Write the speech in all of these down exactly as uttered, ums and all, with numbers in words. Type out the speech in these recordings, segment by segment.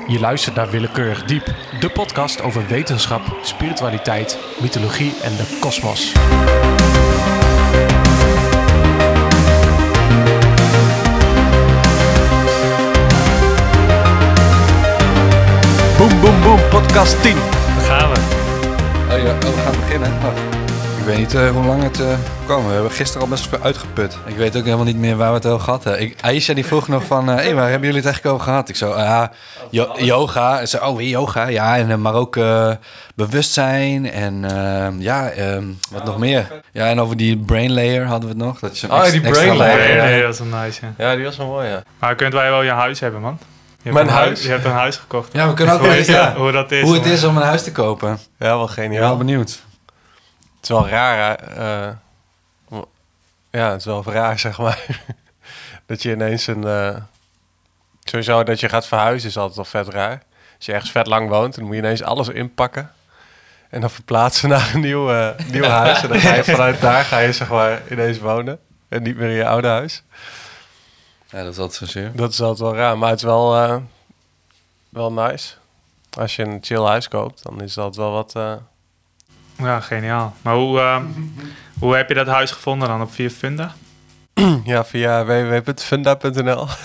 Je luistert naar Willekeurig Diep, de podcast over wetenschap, spiritualiteit, mythologie en de kosmos. Boom, boom, boom, podcast tien. Daar gaan we. Oh, ja, oh, we gaan beginnen. Wacht. Ik weet niet uh, hoe lang het uh, kwam. We hebben gisteren al best wel uitgeput. Ik weet ook helemaal niet meer waar we het over gehad hebben. Ik, Aisha die vroeg nog van, hé, uh, hey, waar hebben jullie het eigenlijk over gehad? Ik zo, ja, uh, yo- yoga. En ze, oh, weer yoga. Ja, en, uh, maar ook uh, bewustzijn en uh, ja, um, wat ja, nog meer. Ja, en over die brain layer hadden we het nog. Dat je oh, ex- die brain layer. Ja, dat was een nice, ja. Ja, die was wel mooi, ja. Maar kunt wij wel je huis hebben, man? Je Mijn hebt huis? huis? Je hebt een huis gekocht. Ja, we kunnen ook hoe, weten ja, hoe dat is. Hoe het is om een huis te kopen. Ja, wel geniaal. Ik ben wel benieuwd. Het is wel raar, uh, ja, het is wel raar, zeg maar. Dat je ineens een... Uh, sowieso dat je gaat verhuizen is altijd al vet raar. Als je ergens vet lang woont, dan moet je ineens alles inpakken. En dan verplaatsen naar een nieuw, uh, nieuw huis. En dan ga je vanuit daar, ga je zeg maar ineens wonen. En niet meer in je oude huis. Ja, dat is altijd zo zuur. Dat is altijd wel raar, maar het is wel, uh, wel nice. Als je een chill huis koopt, dan is dat wel wat... Uh, Ja, geniaal. Maar hoe, uh, hoe heb je dat huis gevonden dan? Op via Funda? Ja, via w w w punt funda punt n l.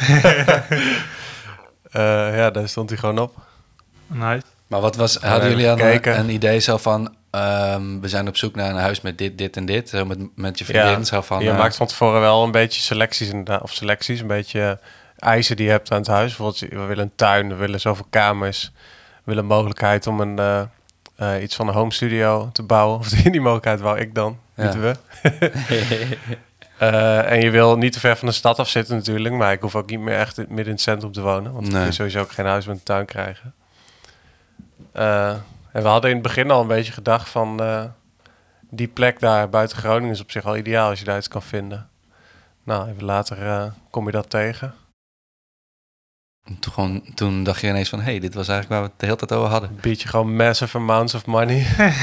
uh, ja, daar stond hij gewoon op. Nice. Maar wat was, hadden jullie dan een, een idee zo van... Um, we zijn op zoek naar een huis met dit, dit en dit. Zo met, met je vriendin. Ja, zo van, je uh, maakt van tevoren wel een beetje selecties. Of selecties, een beetje eisen die je hebt aan het huis. Bijvoorbeeld, we willen een tuin, we willen zoveel kamers. We willen een mogelijkheid om een... Uh, Uh, iets van een home studio te bouwen. Of die, die mogelijkheid wou ik dan, ja. Niet we. uh, en je wil niet te ver van de stad af zitten natuurlijk. Maar ik hoef ook niet meer echt midden in het centrum te wonen. Want dan nee. kun je sowieso ook geen huis met een tuin krijgen. Uh, en we hadden in het begin al een beetje gedacht van... Uh, die plek daar buiten Groningen is op zich al ideaal als je daar iets kan vinden. Nou, even later uh, kom je dat tegen. Toen, gewoon, toen dacht je ineens van... hé, hey, dit was eigenlijk waar we het de hele tijd over hadden. Bied je gewoon massive amounts of money.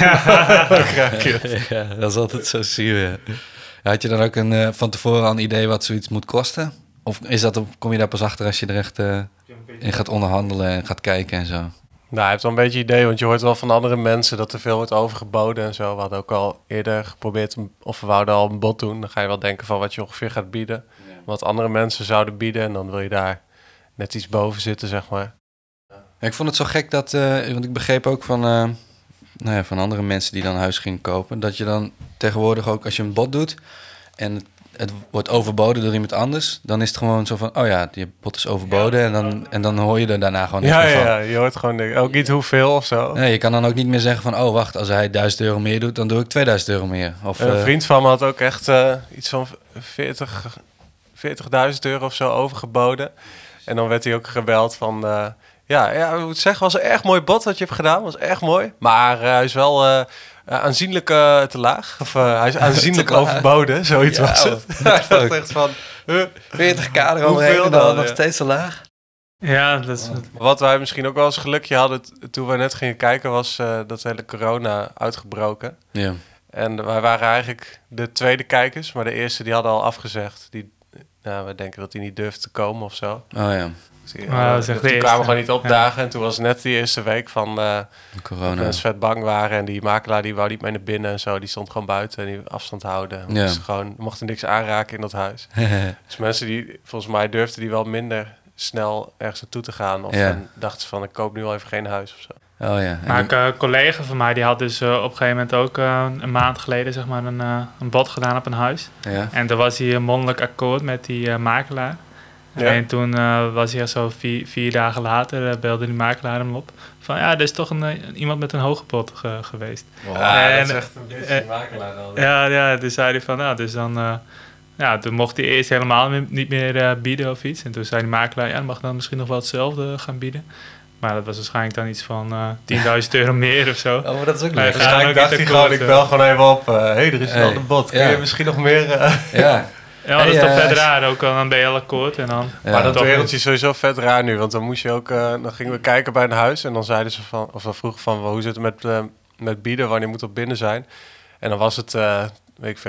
Dan krijg je het. Ja, dat is altijd zo zuur, ja. Had je dan ook een, uh, van tevoren al een idee wat zoiets moet kosten? Of is dat, kom je daar pas achter als je er echt uh, in gaat onderhandelen en gaat kijken en zo? Nou, je hebt wel een beetje idee, want je hoort wel van andere mensen dat er veel wordt overgeboden en zo. We hadden ook al eerder geprobeerd, of we wouden al een bod doen. Dan ga je wel denken van wat je ongeveer gaat bieden. Ja. Wat andere mensen zouden bieden en dan wil je daar... net iets boven zitten, zeg maar. Ja, ik vond het zo gek dat... Uh, want ik begreep ook van, uh, nou ja, van andere mensen die dan een huis gingen kopen... dat je dan tegenwoordig ook, als je een bod doet... en het, het wordt overboden door iemand anders... dan is het gewoon zo van, oh ja, die bod is overboden... Ja. En, dan, en dan hoor je er daarna gewoon niks ja, meer van. Ja, je hoort gewoon ook niet hoeveel of zo. Nee, je kan dan ook niet meer zeggen van... oh, wacht, als hij duizend euro meer doet... dan doe ik tweeduizend euro meer. Of, een uh, vriend van me had ook echt uh, iets van veertig, veertigduizend euro of zo overgeboden... En dan werd hij ook gebeld van... Uh, ja, ja, ik moet zeggen, was een erg mooi bod wat je hebt gedaan. Was erg mooi. Maar uh, hij is wel uh, aanzienlijk uh, te laag. Of uh, hij is aanzienlijk overboden. Zoiets ja, was het. Hij dacht echt van... Uh, veertig k eroverheen en dan nog steeds te laag. Ja, dat is... Oh. Wat wij misschien ook wel eens gelukje hadden... T- toen we net gingen kijken... was uh, dat hele corona uitgebroken. Ja. En wij waren eigenlijk de tweede kijkers. Maar de eerste die hadden al afgezegd. Die... Nou, we denken dat hij niet durft te komen of zo. Oh ja. Dus die, uh, toen kwamen we gewoon niet opdagen. Ja. En toen was het net die eerste week van... Uh, corona. Dat mensen vet bang waren. En die makelaar die wou niet mee naar binnen en zo. Die stond gewoon buiten en die afstand houden. Ja. Dus gewoon, mochten niks aanraken in dat huis. Dus mensen die, volgens mij durfden die wel minder snel ergens naartoe te gaan. Of ja. dachten van, ik koop nu al even geen huis of zo. Oh ja. Maar een uh, collega van mij, die had dus uh, op een gegeven moment ook uh, een maand geleden zeg maar een, uh, een bod gedaan op een huis. Ja. En toen was hij een mondeling akkoord met die uh, makelaar. Ja. En toen uh, was hij zo vier, vier dagen later, uh, belde die makelaar hem op. Van ja, er is toch een, uh, iemand met een hoge bod ge- geweest. Wow, en, dat is echt een beetje uh, makelaar dan. Ja, ja, dus zei hij van, nou, dus dan... Uh, ja, toen mocht hij eerst helemaal niet meer uh, bieden of iets. En toen zei die makelaar, ja, dan mag dan misschien nog wel hetzelfde gaan bieden. Maar dat was waarschijnlijk dan iets van uh, tienduizend euro meer of zo. Oh, maar dat is ook leuk. Waarschijnlijk dacht hij gewoon, ik bel gewoon even op. Hé, uh, hey, er is hey, wel een bod. Kun ja. je misschien nog meer... Uh... Ja. Ja, dat is hey, toch uh, vet raar ook. Dan ben je al akkoord en dan... Ja, maar dat wereldje is sowieso vet raar nu. Want dan moest je ook... Uh, dan gingen we kijken bij een huis. En dan zeiden ze van... Of dan vroegen van... Hoe zit het met, uh, met bieden? Wanneer moet het binnen zijn? En dan was het... Uh, weet ik veel...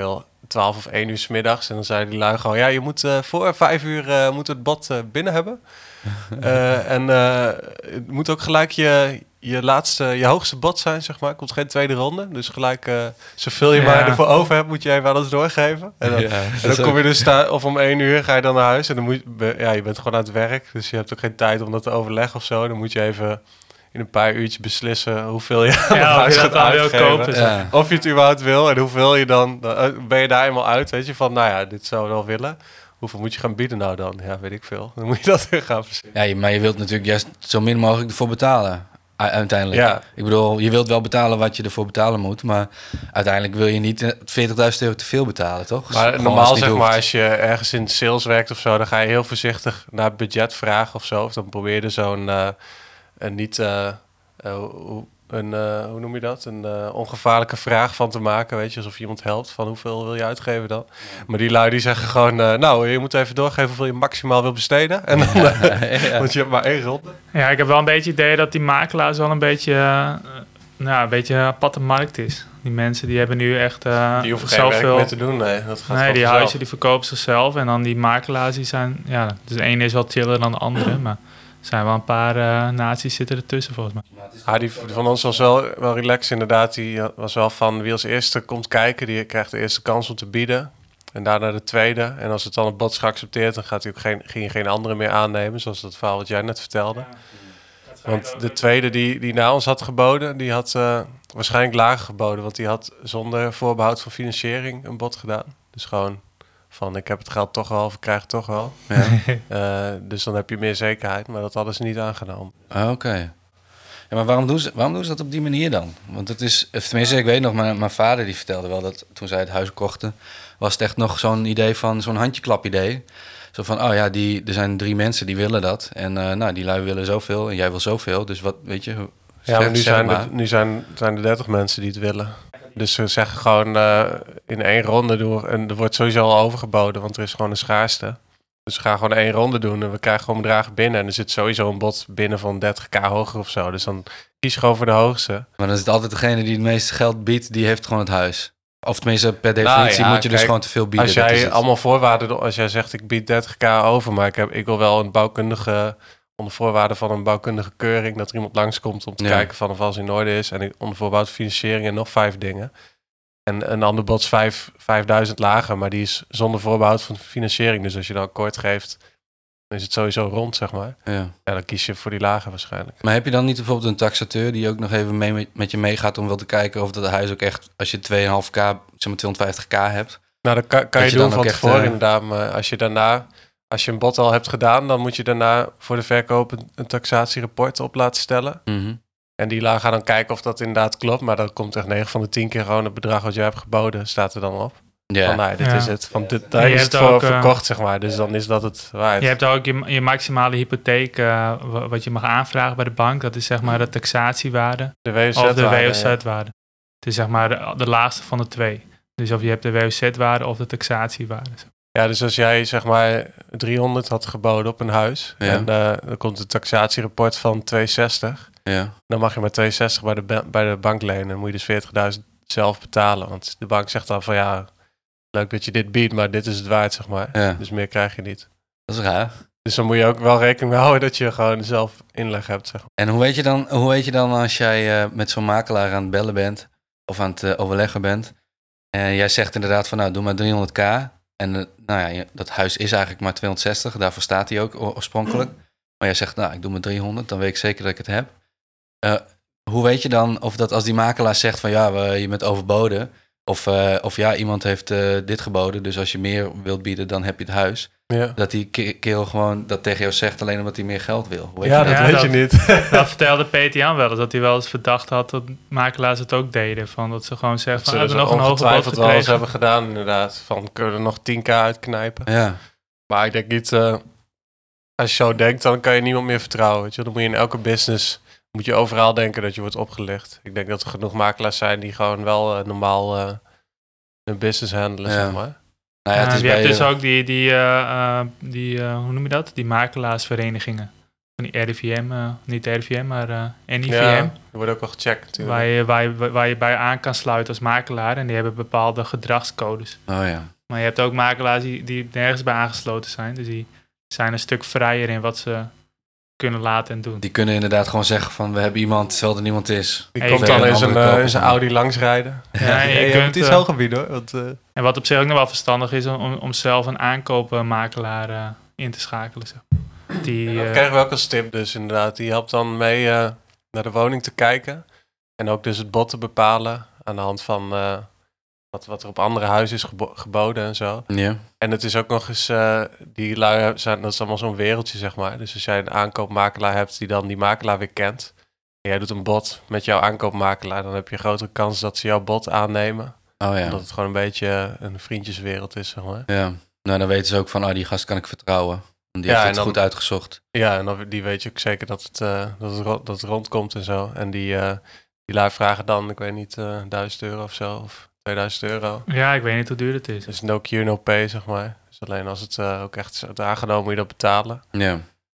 twaalf of één uur 's middags. En dan zeiden die lui gewoon, ja, je moet uh, voor vijf uur uh, moet het bad uh, binnen hebben. uh, en uh, het moet ook gelijk je, je laatste, je hoogste bad zijn, zeg maar. Komt geen tweede ronde. Dus gelijk, uh, zoveel je ja. maar ervoor over hebt, moet je even alles doorgeven. En dan, ja, en dan kom je dus daar, of om één uur ga je dan naar huis. En dan moet je, ja, je bent gewoon aan het werk. Dus je hebt ook geen tijd om dat te overleggen of zo. Dan moet je even in een paar uurtjes beslissen hoeveel je aan ja, het huis gaat uitgeven. Wil kopen, ja. Of je het überhaupt wil en hoeveel je dan... Dan ben je daar eenmaal uit, weet je, van nou ja, dit zou je wel willen. Hoeveel moet je gaan bieden nou dan? Ja, weet ik veel. Dan moet je dat weer gaan verzinnen. Ja, maar je wilt natuurlijk juist zo min mogelijk ervoor betalen. Uiteindelijk. Ja. Ik bedoel, je wilt wel betalen wat je ervoor betalen moet, maar uiteindelijk wil je niet veertigduizend euro te veel betalen, toch? Maar Gewoon normaal zeg hoeft. maar, als je ergens in sales werkt of zo, dan ga je heel voorzichtig naar budget vragen of zo. Of dan probeer je zo'n uh, een niet... Uh, uh, een, uh, hoe noem je dat? Een uh, ongevaarlijke vraag van te maken, weet je, alsof je iemand helpt van hoeveel wil je uitgeven dan. Ja. Maar die lui die zeggen gewoon, uh, nou, je moet even doorgeven hoeveel je maximaal wil besteden. En dan, ja, uh, ja. Want je hebt maar één ronde. Ja, ik heb wel een beetje het idee dat die makelaars wel een beetje, uh, nou, een beetje een aparte markt is. Die mensen die hebben nu echt uh, die hoeven geen werk meer te doen, nee. Dat gaat nee, die zelf. Huizen die verkopen zichzelf en dan die makelaars die zijn, ja, dus de ene is wel chiller dan de andere, maar er zijn wel een paar uh, naties zitten ertussen volgens mij. Ja, die van ons was wel, wel relaxed inderdaad. Die was wel van wie als eerste komt kijken, die krijgt de eerste kans om te bieden. En daarna de tweede. En als het dan een bod is geaccepteerd, dan gaat hij ook geen, ging geen andere meer aannemen, zoals dat verhaal wat jij net vertelde. Want de tweede die, die na ons had geboden, die had uh, waarschijnlijk lager geboden, want die had zonder voorbehoud van financiering een bod gedaan. Dus gewoon van ik heb het geld toch wel of ik krijg het toch wel. Ja. uh, dus dan heb je meer zekerheid, maar dat hadden ze niet aangenomen. Ah, Oké. Okay. Ja, maar waarom doen, ze, waarom doen ze dat op die manier dan? Want het is, tenminste, ik weet nog, mijn, mijn vader die vertelde wel dat toen zij het huis kochten, was het echt nog zo'n idee van, zo'n handjeklap idee. Zo van, oh ja, die, er zijn drie mensen die willen dat. En uh, nou, die lui willen zoveel en jij wil zoveel. Dus wat, weet je... Ja, maar nu, zijn, maar. Er, nu zijn, zijn er dertig mensen die het willen. Dus ze zeggen gewoon uh, in één ronde door. En er wordt sowieso al overgeboden, want er is gewoon een schaarste. Dus we gaan gewoon één ronde doen en we krijgen gewoon bedragen binnen. En er zit sowieso een bod binnen van dertig k hoger of zo. Dus dan kies je gewoon voor de hoogste. Maar dan is het altijd degene die het meeste geld biedt, die heeft gewoon het huis. Of tenminste, per definitie nou ja, moet je kijk, dus gewoon te veel bieden. Als jij allemaal voorwaarden, als jij zegt ik bied dertig k over, maar ik, heb, ik wil wel een bouwkundige, onder voorwaarden van een bouwkundige keuring, dat er iemand langskomt om te ja. kijken van of alles in orde is. En ik, onder voorwaarden financiering en nog vijf dingen. En een ander bod is vijf, vijfduizend lager, maar die is zonder voorbehoud van financiering. Dus als je dan akkoord geeft, dan is het sowieso rond, zeg maar. Ja. Ja, dan kies je voor die lager waarschijnlijk. Maar heb je dan niet bijvoorbeeld een taxateur die ook nog even mee met je meegaat om wel te kijken of dat huis ook echt, als je twee komma vijf k, zeg maar tweehonderdvijftig k hebt? Nou, dat kan, kan je, je doen van tevoren echt, uh... inderdaad. Maar als je daarna, als je een bod al hebt gedaan, dan moet je daarna voor de verkoop een, een taxatierapport op laten stellen. Mm-hmm. En die gaan dan kijken of dat inderdaad klopt. Maar dan komt echt negen van de tien keer gewoon het bedrag wat jij hebt geboden, staat er dan op. Ja. Van, nou, dit ja. is het. Van, dit, daar is het voor ook, verkocht, zeg maar. Dus dan is dat het waard. Je hebt ook je, je maximale hypotheek, uh, wat je mag aanvragen bij de bank. Dat is zeg maar de taxatiewaarde. De W O Z-waarde. Of de W O Z-waarde. Ja. Het is zeg maar de, de laagste van de twee. Dus of je hebt de W O Z-waarde of de taxatiewaarde. Ja, dus als jij zeg maar driehonderd had geboden op een huis. Ja. En uh, dan komt het taxatierapport van tweehonderdzestig. Ja. Dan mag je maar tweehonderdzestig bij de, ba- bij de bank lenen. Dan moet je dus veertigduizend zelf betalen. Want de bank zegt dan van ja, leuk dat je dit biedt, maar dit is het waard, zeg maar. Ja. Dus meer krijg je niet. Dat is raar. Dus dan moet je ook wel rekening mee houden dat je gewoon zelf inleg hebt, zeg maar. En hoe weet je dan, hoe weet je dan als jij uh, met zo'n makelaar aan het bellen bent of aan het uh, overleggen bent en jij zegt inderdaad van nou, doe maar driehonderd k en uh, nou ja, dat huis is eigenlijk maar tweehonderdzestig, daarvoor staat hij ook oorspronkelijk. Maar jij zegt nou, ik doe maar driehonderd, dan weet ik zeker dat ik het heb. Uh, hoe weet je dan of dat als die makelaar zegt van ja, we, je bent overboden of, uh, of ja, iemand heeft uh, dit geboden, dus als je meer wilt bieden, dan heb je het huis. Ja. Dat die kerel gewoon dat tegen jou zegt alleen omdat hij meer geld wil. Weet ja, je dat, dat weet dat, je niet. Dat vertelde Peter Jan wel eens, dat hij wel eens verdacht had dat makelaars het ook deden. Van dat ze gewoon zeggen, van, we hebben nog een hoger bod gekregen. Wel eens hebben gedaan inderdaad. Van kunnen we er nog tien k uitknijpen. Ja. Maar ik denk niet, uh, als je zo denkt, dan kan je niemand meer vertrouwen. Weet je? Dan moet je in elke business, moet je overal denken dat je wordt opgelicht. Ik denk dat er genoeg makelaars zijn die gewoon wel uh, normaal uh, hun business handelen, ja. zeg maar. Nou ja, het is uh, je hebt dus ook die, die, uh, uh, die uh, hoe noem je dat? Die makelaarsverenigingen. van die R I V M, uh, niet R I V M, maar uh, N I V M. Ja, die wordt ook wel gecheckt natuurlijk. Waar je, waar, je, waar je bij aan kan sluiten als makelaar. En die hebben bepaalde gedragscodes. Oh ja. Maar je hebt ook makelaars die, die nergens bij aangesloten zijn. Dus die zijn een stuk vrijer in wat ze kunnen laten en doen. Die kunnen inderdaad gewoon zeggen van we hebben iemand terwijl er niemand is. Die en komt je dan kunt in zijn, andere uh, kopen in zijn van- Audi langsrijden. Ja, en je je kunt, moet iets uh, hoger bieden hoor. Want, uh, En wat op zich ook nog wel verstandig is om, om zelf een aankoopmakelaar uh, in te schakelen. Zo. Die, dat uh, krijgen we ook als tip dus inderdaad. Die helpt dan mee uh, naar de woning te kijken. En ook dus het bod te bepalen aan de hand van uh, wat, wat er op andere huizen is gebo- geboden en zo. Ja. En het is ook nog eens, uh, die lui zijn, dat is allemaal zo'n wereldje zeg maar. Dus als jij een aankoopmakelaar hebt die dan die makelaar weer kent. En jij doet een bod met jouw aankoopmakelaar. Dan heb je een grotere kans dat ze jouw bod aannemen. Oh ja. Omdat het gewoon een beetje een vriendjeswereld is zeg maar. Ja. Nou, dan weten ze ook van, oh, die gast kan ik vertrouwen. Want die Ja, heeft en het dan- goed uitgezocht. Ja, en dan, die weet je ook zeker dat het, uh, dat het, ro- dat het rondkomt en zo. En die, uh, die lui vragen dan, ik weet niet, uh, duizend euro of zo. Of tweeduizend euro. ja, ik weet niet hoe duur het is. Dus no cure, no pay, zeg maar. Dus alleen als het uh, ook echt wordt aangenomen, moet je dat betalen. Ja.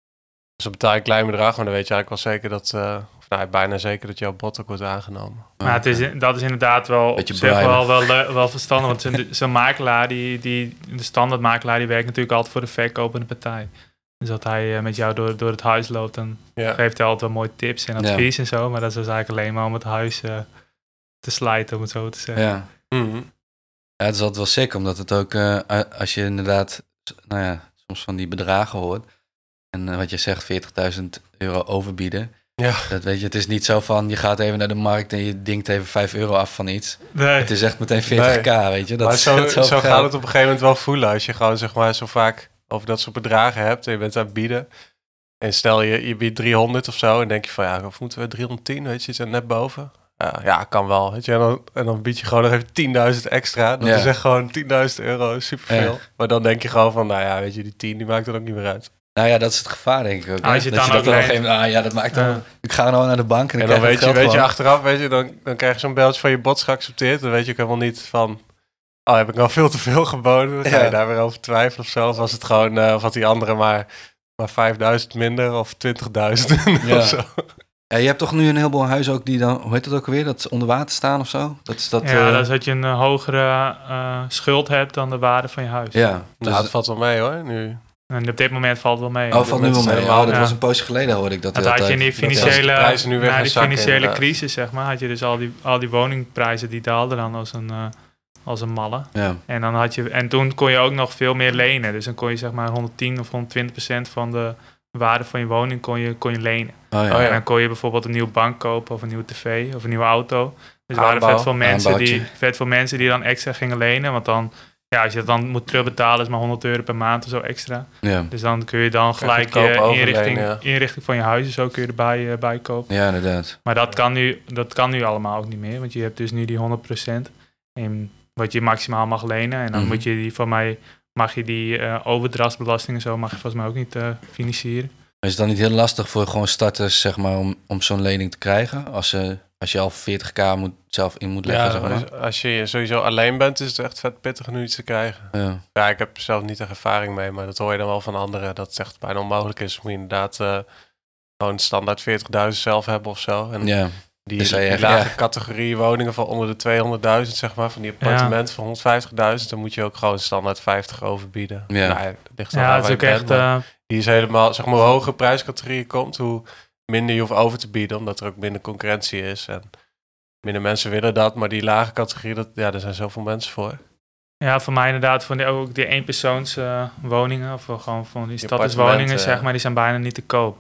Dus dan betaal je een klein bedrag, maar dan weet je eigenlijk wel zeker dat... Uh, of nou, bijna zeker dat jouw bod ook wordt aangenomen. Maar het is, dat is inderdaad wel, op Beetje zich briben. wel, wel, le- wel verstandig. Want zo'n, zo'n makelaar, die, die, de standaardmakelaar, die werkt natuurlijk altijd voor de verkopende partij. Dus dat hij uh, met jou door, door het huis loopt, dan Ja. geeft hij altijd wel mooie tips en advies en zo. Maar dat is dus eigenlijk alleen maar om het huis uh, te slijten, om het zo te zeggen. Ja. Mm-hmm. Ja, het is altijd wel sick, omdat het ook, uh, als je inderdaad, nou ja, soms van die bedragen hoort. En uh, wat je zegt, veertigduizend euro overbieden. Ja. Dat weet je, het is niet zo van, je gaat even naar de markt en je dinkt even vijf euro af van iets. Nee. Het is echt meteen veertig k, weet je. Dat maar is zo, dat zo geld. gaat het op een gegeven moment wel voelen. Als je gewoon zeg maar zo vaak over dat soort bedragen hebt en je bent aan het bieden. En stel je, je biedt driehonderd of zo en denk je van ja, of moeten we driehonderdtien, weet je, zit net boven. Ja, ja, kan wel, weet je. En dan, en dan bied je gewoon nog even tienduizend extra. Dat Ja. is echt gewoon tienduizend euro, superveel. Ja. Maar dan denk je gewoon van, nou ja, weet je, die tien, die maakt er ook niet meer uit. Nou ja, dat is het gevaar, denk ik ook. Als je hè? het dat dan je dat ook dan op een leent. gegeven moment, ah ja, dat maakt dan... Ja. Ik ga nou naar de bank en, En dan, dan krijg weet ik je, het weet geld je gewoon. achteraf, weet je, dan, dan krijg je zo'n beltje van je bod geaccepteerd. Dan weet je ook helemaal niet van, oh, heb ik nou veel te veel geboden? Dan ga je Ja. daar weer over twijfelen of zo. Of was het gewoon, uh, of had die andere maar, maar vijfduizend minder of twintigduizend Ja. of zo. Ja, je hebt toch nu een heleboel huizen ook die dan, hoe heet dat ook alweer, dat ze onder water staan of zo? Dat is dat... Ja, uh, dat is dat je een uh, hogere uh, schuld hebt dan de waarde van je huis. ja. Dus, Nou, het valt wel mee hoor, nu. En op dit moment valt het wel mee. oh, valt nu wel mensen mee. helemaal- Oh, dat ja. was een poosje geleden, hoorde ik dat. Dat de hele had je in die tijd. Dat- dat financiële, de prijzen nu weer na gaan die zakken, financiële inderdaad. crisis, zeg maar, had je dus al die, al die woningprijzen die daalden dan als een, uh, als een malle. Ja. En, dan had je, en toen kon je ook nog veel meer lenen. Dus dan kon je zeg maar honderdtien of honderdtwintig procent van de waarde van je woning kon je, kon je lenen. Oh ja. Oh, ja. En dan kon je bijvoorbeeld een nieuwe bank kopen of een nieuwe tv of een nieuwe auto. Dus er waren Aanbouw. vet veel, mensen die, Aanbouwtje. vet veel mensen die dan extra gingen lenen. Want dan, ja, als je het dan moet terugbetalen, is maar honderd euro per maand of zo extra. Ja. Dus dan kun je dan Krijg je gelijk je goedkoop inrichting, overlenen, ja. inrichting van je huis en zo kun je erbij uh, bij kopen. Ja, inderdaad. Maar dat kan, nu, dat kan nu allemaal ook niet meer. Want je hebt dus nu die honderd procent en wat je maximaal mag lenen. En dan Mhm. moet je die van mij, mag je die uh, overdrachtsbelasting en zo, mag je volgens mij ook niet uh, financieren. Maar is het dan niet heel lastig voor gewoon starters, zeg maar, om, om zo'n lening te krijgen? Als, ze, als je al veertig k moet, zelf in moet leggen, Ja, zeg maar. als, als je sowieso alleen bent, is het echt vet pittig om nu iets te krijgen. Ja. Ja, ik heb zelf niet echt ervaring mee, maar dat hoor je dan wel van anderen. Dat het echt bijna onmogelijk is. Moet je inderdaad uh, gewoon standaard veertigduizend zelf hebben of zo. En Ja. die, Dus die zei je, lage ja. categorie woningen van onder de tweehonderdduizend, zeg maar. Van die appartementen van honderdvijftigduizend. Dan moet je ook gewoon standaard vijftig overbieden. Ja. Nou, het ligt aan Ja, waar dat is je ook bent, echt... maar Uh, die is helemaal, zeg maar, hoe hoger prijscategorie je komt, hoe minder je hoeft over te bieden. Omdat er ook minder concurrentie is. En minder mensen willen dat. Maar die lage categorie, dat, ja, daar zijn zoveel mensen voor. Ja, voor mij inderdaad, voor die, ook die eenpersoons uh, woningen, of gewoon van die Die statuswoningen, appartementen, zeg ja. maar, die zijn bijna niet te koop.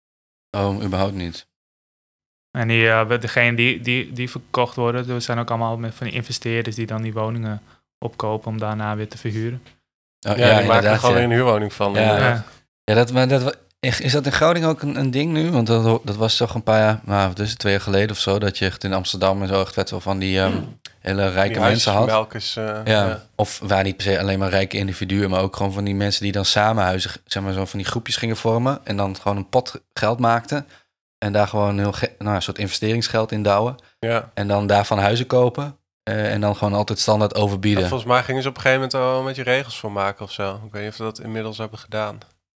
Oh, überhaupt niet. En die, uh, degene die, die, die verkocht worden, dat zijn ook allemaal met van die investeerders die dan die woningen opkopen om daarna weer te verhuren. Oh, Ja, die maken er gewoon ja. weer een huurwoning van. Ja. inderdaad. Ja. Ja, dat, maar dat, is dat in Groningen ook een, een ding nu? Want dat, dat was toch een paar jaar, nou, dus twee jaar geleden of zo, dat je echt in Amsterdam en zo echt vet wel van die um, hele rijke Die mensen had. huismelkers, uh, Ja. ja. Of waar niet per se alleen maar rijke individuen, maar ook gewoon van die mensen die dan samen huizen, zeg maar, zo van die groepjes gingen vormen en dan gewoon een pot geld maakten en daar gewoon heel ge- nou, een soort investeringsgeld in douwen Ja. en dan daarvan huizen kopen uh, en dan gewoon altijd standaard overbieden. Ja, volgens mij gingen ze op een gegeven moment al een beetje regels voor maken of zo. Ik weet niet of ze dat inmiddels hebben gedaan.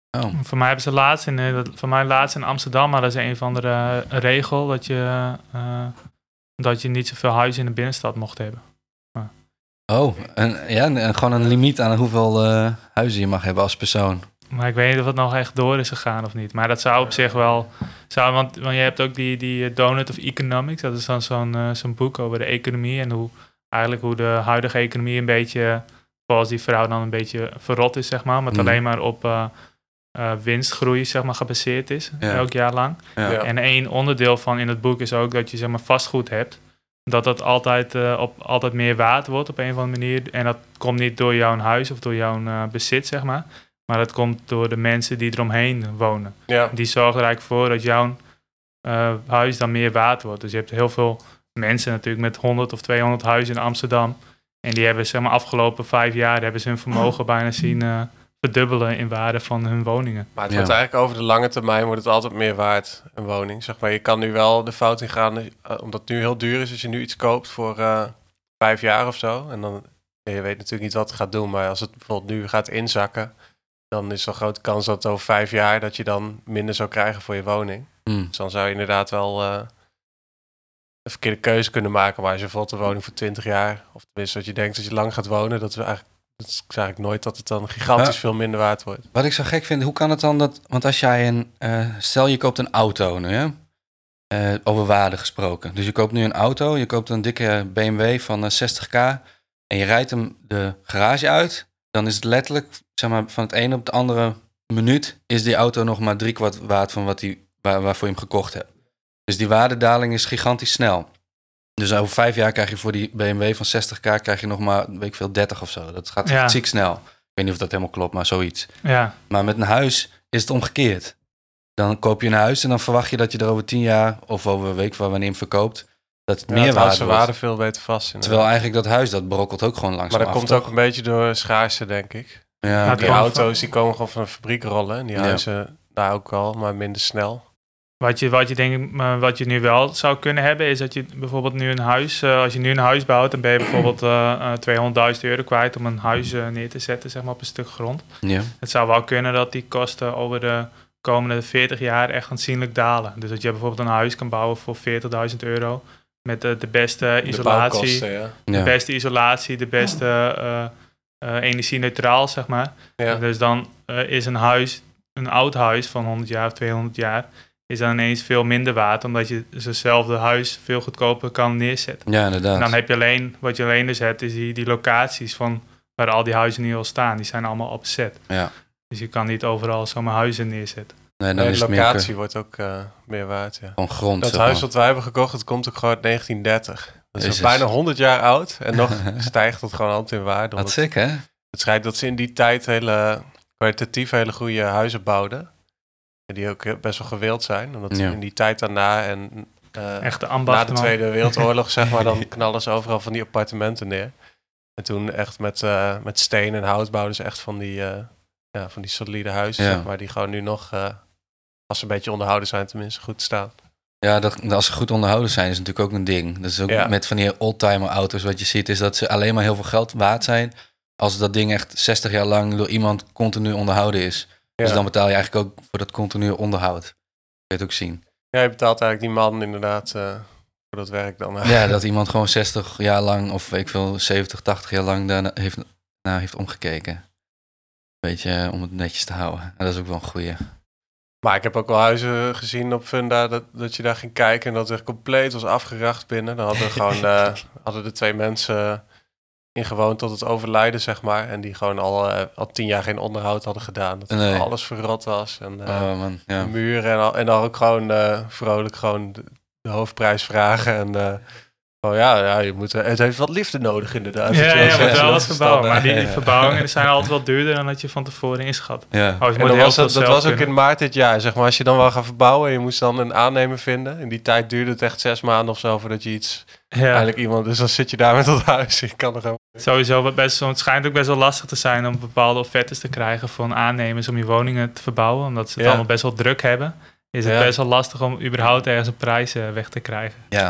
Oh. Voor mij hebben ze laatst in, uh, voor mij laatst in Amsterdam, maar dat is een van de uh, regel dat je, uh, dat je niet zoveel huizen in de binnenstad mocht hebben. Maar. Oh, en, ja, en gewoon een limiet aan hoeveel uh, huizen je mag hebben als persoon. Maar ik weet niet of het nog echt door is gegaan of niet. Maar dat zou op zich wel... Zou, want, want je hebt ook die, die Donut of Economics. Dat is dan zo'n, uh, zo'n boek over de economie. En hoe eigenlijk hoe de huidige economie een beetje... Zoals die vrouw dan een beetje verrot is, zeg maar. Maar het mm. alleen maar op uh, uh, winstgroei, zeg maar, gebaseerd is. Ja. Elk jaar lang. Ja. Ja. En één onderdeel van in het boek is ook dat je, zeg maar, vastgoed hebt. Dat dat altijd, uh, op, altijd meer waard wordt op een of andere manier. En dat komt niet door jouw huis of door jouw uh, bezit, zeg maar. Maar dat komt door de mensen die eromheen wonen. Ja. Die zorgen er eigenlijk voor dat jouw uh, huis dan meer waard wordt. Dus je hebt heel veel mensen natuurlijk met honderd of tweehonderd huizen in Amsterdam. En die hebben, zeg maar, afgelopen vijf jaar hebben ze hun vermogen bijna zien uh, verdubbelen in waarde van hun woningen. Maar het wordt ja. eigenlijk over de lange termijn wordt het altijd meer waard, een woning. Zeg maar, je kan nu wel de fout in gaan, uh, omdat het nu heel duur is als je nu iets koopt voor uh, vijf jaar of zo. En dan, ja, je weet natuurlijk niet wat het gaat doen, maar als het bijvoorbeeld nu gaat inzakken, dan is er een grote kans dat over vijf jaar dat je dan minder zou krijgen voor je woning. Mm. Dus dan zou je inderdaad wel uh, een verkeerde keuze kunnen maken. Maar als je bijvoorbeeld een woning voor twintig jaar, of tenminste dat je denkt dat je lang gaat wonen, dat is eigenlijk, dat is eigenlijk nooit dat het dan gigantisch ja. veel minder waard wordt. Wat ik zo gek vind, hoe kan het dan dat, want als jij een, uh, stel je koopt een auto nu, hè? Uh, over waarde gesproken. Dus je koopt nu een auto, je koopt een dikke B M W van uh, zestig k en je rijdt hem de garage uit, dan is het letterlijk, zeg maar, van het ene op de andere minuut is die auto nog maar drie kwart waard van wat die, waar, waarvoor je hem gekocht hebt. Dus die waardedaling is gigantisch snel. Dus over vijf jaar krijg je voor die B M W van zestig k krijg je nog maar, weet ik veel, dertig of zo. Dat gaat ja. ziek snel. Ik weet niet of dat helemaal klopt, maar zoiets. Ja. Maar met een huis is het omgekeerd. Dan koop je een huis en dan verwacht je dat je er over tien jaar of over een week wanneer je hem verkoopt, dat het ja, meer waarde wordt. waarde veel beter vast. Inderdaad. Terwijl eigenlijk dat huis, dat brokkelt ook gewoon langzaam Maar dat af, komt toch? ook een beetje door schaarste, denk ik. Ja, ja, die auto's die komen gewoon van de fabriek rollen. En die huizen ja. daar ook al, maar minder snel. Wat je, wat je denk wat je nu wel zou kunnen hebben, is dat je bijvoorbeeld nu een huis, uh, als je nu een huis bouwt, dan ben je bijvoorbeeld uh, uh, tweehonderdduizend euro kwijt om een huis uh, neer te zetten, zeg maar, op een stuk grond. Ja. Het zou wel kunnen dat die kosten over de komende veertig jaar echt aanzienlijk dalen. Dus dat je bijvoorbeeld een huis kan bouwen voor veertigduizend euro met uh, de beste isolatie, de, ja. de ja. beste isolatie, de beste uh, uh, energie-neutraal, zeg maar. Ja. Dus dan uh, is een huis, een oud huis van honderd jaar of tweehonderd jaar, is dan ineens veel minder waard, omdat je hetzelfde huis veel goedkoper kan neerzetten. Ja, inderdaad. En dan heb je alleen, wat je alleen dus hebt, is die, die locaties van waar al die huizen nu al staan. Die zijn allemaal opzet. Ja. Dus je kan niet overal zomaar huizen neerzetten. Nee, dan nee, is de locatie meer, wordt ook uh, meer waard, ja. Van grond. Dat huis wat wij hebben gekocht, het komt ook gewoon uit negentien dertig. Dat is, is bijna honderd jaar oud en nog stijgt het gewoon altijd in waarde. Wat sick, hè? Het schijnt dat ze in die tijd hele kwalitatief hele goede huizen bouwden. Die ook best wel gewild zijn. Omdat ja. in die tijd daarna en uh, Echte na de Tweede Wereldoorlog, zeg maar, dan knallen ze overal van die appartementen neer. En toen echt met, uh, met steen en hout bouwden ze echt van die, uh, ja, van die solide huizen, ja. zeg maar, die gewoon nu nog, uh, als ze een beetje onderhouden zijn, tenminste goed staan. Ja, dat, als ze goed onderhouden zijn, is natuurlijk ook een ding. Dat is ook ja. met van die oldtimer auto's, wat je ziet, is dat ze alleen maar heel veel geld waard zijn als dat ding echt zestig jaar lang door iemand continu onderhouden is. Ja. Dus dan betaal je eigenlijk ook voor dat continu onderhoud. Kun je het ook zien. Ja, je betaalt eigenlijk die man inderdaad uh, voor dat werk dan. Uh. Ja, dat iemand gewoon zestig jaar lang, of weet ik veel, zeventig, tachtig jaar lang daar heeft, nou, heeft omgekeken. Beetje om het netjes te houden. En dat is ook wel een goeie. Maar ik heb ook wel huizen gezien op Funda, dat, dat je daar ging kijken en dat het compleet was afgeracht binnen. Dan hadden, gewoon, uh, hadden de twee mensen in gewoond tot het overlijden, zeg maar. En die gewoon al, uh, al tien jaar geen onderhoud hadden gedaan. Dat nee. alles verrot was. En uh, oh, man, ja. muren en, al, en dan ook gewoon uh, vrolijk gewoon de, de hoofdprijs vragen. En uh, oh ja, ja je moet, het heeft wat liefde nodig inderdaad. Ja, ja, je moet wel wat verbouwen. Maar die, die verbouwingen zijn altijd wel duurder dan dat je van tevoren inschat. Ja. Oh, en dat was, het, dat was ook in maart dit jaar. Zeg maar, als je dan wel gaat verbouwen en je moest dan een aannemer vinden. In die tijd duurde het echt zes maanden of zo voordat je iets... Ja. Eigenlijk iemand, dus dan zit je daar met dat huis. Je kan er gewoon... Sowieso, best, het schijnt ook best wel lastig te zijn om bepaalde offertes te krijgen van aannemers om je woningen te verbouwen. Omdat ze het ja. allemaal best wel druk hebben. Is het ja. best wel lastig om überhaupt ergens een prijs uh, weg te krijgen. Ja.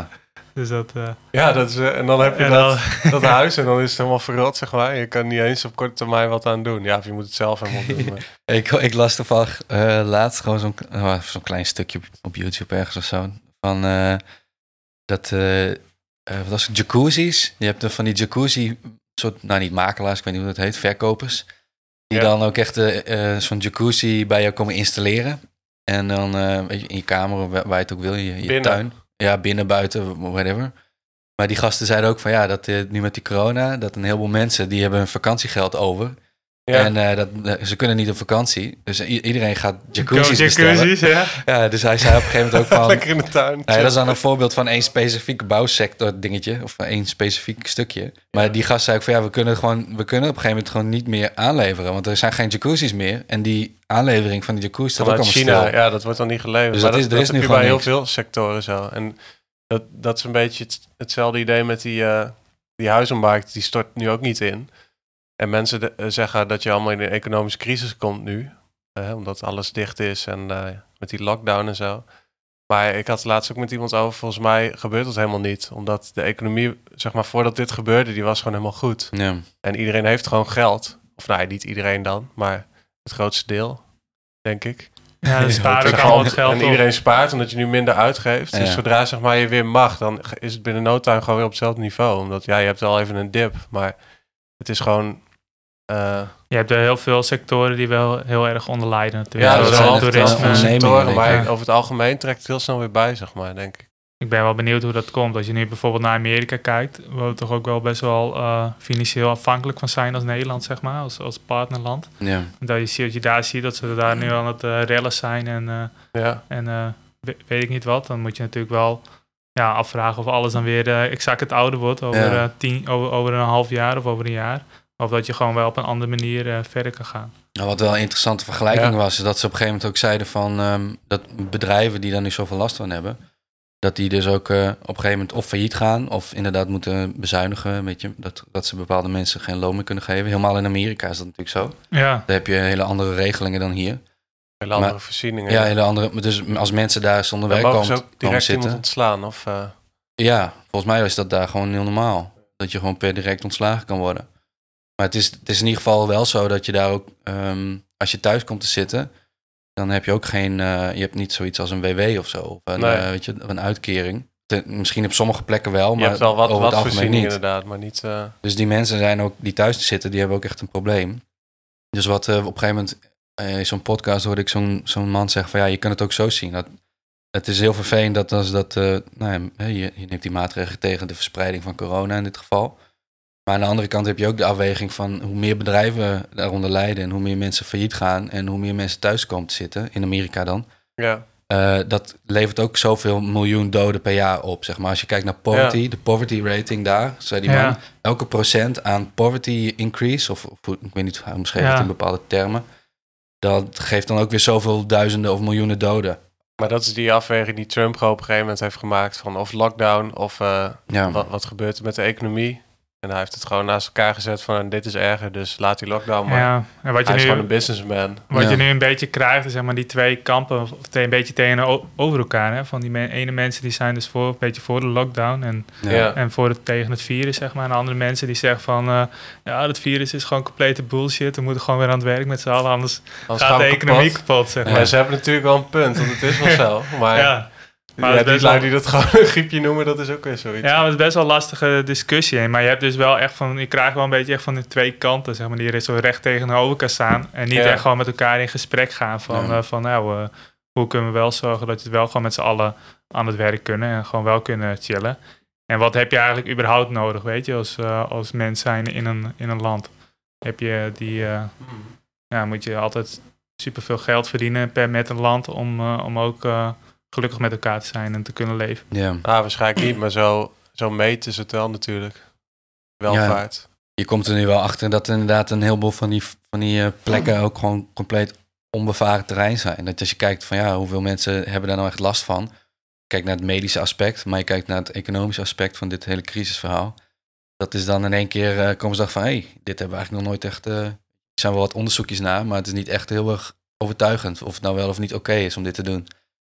Dus dat... Uh, ja, dat is, uh, en dan heb je en dat, dan, dat huis en dan is het helemaal verrot, zeg maar. Je kan niet eens op korte termijn wat aan doen. Ja, of je moet het zelf helemaal doen. Maar. ik, ik las toevallig uh, laatst gewoon zo'n, uh, zo'n klein stukje op, op YouTube ergens of zo. Van uh, dat... Uh, uh, wat was het? Jacuzzi's. Je hebt er van die jacuzzi... soort, nou niet makelaars, ik weet niet hoe dat heet, verkopers. Die ja. dan ook echt uh, uh, zo'n jacuzzi bij jou komen installeren. En dan uh, weet je, in je kamer, waar je het ook wil, je, je tuin. Ja, binnen, buiten, whatever. Maar die gasten zeiden ook van ja, dat uh, nu met die corona, dat een heleboel mensen, die hebben hun vakantiegeld over. Ja. En uh, dat, uh, ze kunnen niet op vakantie. Dus i- iedereen gaat jacuzzi's bestellen. Ja. ja, dus hij zei op een gegeven moment ook van... Lekker in de tuin. Nou, dat is dan een voorbeeld van één specifiek bouwsector dingetje. Of één specifiek stukje. Maar ja. die gast zei ook van ja, we kunnen, gewoon, we kunnen op een gegeven moment gewoon niet meer aanleveren. Want er zijn geen jacuzzi's meer. En die aanlevering van die jacuzzi staat ook allemaal China, stil. Ja, dat wordt dan niet geleverd. Dus maar dat, dat, is, er dat is heb nu je bij niks. heel veel sectoren zo. En dat, dat is een beetje het, hetzelfde idee met die, uh, die huizenmarkt. Die stort nu ook niet in. En mensen de, uh, zeggen dat je allemaal in een economische crisis komt nu. Uh, omdat alles dicht is en uh, met die lockdown en zo. Maar ik had het laatst ook met iemand over. Volgens mij gebeurt dat helemaal niet. Omdat de economie, zeg maar, voordat dit gebeurde, die was gewoon helemaal goed. Ja. En iedereen heeft gewoon geld. Of nou, niet iedereen dan, maar het grootste deel, denk ik. Ja, dan sparen ook allemaal het geld En iedereen spaart omdat je nu minder uitgeeft. Ja. Dus zodra zeg maar, je weer mag, dan is het binnen no time gewoon weer op hetzelfde niveau. Omdat ja, je hebt wel even een dip, maar het is gewoon... Uh, je hebt er heel veel sectoren die wel heel erg onder lijden natuurlijk. Ja, dat zijn wel toerisme. sectoren, maar ja. over het algemeen trekt het heel snel weer bij, zeg maar, denk ik. Ik ben wel benieuwd hoe dat komt. Als je nu bijvoorbeeld naar Amerika kijkt, waar we toch ook wel best wel uh, financieel afhankelijk van zijn als Nederland, zeg maar, als, als partnerland. Ja. Dat je, ziet, dat je daar ziet dat ze daar nu aan het uh, rellen zijn en, uh, ja. en uh, weet ik niet wat. Dan moet je natuurlijk wel ja, afvragen of alles dan weer uh, exact het oude wordt over, ja. uh, tien, over, over een half jaar of over een jaar. Of dat je gewoon wel op een andere manier uh, verder kan gaan. Nou, wat wel een interessante vergelijking ja. was, is dat ze op een gegeven moment ook zeiden van um, dat bedrijven die daar nu zoveel last van hebben, dat die dus ook uh, op een gegeven moment of failliet gaan of inderdaad moeten bezuinigen. Weet je, dat, dat ze bepaalde mensen geen loon meer kunnen geven. Helemaal in Amerika is dat natuurlijk zo. Ja. Daar heb je hele andere regelingen dan hier. Hele andere maar, voorzieningen. Ja, hele andere. Dus als mensen daar zonder werk komen, ze ook direct zitten, iemand ontslaan? Of, uh... Ja, volgens mij is dat daar gewoon heel normaal. Dat je gewoon per direct ontslagen kan worden. Maar het is, het is in ieder geval wel zo dat je daar ook, um, als je thuis komt te zitten, dan heb je ook geen, uh, je hebt niet zoiets als een W W of zo. Of een, nee. uh, weet je, een uitkering. Te, misschien op sommige plekken wel, maar je hebt wel wat, over wat het algemeen niet. Inderdaad, maar niet... Uh... Dus die mensen zijn ook, die thuis zitten, die hebben ook echt een probleem. Dus wat uh, op een gegeven moment, uh, in zo'n podcast hoorde ik zo'n, zo'n man zeggen van ja, je kan het ook zo zien. Dat, het is heel vervelend dat als dat, uh, nou ja, je, je neemt die maatregelen tegen de verspreiding van corona in dit geval. Maar aan de andere kant heb je ook de afweging van hoe meer bedrijven daaronder lijden en hoe meer mensen failliet gaan en hoe meer mensen thuis komen te zitten, in Amerika dan. Ja. Uh, dat levert ook zoveel miljoen doden per jaar op, zeg maar. Als je kijkt naar poverty, ja. de poverty rating daar, zei die man, ja. elke procent aan poverty increase, of, of ik weet niet hoe hij omschreef het ja. in bepaalde termen, dat geeft dan ook weer zoveel duizenden of miljoenen doden. Maar dat is die afweging die Trump op een gegeven moment heeft gemaakt van of lockdown of uh, ja. wat, wat gebeurt er met de economie. En hij heeft het gewoon naast elkaar gezet van dit is erger, dus laat die lockdown maar. Ja, en wat je hij nu, is gewoon een businessman. Wat ja. je nu een beetje krijgt, is zeg maar die twee kampen, of een beetje tegenover elkaar. Hè? Van die me- ene mensen die zijn dus voor, een beetje voor de lockdown en, ja. en voor het, tegen het virus, zeg maar. En andere mensen die zeggen van, uh, ja, het virus is gewoon complete bullshit. We moeten gewoon weer aan het werk met z'n allen, anders, anders gaat de economie kapot. kapot zeg maar. Ja, ze hebben natuurlijk wel een punt, want het is wel zo. Maar... ja. Maar ja, die lui die dat gewoon een griepje noemen, dat is ook weer zoiets. Ja, maar het is best wel een lastige discussie. Maar je hebt dus wel echt van, je krijgt wel een beetje echt van de twee kanten, zeg maar, die er zo recht tegenover elkaar staan. En niet ja. echt gewoon met elkaar in gesprek gaan van, ja. uh, van nou, uh, hoe kunnen we wel zorgen dat je het wel gewoon met z'n allen aan het werk kunnen en gewoon wel kunnen chillen. En wat heb je eigenlijk überhaupt nodig, weet je, als, uh, als mens zijn in een, in een land? Heb je die, uh, hmm. ja, moet je altijd superveel geld verdienen per met een land om, uh, om ook... Uh, gelukkig met elkaar te zijn en te kunnen leven. Ja, ah, waarschijnlijk niet, maar zo, zo meten ze het wel natuurlijk. Welvaart. Ja, je komt er nu wel achter dat inderdaad een heleboel van die, van die uh, plekken ook gewoon compleet onbevaren terrein zijn. Dat als je kijkt van ja, hoeveel mensen hebben daar nou echt last van. Kijk naar het medische aspect, maar je kijkt naar het economische aspect van dit hele crisisverhaal. Dat is dan in één keer, uh, komen ze dachten van hé, hey, dit hebben we eigenlijk nog nooit echt... Uh, er zijn wel wat onderzoekjes naar, maar het is niet echt heel erg overtuigend of het nou wel of niet oké okay is om dit te doen.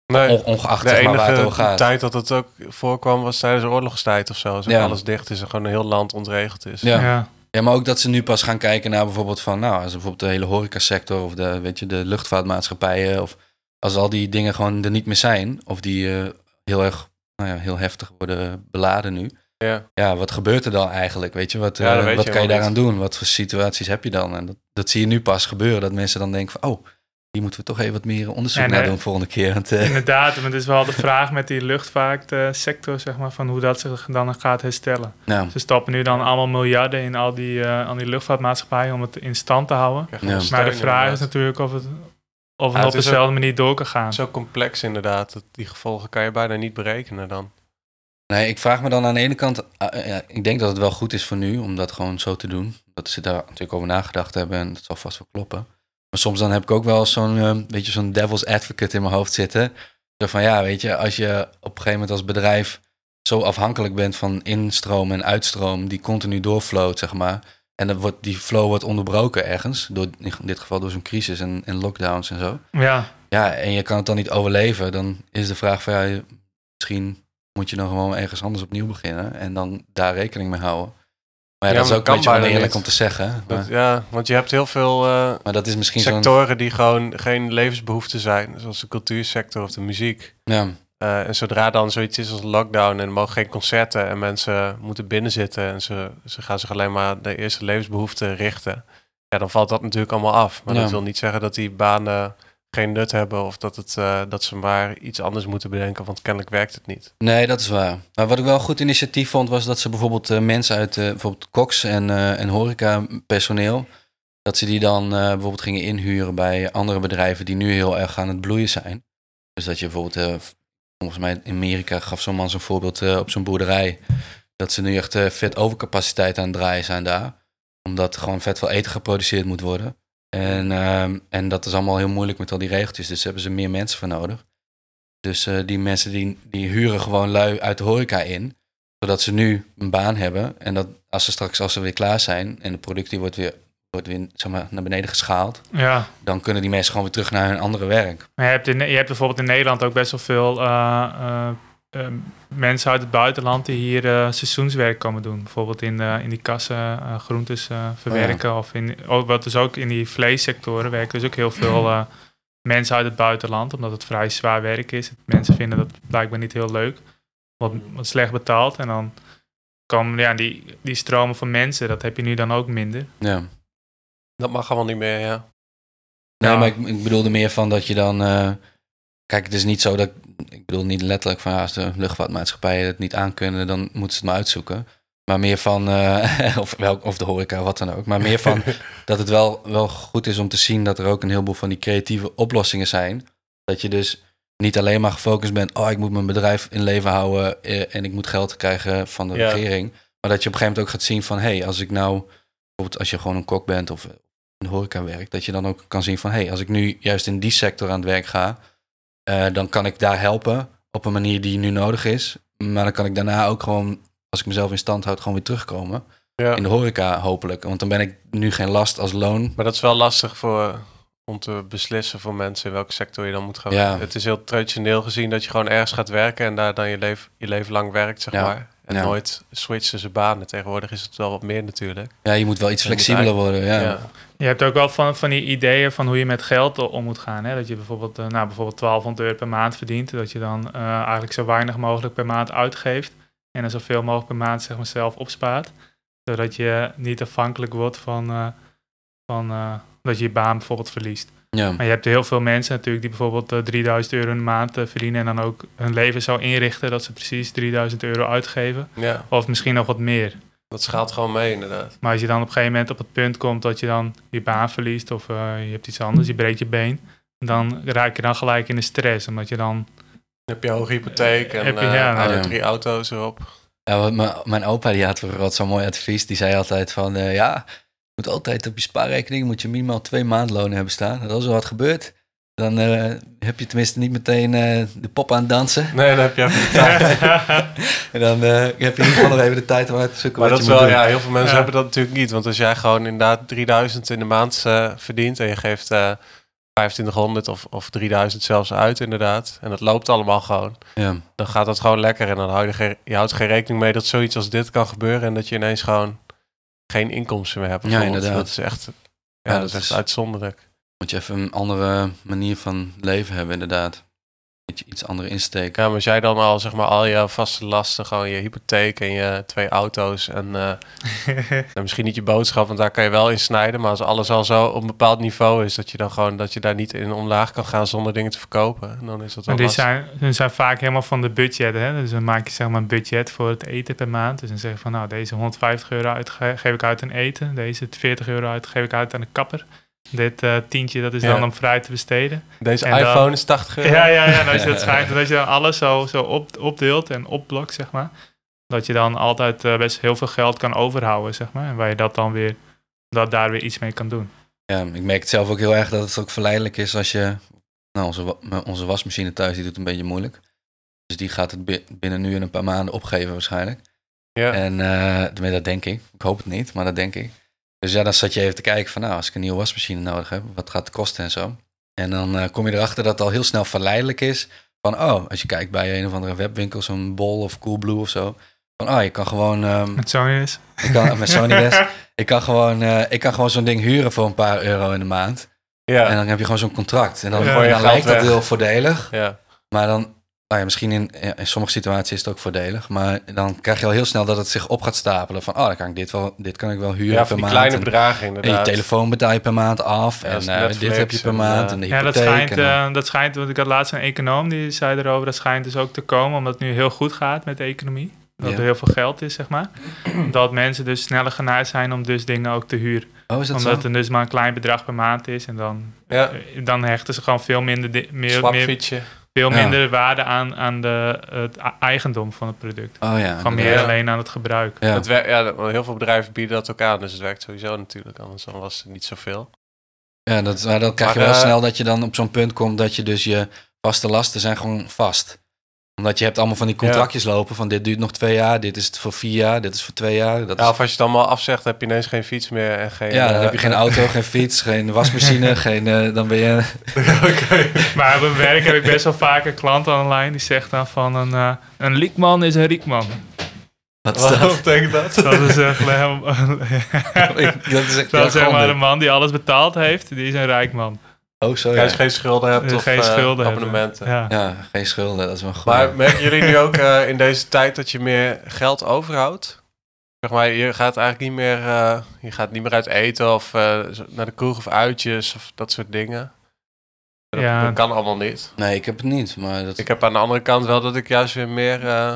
Nee, On- ongeacht de zeg maar, waar het enige over gaat. tijd dat het ook voorkwam was tijdens de oorlogstijd of zo. Als Ja. alles dicht is en gewoon een heel land ontregeld is. Ja. Ja. Ja, maar ook dat ze nu pas gaan kijken naar bijvoorbeeld van, nou, als bijvoorbeeld de hele horecasector of de, weet je, de luchtvaartmaatschappijen of als al die dingen gewoon er niet meer zijn of die uh, heel erg, nou ja, heel heftig worden beladen nu. Ja. Ja, wat gebeurt er dan eigenlijk? Weet je, wat, Ja, dat uh, weet wat je kan je helemaal daaraan doen? Wat voor situaties heb je dan? En dat, dat zie je nu pas gebeuren, dat mensen dan denken van, oh, hier moeten we toch even wat meer onderzoek En, naar uh, doen volgende keer. Want, uh, Inderdaad, maar het is wel de vraag met die luchtvaartsector, zeg maar, van hoe dat zich dan gaat herstellen. nou, Ze stoppen nu dan allemaal miljarden in al die, uh, al die luchtvaartmaatschappijen om het in stand te houden. Krijg Ja. wel Maar steun, Maar de vraag is inderdaad. natuurlijk of het, of het Ja, op het is dezelfde manier door kan gaan. Zo complex inderdaad. Dat die gevolgen kan je bijna niet berekenen dan. nee, ik vraag me dan aan de ene kant, uh, ja, ik denk dat het wel goed is voor nu om dat gewoon zo te doen. Dat ze daar natuurlijk over nagedacht hebben en dat zal vast wel kloppen. Maar soms dan heb ik ook wel zo'n, uh, weet je, zo'n devil's advocate in mijn hoofd zitten. Zo van ja, weet je, als je op een gegeven moment als bedrijf zo afhankelijk bent van instroom en uitstroom die continu doorflowt, zeg maar. En dan wordt die flow wordt onderbroken ergens, door, in dit geval door zo'n crisis en, en lockdowns en zo. Ja, Ja, en je kan het dan niet overleven, dan is de vraag van ja, je- misschien moet je dan gewoon ergens anders opnieuw beginnen en dan daar rekening mee houden. Maar ja, Ja, dat is maar ook een dat beetje kan bijna oneerlijk niet. om te zeggen. Maar, Dat, ja, want je hebt heel veel uh, maar dat is misschien zo'n... sectoren die gewoon geen levensbehoeften zijn. Zoals de cultuursector of de muziek. Ja, Uh, en zodra dan zoiets is als lockdown en er mogen geen concerten en mensen moeten binnenzitten en ze, ze gaan zich alleen maar de eerste levensbehoeften richten, ja, dan valt dat natuurlijk allemaal af. Maar Ja. dat wil niet zeggen dat die banen geen nut hebben of dat, het, uh, dat ze maar iets anders moeten bedenken, want kennelijk werkt het niet. nee, dat is waar. Maar wat ik wel een goed initiatief vond, was dat ze bijvoorbeeld uh, mensen uit uh, bijvoorbeeld koks en, uh, en horeca personeel, dat ze die dan uh, bijvoorbeeld gingen inhuren bij andere bedrijven die nu heel erg aan het bloeien zijn. Dus dat je bijvoorbeeld, uh, volgens mij in Amerika gaf zo'n man zo'n voorbeeld uh, op zo'n boerderij, dat ze nu echt uh, vet overcapaciteit aan het draaien zijn daar. Omdat gewoon vet veel eten geproduceerd moet worden. En, uh, en dat is allemaal heel moeilijk met al die regeltjes. Dus daar hebben ze meer mensen voor nodig. Dus uh, die mensen die, die huren gewoon lui uit de horeca in. Zodat ze nu een baan hebben. En dat als ze straks als ze weer klaar zijn en de productie wordt weer, wordt weer zeg maar, naar beneden geschaald. ja. Dan kunnen die mensen gewoon weer terug naar hun andere werk. Maar je hebt, in, je hebt bijvoorbeeld in Nederland ook best wel veel uh, uh, uh, mensen uit het buitenland die hier uh, seizoenswerk komen doen. Bijvoorbeeld in, uh, in die kassen uh, groentes uh, verwerken. Oh ja. Of in, ook, wat dus ook in die vleessectoren werken dus ook heel veel uh, mensen uit het buitenland. Omdat het vrij zwaar werk is. Mensen vinden dat blijkbaar niet heel leuk. Wat, wat slecht betaald. En dan komen ja, die, die stromen van mensen. Dat heb je nu dan ook minder. Ja. Dat mag allemaal niet meer, ja. Nee, Ja. maar ik, ik bedoelde meer van dat je dan... Uh, kijk, het is niet zo dat... Ik bedoel niet letterlijk van... Ja, als de luchtvaartmaatschappijen het niet aankunnen... dan moeten ze het maar uitzoeken. Maar meer van... Uh, of, wel, of de horeca, wat dan ook. Maar meer van dat het wel, wel goed is om te zien... dat er ook een heleboel van die creatieve oplossingen zijn. Dat je dus niet alleen maar gefocust bent... oh, ik moet mijn bedrijf in leven houden... Uh, en ik moet geld krijgen van de Ja. regering. Maar dat je op een gegeven moment ook gaat zien van... hé, hey, als ik nou... bijvoorbeeld als je gewoon een kok bent... of in de horeca werkt, dat je dan ook kan zien van... hé, hey, als ik nu juist in die sector aan het werk ga... Uh, dan kan ik daar helpen op een manier die nu nodig is. Maar dan kan ik daarna ook gewoon, als ik mezelf in stand houd... gewoon weer terugkomen ja. in de horeca hopelijk. Want dan ben ik nu geen last als loon. Maar dat is wel lastig voor, om te beslissen voor mensen in welke sector je dan moet gaan Ja. werken. Het is heel traditioneel gezien dat je gewoon ergens gaat werken... en daar dan je, leef, je leven lang werkt, zeg Ja. maar. En Ja. nooit switcht tussen banen. Tegenwoordig is het wel wat meer natuurlijk. Ja, je moet wel iets Je moet flexibeler worden. Ja. Ja. Je hebt ook wel van, van die ideeën van hoe je met geld om moet gaan. Hè? Dat je bijvoorbeeld, uh, nou, bijvoorbeeld twaalfhonderd euro per maand verdient. Dat je dan uh, eigenlijk zo weinig mogelijk per maand uitgeeft. En dan zoveel mogelijk per maand zeg maar, zelf opspaart. Zodat je niet afhankelijk wordt van, uh, van uh, dat je je baan bijvoorbeeld verliest. Ja. Maar je hebt heel veel mensen natuurlijk die bijvoorbeeld uh, drieduizend euro in de maand uh, verdienen. En dan ook hun leven zo inrichten dat ze precies drieduizend euro uitgeven. ja, Of misschien nog wat meer. dat schaalt gewoon mee inderdaad. Maar als je dan op een gegeven moment op het punt komt dat je dan je baan verliest of uh, je hebt iets anders, je breekt je been, dan raak je dan gelijk in de stress, omdat je dan... Dan heb je hoge hypotheek en Heb je- uh, ja, alle ja. drie auto's erop. Ja, wat mijn, mijn opa die had vroeger altijd zo'n mooi advies. Die zei altijd van, uh, ja, je moet altijd op je spaarrekening... moet je minimaal twee maandlonen hebben staan. En als er wat gebeurt, dan uh, heb je tenminste niet meteen uh, de pop aan het dansen. Nee, dan heb je even de tijd. En dan uh, heb je in ieder geval nog even de tijd om uit te zoeken Maar wat dat je is moet wel, doen. ja, heel veel mensen Ja. hebben dat natuurlijk niet. Want als jij gewoon inderdaad drieduizend in de maand uh, verdient en je geeft uh, vijfentwintighonderd of, of drieduizend zelfs uit inderdaad. En dat loopt allemaal gewoon. Ja. Dan gaat dat gewoon lekker. En dan hou je, geen, je houdt geen rekening mee dat zoiets als dit kan gebeuren. En dat je ineens gewoon geen inkomsten meer hebt. Ja, inderdaad. Dat is echt, ja, Ja, dat dat is echt is- uitzonderlijk. Moet je even een andere manier van leven hebben, inderdaad. Moet je iets andere insteek. Ja, maar als jij dan al, zeg maar, al je vaste lasten, gewoon je hypotheek en je twee auto's en uh, nou, misschien niet je boodschap, want daar kan je wel in snijden. Maar als alles al zo op een bepaald niveau is, dat je dan gewoon, dat je daar niet in omlaag kan gaan zonder dingen te verkopen, dan is dat wel Maar die lastig. zijn, die zijn vaak helemaal van de budget. Hè? Dus dan maak je zeg maar een budget voor het eten per maand. Dus dan zeg je van nou, deze honderdvijftig euro uit, geef ik uit aan eten. Deze veertig euro uit, geef ik uit aan de kapper. Dit uh, tientje, dat is Ja. dan om vrij te besteden. Deze En dan- iPhone is tachtig euro. Ja, ja, ja. En als je dat schijnt, dat je dan alles zo, zo op, opdeelt en opblokt, zeg maar. Dat je dan altijd uh, best heel veel geld kan overhouden, zeg maar. En waar je dat dan weer, dat daar weer iets mee kan doen. Ja, ik merk het zelf ook heel erg dat het ook verleidelijk is als je... Nou, onze, wa- onze wasmachine thuis, die doet een beetje moeilijk. Dus die gaat het bi- binnen nu en een paar maanden opgeven waarschijnlijk. Ja. En uh, dat denk ik. Ik hoop het niet, maar dat denk ik. Dus ja, dan zat je even te kijken van nou, als ik een nieuwe wasmachine nodig heb, wat gaat het kosten en zo. En dan uh, kom je erachter dat het al heel snel verleidelijk is. Van oh, als je kijkt bij een of andere webwinkel, zo'n Bol of Coolblue of zo. Van oh, je kan gewoon... Um, Met Sony is. ik kan, met Sony des, ik kan gewoon, uh, ik kan gewoon zo'n ding huren voor een paar euro in de maand. Ja. En dan heb je gewoon zo'n contract. En dan, Ja. dan, je dan geld lijkt dat weg. heel voordelig. Ja. Maar dan, nou ja, misschien in, in sommige situaties is het ook voordelig. Maar dan krijg je al heel snel dat het zich op gaat stapelen. Van, oh, dan kan ik dit wel, dit kan ik wel huren Ja, per voor die maand. kleine en, bedragen en je inderdaad. telefoon betaal je per maand af. Ja, en dat is uh, Netflix dit heb je per en, maand. uh, En de Ja, dat hypotheek. schijnt, en dan- uh, dat schijnt, want ik had laatst een econoom die zei erover, dat schijnt dus ook te komen, omdat het nu heel goed gaat met de economie. Dat Ja. er heel veel geld is, zeg maar. Dat mensen dus sneller geneigd zijn om dus dingen ook te huren. oh, is dat Omdat zo? er dus maar een klein bedrag per maand is. En dan, Ja. eh, dan hechten ze gewoon veel minder, di- meer, meer, Swapfietsje. veel Ja. minder waarde aan, aan de, het a- eigendom van het product. Oh ja. Gewoon meer inderdaad. alleen aan het gebruik. Ja. Het wer- ja, want heel veel bedrijven bieden dat ook aan, dus het werkt sowieso natuurlijk, anders dan was het niet zoveel. Ja, dat, maar dan krijg je Maar, wel uh, snel dat je dan op zo'n punt komt dat je dus je vaste lasten zijn gewoon vast. Omdat je hebt allemaal van die contractjes lopen van dit duurt nog twee jaar, dit is het voor vier jaar, dit is voor twee jaar. Dat Ja, is, of als je het allemaal afzegt, heb je ineens geen fiets meer en geen... ja, dan uh, heb je geen auto, geen fiets, geen wasmachine, geen, uh, dan ben je... Oké. Maar op mijn werk heb ik best wel vaak een klant online die zegt dan van een, uh, een liekman is een riekman. Wat is Wat dat? betekent dat? Dat is echt, uh, dat is echt dat is zeg maar jargon, een man die alles betaald heeft, die is een rijk man. dit. Oh, zo Als ja. je geen schulden hebt Uh, of geen uh, schulden hebben. abonnementen. Ja. Ja, geen schulden, dat is wel goed. Maar merken jullie nu ook uh, in deze tijd dat je meer geld overhoudt? Zeg maar, je gaat eigenlijk niet meer, uh, je gaat niet meer uit eten of uh, naar de kroeg of uitjes of dat soort dingen. Dat, Ja. dat kan allemaal niet. Nee, ik heb het niet, maar dat... Ik heb aan de andere kant wel dat ik juist weer meer, uh,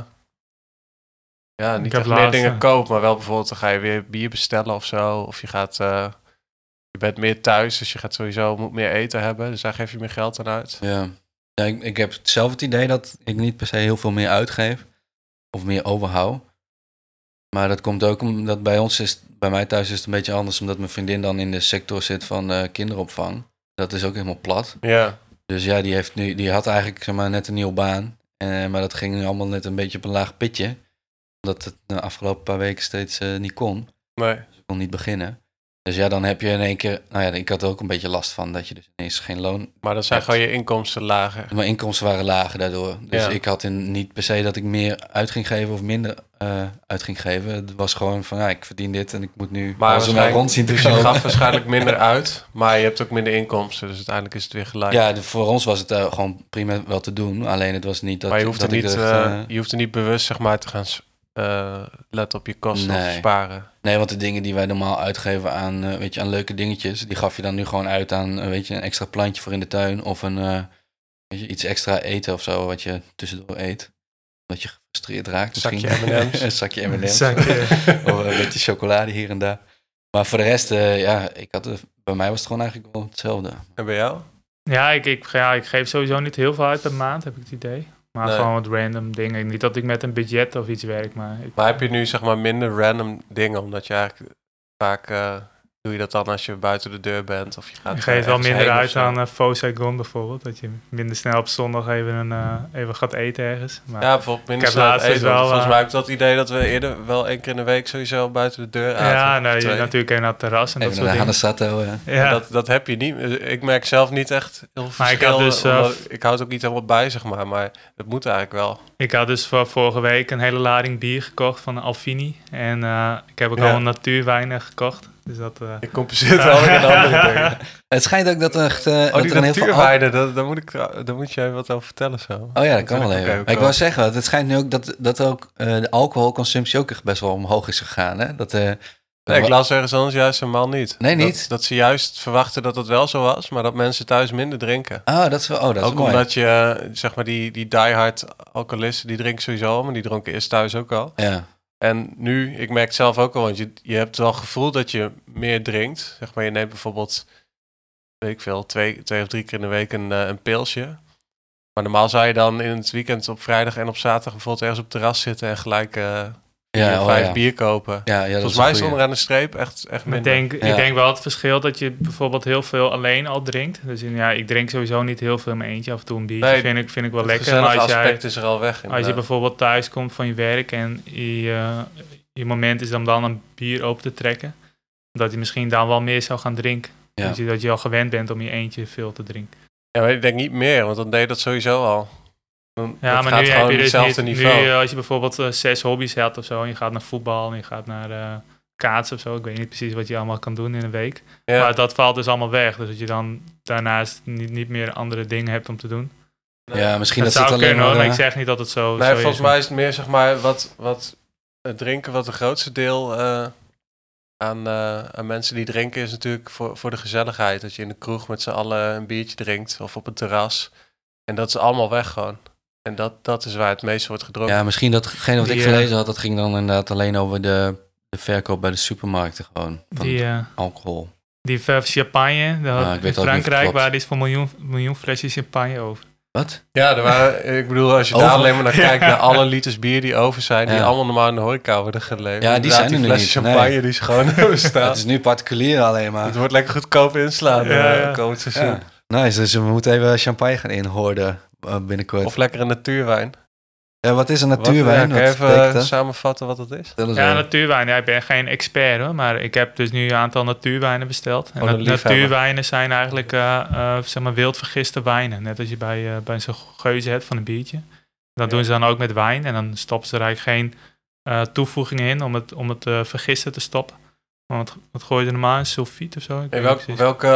ja, niet heb echt meer laatst, dingen uh, koop, maar wel bijvoorbeeld dan ga je weer bier bestellen of zo. Of je gaat, uh, je bent meer thuis, dus je gaat sowieso moet meer eten hebben. Dus daar geef je meer geld aan uit. Ja, ja ik, ik heb zelf het idee dat ik niet per se heel veel meer uitgeef. Of meer overhoud. Maar dat komt ook omdat bij ons is, bij mij thuis is het een beetje anders. Omdat mijn vriendin dan in de sector zit van uh, kinderopvang. Dat is ook helemaal plat. Ja, Dus ja, die, heeft nu, die had eigenlijk zeg maar, net een nieuwe baan. Uh, maar dat ging nu allemaal net een beetje op een laag pitje. Omdat het de afgelopen paar weken steeds uh, niet kon. nee. Dus ik kon niet beginnen. Dus ja, dan heb je in één keer... Nou ja, ik had er ook een beetje last van dat je dus ineens geen loon... Maar dan zijn Ja. gewoon je inkomsten lager. Mijn inkomsten waren lager daardoor. Dus Ja. ik had in, niet per se dat ik meer uit ging geven of minder uh, uit ging geven. Het was gewoon van, ja, ik verdien dit en ik moet nu Maar alles er maar rond zien te dus je komen. gaf waarschijnlijk minder uit, maar je hebt ook minder inkomsten. Dus uiteindelijk is het weer gelijk. Ja, de- voor ons was het uh, gewoon prima wel te doen. Alleen het was niet dat, maar je hoeft, dat er ik niet, dacht, uh, uh, je hoeft er niet bewust zeg maar, te gaan uh, letten op je kosten Nee. of sparen. Nee, want de dingen die wij normaal uitgeven aan, uh, weet je, aan leuke dingetjes, die gaf je dan nu gewoon uit aan uh, weet je, een extra plantje voor in de tuin of een, uh, weet je, iets extra eten of zo wat je tussendoor eet. Dat je gefrustreerd raakt. Zakje misschien. M en M's. Een zakje M en M's. Zakje. Of een beetje chocolade hier en daar. Maar voor de rest, uh, ja, ik had, er- bij mij was het gewoon eigenlijk wel hetzelfde. En bij jou? Ja, ik, ik, ja, ik geef sowieso niet heel veel uit per maand, heb ik het idee. Maar Nee. gewoon wat random dingen. Niet dat ik met een budget of iets werk, maar... Ik, Maar heb je nu zeg maar minder random dingen, omdat je eigenlijk vaak uh, doe je dat dan als je buiten de deur bent? Of je gaat Je geeft wel ergens minder heen of uit zo? dan uh, Faux Saigon bijvoorbeeld. Dat je minder snel op zondag even, een, uh, even gaat eten ergens. Maar Ja, bijvoorbeeld minder ik heb snel laatst eten. dus wel, Volgens uh, mij heb ik dat idee dat we eerder wel één keer in de week sowieso buiten de deur aten. ja, nee, Twee. natuurlijk even naar het terras en Even dat naar soort de dingen. Hanne Sato. Ja. Ja. En Dat, dat heb je niet. Ik merk zelf niet echt heel veel Maar ik verschil. had dus, uh, omdat- ik houd ook niet helemaal bij, zeg maar. Maar het moet eigenlijk wel. Ik had dus voor vorige week een hele lading bier gekocht van Alfini. En uh, ik heb ook Ja. al natuurwijnen gekocht. Dus dat, uh, Ik compenseer wel weer een andere dingen. Het schijnt ook dat er echt... Uh, Oh, dat die er een heel veel al- natuurwijnen, daar, daar, moet ik, trouw- daar moet jij wat over vertellen zo. Oh ja, dat kan wil wel ik ook even. even Ik wou wel. zeggen, het schijnt nu ook dat, dat ook uh, de alcoholconsumptie ook echt best wel omhoog is gegaan. Hè? Dat, uh, Nee, ik las ergens anders juist helemaal niet. Nee, Dat- niet? Dat, ze juist verwachten dat het wel zo was, maar dat mensen thuis minder drinken. Oh, dat is wel... Oh, dat is ook mooi. omdat je, uh, zeg maar, die, die diehard alcoholisten, die drinken sowieso al, maar die dronken eerst thuis ook al. Ja. En nu, ik merk het zelf ook al, want je, je hebt wel het gevoel dat je meer drinkt. Zeg maar, je neemt bijvoorbeeld, weet ik veel, twee, twee of drie keer in de week een, uh, een pilsje. Maar normaal zou je dan in het weekend op vrijdag en op zaterdag bijvoorbeeld ergens op het terras zitten en gelijk uh, Ja, oh, vijf ja. bier kopen. Ja, ja, dat Volgens is mij een is goeie. onderaan de streep echt, echt ik, minder. denk, Ja. ik denk wel het verschil dat je bijvoorbeeld heel veel alleen al drinkt. Dus in, ja, ik drink sowieso niet heel veel in mijn eentje. Af en toe een biertje Nee, vind, ik, vind ik wel Het lekker. gezellige Maar als, jij, aspect is er al weg. als je inderdaad. bijvoorbeeld thuis komt van je werk en je, uh, je moment is om dan een bier open te trekken. Dat je misschien dan wel meer zou gaan drinken. Ja. Dus je, dat je al gewend bent om je eentje veel te drinken. Ja, maar ik denk niet meer, want dan deed je dat sowieso al. Dan, Ja, dat maar gaat nu heb gewoon je dus hetzelfde niet, niveau. nu, uh, als je bijvoorbeeld uh, zes hobby's hebt of zo, en je gaat naar voetbal en je gaat naar uh, kaatsen of zo, ik weet niet precies wat je allemaal kan doen in een week. ja. Maar dat valt dus allemaal weg, dus dat je dan daarnaast niet, niet meer andere dingen hebt om te doen. Ja, misschien Dat, dat, zou het alleen kunnen hoor, maar maar... ik zeg niet dat het zo, Nee, zo volgens is. mij is het meer, zeg maar, wat, wat het drinken, wat het grootste deel uh, aan, uh, aan mensen die drinken is natuurlijk voor, voor de gezelligheid. Dat je in de kroeg met z'n allen een biertje drinkt of op een terras. En dat is allemaal weg gewoon. En dat, dat is waar het meest wordt gedronken. Ja, misschien datgene wat Die, ik uh, gelezen had, dat ging dan inderdaad alleen over de, de verkoop bij de supermarkten gewoon. Van Die, uh, alcohol. die uh, champagne, dat Ah, ik weet in ook niet of het Frankrijk klopt. waren iets voor miljoen, miljoen flesjes champagne over. Wat? Ja, er waren, ik bedoel, als je Over- daar alleen maar naar kijkt, Ja. naar alle liters bier die over zijn, die Ja. allemaal normaal in de horeca worden geleverd. Ja, die Inderdaad, zijn er nu flessen niet, champagne nee. die ze gewoon hebben staan. Het is nu particulier alleen maar. Het wordt lekker goedkoop inslaan Ja, uh, ja. komend seizoen. Ja. Nice, dus we moeten even champagne gaan inhoorden uh, binnenkort. Of lekkere natuurwijn. ja, wat is een Wat, natuurwijn? ja, kan je Wat even betekent uh, dat? samenvatten wat dat is? Vertel eens Ja, even. natuurwijn. Ja, ik ben geen expert hoor, maar ik heb dus nu een aantal natuurwijnen besteld. En Gewoon een nat- liefhebber. natuurwijnen zijn eigenlijk uh, uh, zeg maar wild vergiste wijnen. Net als je bij, uh, bij zo'n geuze hebt van een biertje. Dat Ja. doen ze dan ook met wijn. En dan stoppen ze er eigenlijk geen uh, toevoegingen in om het, om het uh, vergisten te stoppen. Want wat gooi je er normaal in? Sulfiet of zo? Ik Hey, weet welk, niet precies welke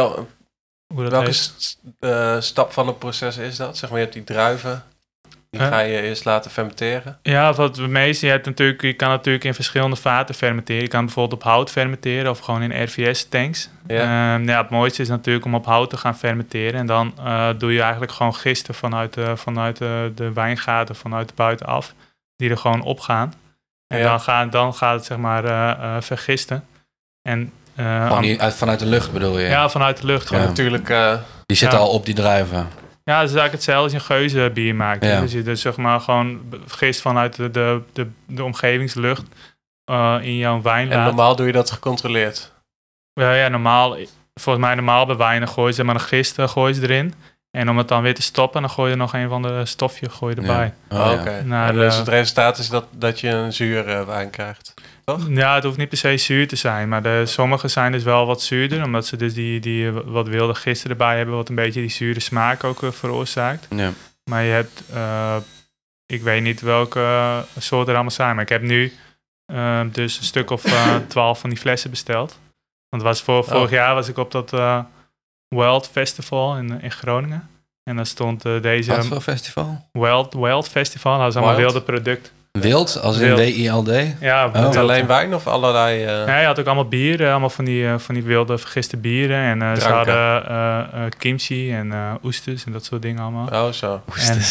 hoe dat welke heet. st- uh, stap van het proces is dat? Zeg maar, je hebt die druiven. Die Huh? ga je eerst laten fermenteren. Ja, wat het meeste, je, hebt natuurlijk, je kan natuurlijk in verschillende vaten fermenteren. Je kan bijvoorbeeld op hout fermenteren of gewoon in R V S-tanks. Ja. Um, ja, het mooiste is natuurlijk om op hout te gaan fermenteren. En dan uh, doe je eigenlijk gewoon gisten vanuit, uh, vanuit uh, de wijngaten, vanuit buitenaf, die er gewoon opgaan. En Ja. dan, gaat, dan gaat het zeg maar uh, uh, vergisten. En, uh, Gewoon aan- die, uit, vanuit de lucht bedoel je? ja, vanuit de lucht. Gewoon Ja. natuurlijk... Uh, Die zitten Ja. al op die druiven. Ja, het is eigenlijk hetzelfde als je een geuzenbier maakt. hè. Ja. Dus je dus zeg maar gewoon gist vanuit de, de, de, de omgevingslucht uh, in jouw wijn en laat. normaal doe je dat gecontroleerd. Ja, ja, normaal, volgens mij normaal bij wijnen gooien ze maar een gist uh, gooien ze erin. En om het dan weer te stoppen, dan gooi je nog een van de stofje gooi je erbij. Ja. Oh, Oh, Oké. ja. Naar, En dus uh, het resultaat is dat, dat je een zure wijn krijgt. Ja, het hoeft niet per se zuur te zijn. Maar de, sommige zijn dus wel wat zuurder. Omdat ze dus die, die uh, wat wilde gisten erbij hebben. Wat een beetje die zure smaak ook uh, veroorzaakt. Ja. Maar je hebt, uh, ik weet niet welke uh, soorten er allemaal zijn. Maar ik heb nu uh, dus een stuk of uh, twaalf van die flessen besteld. Want het was voor, vorig jaar was ik op dat uh, Wild Festival in, in Groningen. En daar stond uh, deze Wat voor festival? Wild, Wild Festival. Dat is allemaal Wild? wilde product. Wild, als in Wild. W I L D? Ja, Oh. Met wild. alleen wijn of allerlei... uh, Ja, je had ook allemaal bieren, allemaal van die, uh, van die wilde vergiste bieren. En uh, ze Dranken. hadden uh, uh, kimchi en uh, oesters en dat soort dingen allemaal. Oh, zo. En,